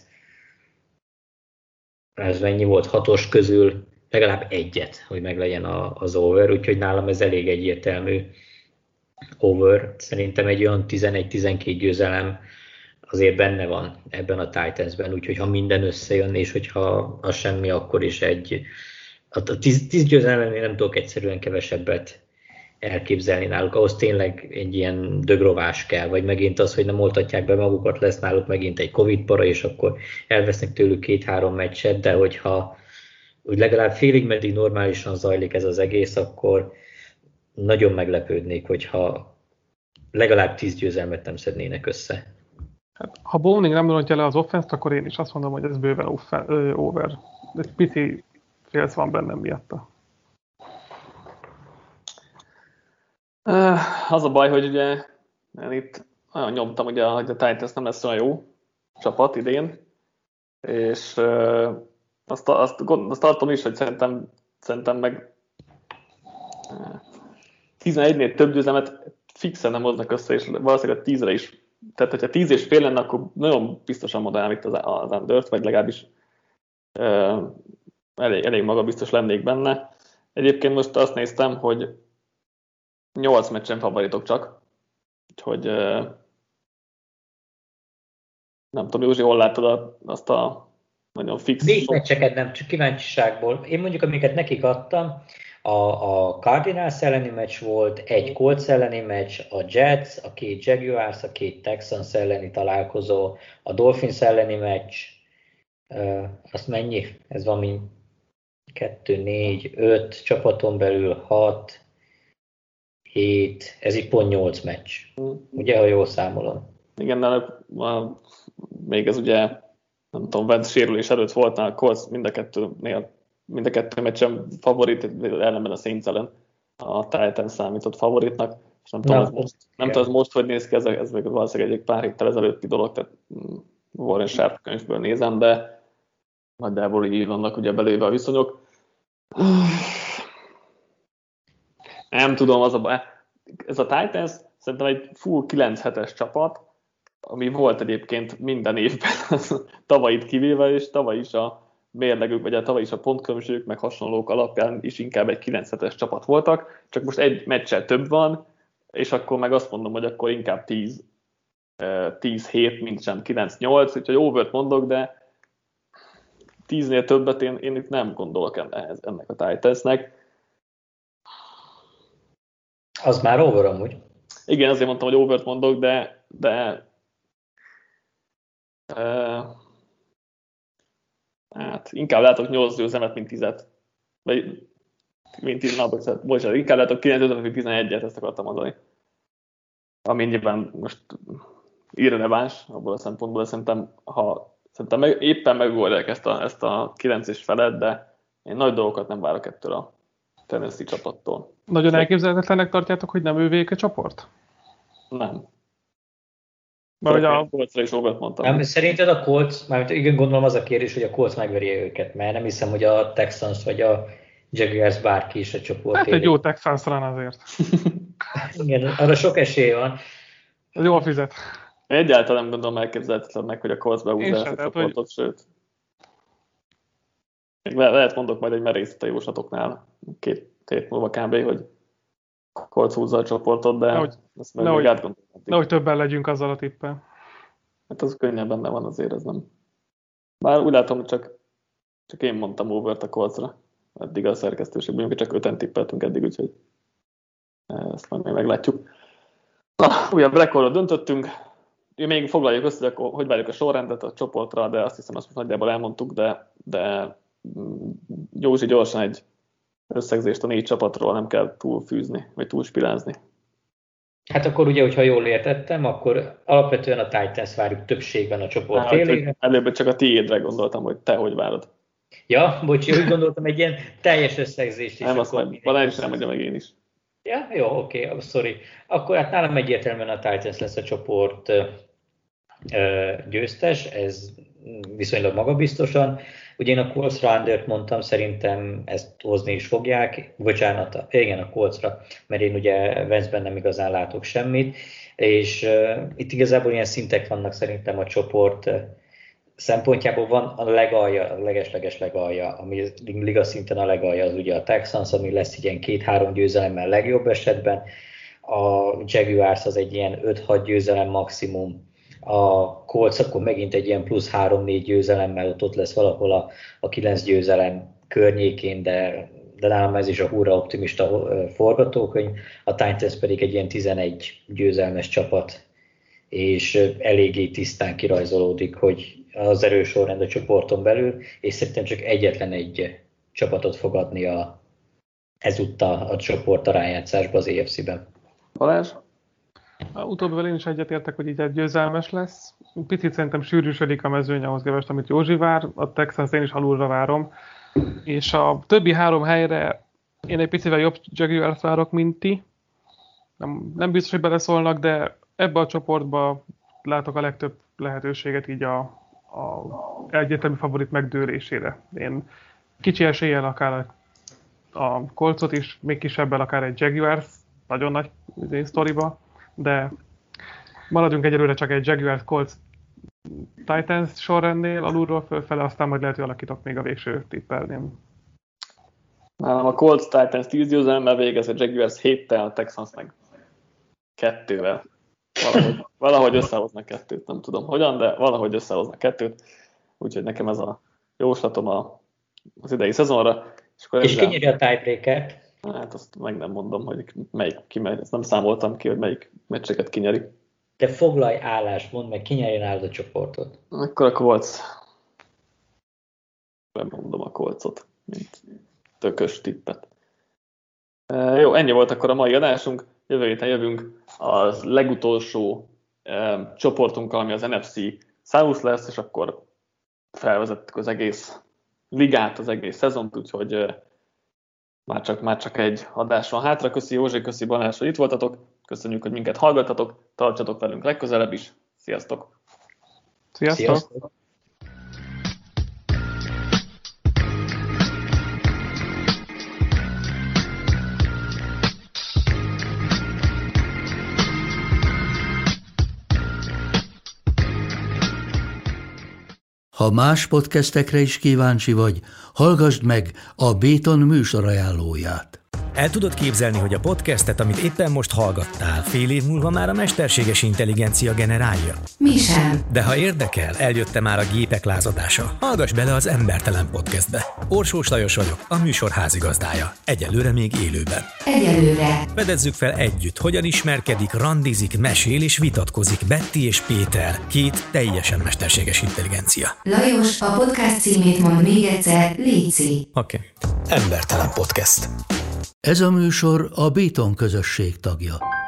Ez mennyi volt? 6-os közül legalább egyet, hogy meglegyen az over, úgyhogy nálam ez elég egyértelmű over. Szerintem egy olyan 11-12 győzelem azért benne van ebben a Titansben, úgyhogy ha minden összejön, és hogyha az semmi, akkor is a 10 győzelemnél nem tudok egyszerűen kevesebbet elképzelni náluk, ahhoz tényleg egy ilyen dögrovás kell, vagy megint az, hogy nem oltatják be magukat, lesz náluk megint egy Covid para, és akkor elvesznek tőlük 2-3 meccset, de hogyha úgy legalább félig meddig normálisan zajlik ez az egész, akkor nagyon meglepődnék, hogyha legalább 10 győzelmet nem szednének össze. Hát, ha Browning nem rontja le az offense-t, akkor én is azt mondom, hogy ez bőven over. Egy pici félsz van bennem miatta. Az a baj, hogy ugye én itt nagyon nyomtam, ugye, hogy a Titans nem lesz olyan jó csapat idén, és azt tartom is, hogy szerintem meg 11-nél több győzelmet fixen nem hoznak össze, és valószínűleg 10-re is. Tehát, hogyha 10,5 lenne, akkor nagyon biztosan mondanám itt az undert, vagy legalábbis elég magabiztos lennék benne. Egyébként most azt néztem, hogy 8 meccsen favoritok csak, úgyhogy nem tudom, Józsi, hol látod azt a nagyon fix... 4 meccseket nem, csak kíváncsiságból. Én mondjuk, amiket nekik adtam, a Cardinals elleni meccs volt, egy Colts elleni meccs, a Jets, a 2 Jaguars, a 2 Texans elleni találkozó, a Dolphins elleni meccs, azt mennyi? Ez valami 2, 4, 5 csapaton belül, 6, 7, ez így pont 8 meccs. Ugye, ha jól számolom. Igen, de még ez ugye, nem tudom, Wentz sérülés előtt volt, a Colts mind a kettő meccsen favorit, ellenben a Saints ellen a Titans számított favoritnak, és nem tudom, ez most hogy néz ki, ez még valószínűleg egy pár héttel ezelőtti dolog, tehát Warren Sharp könyvből nézem, de nagyjából így vannak ugye belőle a viszonyok. Nem tudom, az a baj. Ez a Titans szerintem egy full 9-7-es csapat, ami volt egyébként minden évben, tavalyit kivéve, és tavaly is a mérlegük, vagy tavaly is a pontkülönbségük, meg hasonlók alapján is inkább egy 9-7-es csapat voltak, csak most egy meccsel több van, és akkor meg azt mondom, hogy akkor inkább 10-7, mint sem 9-8, úgyhogy overt mondok, de 10-nél többet én itt nem gondolok ennek a Titansnek. Az már over amúgy. Igen, azért mondtam, hogy overt mondok, de hát inkább látok 8 győzelmet, mint 10-et. Vagy mint 10, bocsánat, inkább látok 9 győzelmet, mint 11-et, ezt akartam mondani. ami nyilván most irreleváns abból a szempontból, szerintem éppen megoldják ezt a 9 felet, de én nagy dolgokat nem várok ettől a Tennessee csapattól. Nagyon elképzelhetetlenek tartjátok, hogy nem ővék a csoport? Nem. Mert a Coltsra is óvat mondtam. Nem, szerinted a Colts, mármint igen, gondolom az a kérdés, hogy a Colts megveri őket, mert nem hiszem, hogy a Texans vagy a Jaguars bárki is a csoport. Hát egy jó Texans run azért. Igen, arra sok esély van. Ez jól fizet. Egyáltalán nem gondolom elképzelhetetlennek, hogy a Colts behúzza ezt a csoportot, hogy... sőt. Lehet mondok majd egy merészet a jóslatoknál 2 hét múlva kb., hogy Colts húzza a csoportot, de ezt meg még átgondolom. Nehogy többen legyünk azzal a tippel. Hát az könnyen benne van azért, ez nem. Bár úgy látom, csak én mondtam overt a Coltsra. Eddig a szerkesztőségben, hogy csak 5-en tippeltünk eddig, úgyhogy ezt majd még meglátjuk. Na, újabb rekordra döntöttünk. Még foglaljuk össze, hogy várjuk a sorrendet a csoportra, de azt hiszem, azt most nagyjából elmondtuk, de Józsi gyorsan egy összegzést a 4 csapatról nem kell túlfűzni, vagy túlspilázni. Hát akkor ugye, hogyha jól értettem, akkor alapvetően a Titans várjuk többségben a csoport élére. Előbb csak a tiédre gondoltam, hogy te hogy várod. Ja, bocsi, úgy gondoltam egy ilyen teljes összegzést is. Nem, azt majd Balázs nem mondja meg én is. Ja, jó, oké, sorry. Akkor hát nálam egyértelműen a Titans lesz a csoport győztes, ez viszonylag magabiztosan. Ugye én a Coltsra undert mondtam, szerintem ezt hozni is fogják. Bocsánat, igen, a Coltsra, mert én ugye Vance-ben nem igazán látok semmit, és itt igazából ilyen szintek vannak szerintem a csoport szempontjából. Van a legalja, a leges legalja, ami liga szinten a legalja, az ugye a Texans, ami lesz ilyen 2-3 győzelemmel legjobb esetben. A Jaguars az egy ilyen 5-6 győzelem maximum. A Colts akkor megint egy ilyen plusz 3-4 győzelemmel ott lesz valahol a 9 győzelem környékén, de nálam ez is a hurra optimista forgatókönyv. A Titans pedig egy ilyen 11 győzelmes csapat, és eléggé tisztán kirajzolódik, hogy az erős sorrend a csoporton belül, és szerintem csak egyetlen egy csapatot fog adni ezúttal a csoport a rájátszásba az AFC-ben. Balázs? Utóbbival én is egyetértek, hogy így egy győzelmes lesz. Picit szerintem sűrűsödik a mezőny ahhoz képest, amit Józsi vár. A Texans én is alulra várom. És a többi 3 helyre én egy picivel jobb Jaguars várok, mint ti. Nem biztos, hogy beleszólnak, de ebbe a csoportba látok a legtöbb lehetőséget így a egyetemi favorit megdőlésére. Én kicsi eséllyel akár a Coltsot is, még kisebbel akár egy Jaguars, nagyon nagy sztoriba, de maradjunk egyelőre csak egy Jaguars, Colts, Titans sorrendnél, alulról fölfele, aztán majd lehet, hogy alakítok még a végső tippelném. Nálam a Colts Titans 10 győzelemmel végez, a Jaguars 7-tel, a Texans meg 2-vel. Valahogy összehoznak 2-t, nem tudom hogyan, de valahogy összehoznak 2-t. Úgyhogy nekem ez a jóslatom az idei szezonra. És ki nyeri a tiebreakert? Hát azt meg nem mondom, hogy melyik kimegy. Ezt nem számoltam ki, hogy melyik meccseket kinyeri. De foglalj állást, mondd meg, ki nyeri nálad a csoportot. Akkor a Colts. Nem mondom a Coltsot, mint tökös tippet. Jó, ennyi volt akkor a mai adásunk. Jövő héten jövünk az legutolsó csoportunkkal, ami az NFC South lesz, és akkor felvezettük az egész ligát, az egész szezont, úgyhogy már csak egy adás van hátra. Köszi Józsi, köszi Balázs, hogy itt voltatok. Köszönjük, hogy minket hallgattatok. Tartsatok velünk legközelebb is. Sziasztok! Sziasztok! Ha más podcastekre is kíváncsi vagy, hallgassd meg a Béton műsor ajánlóját. El tudod képzelni, hogy a podcastet, amit éppen most hallgattál, fél év múlva már a mesterséges intelligencia generálja? Mi sem. De ha érdekel, eljött már a gépek lázadása. Hallgass bele az Embertelen Podcastbe. Orsós Lajos vagyok, a műsor házigazdája. Egyelőre még élőben. Egyelőre. Fedezzük fel együtt, hogyan ismerkedik, randizik, mesél és vitatkozik Betty és Péter, 2 teljesen mesterséges intelligencia. Lajos, a podcast címét mond még egyszer, léci. Oké. Embertelen Podcast. Ez a műsor a Béton közösség tagja.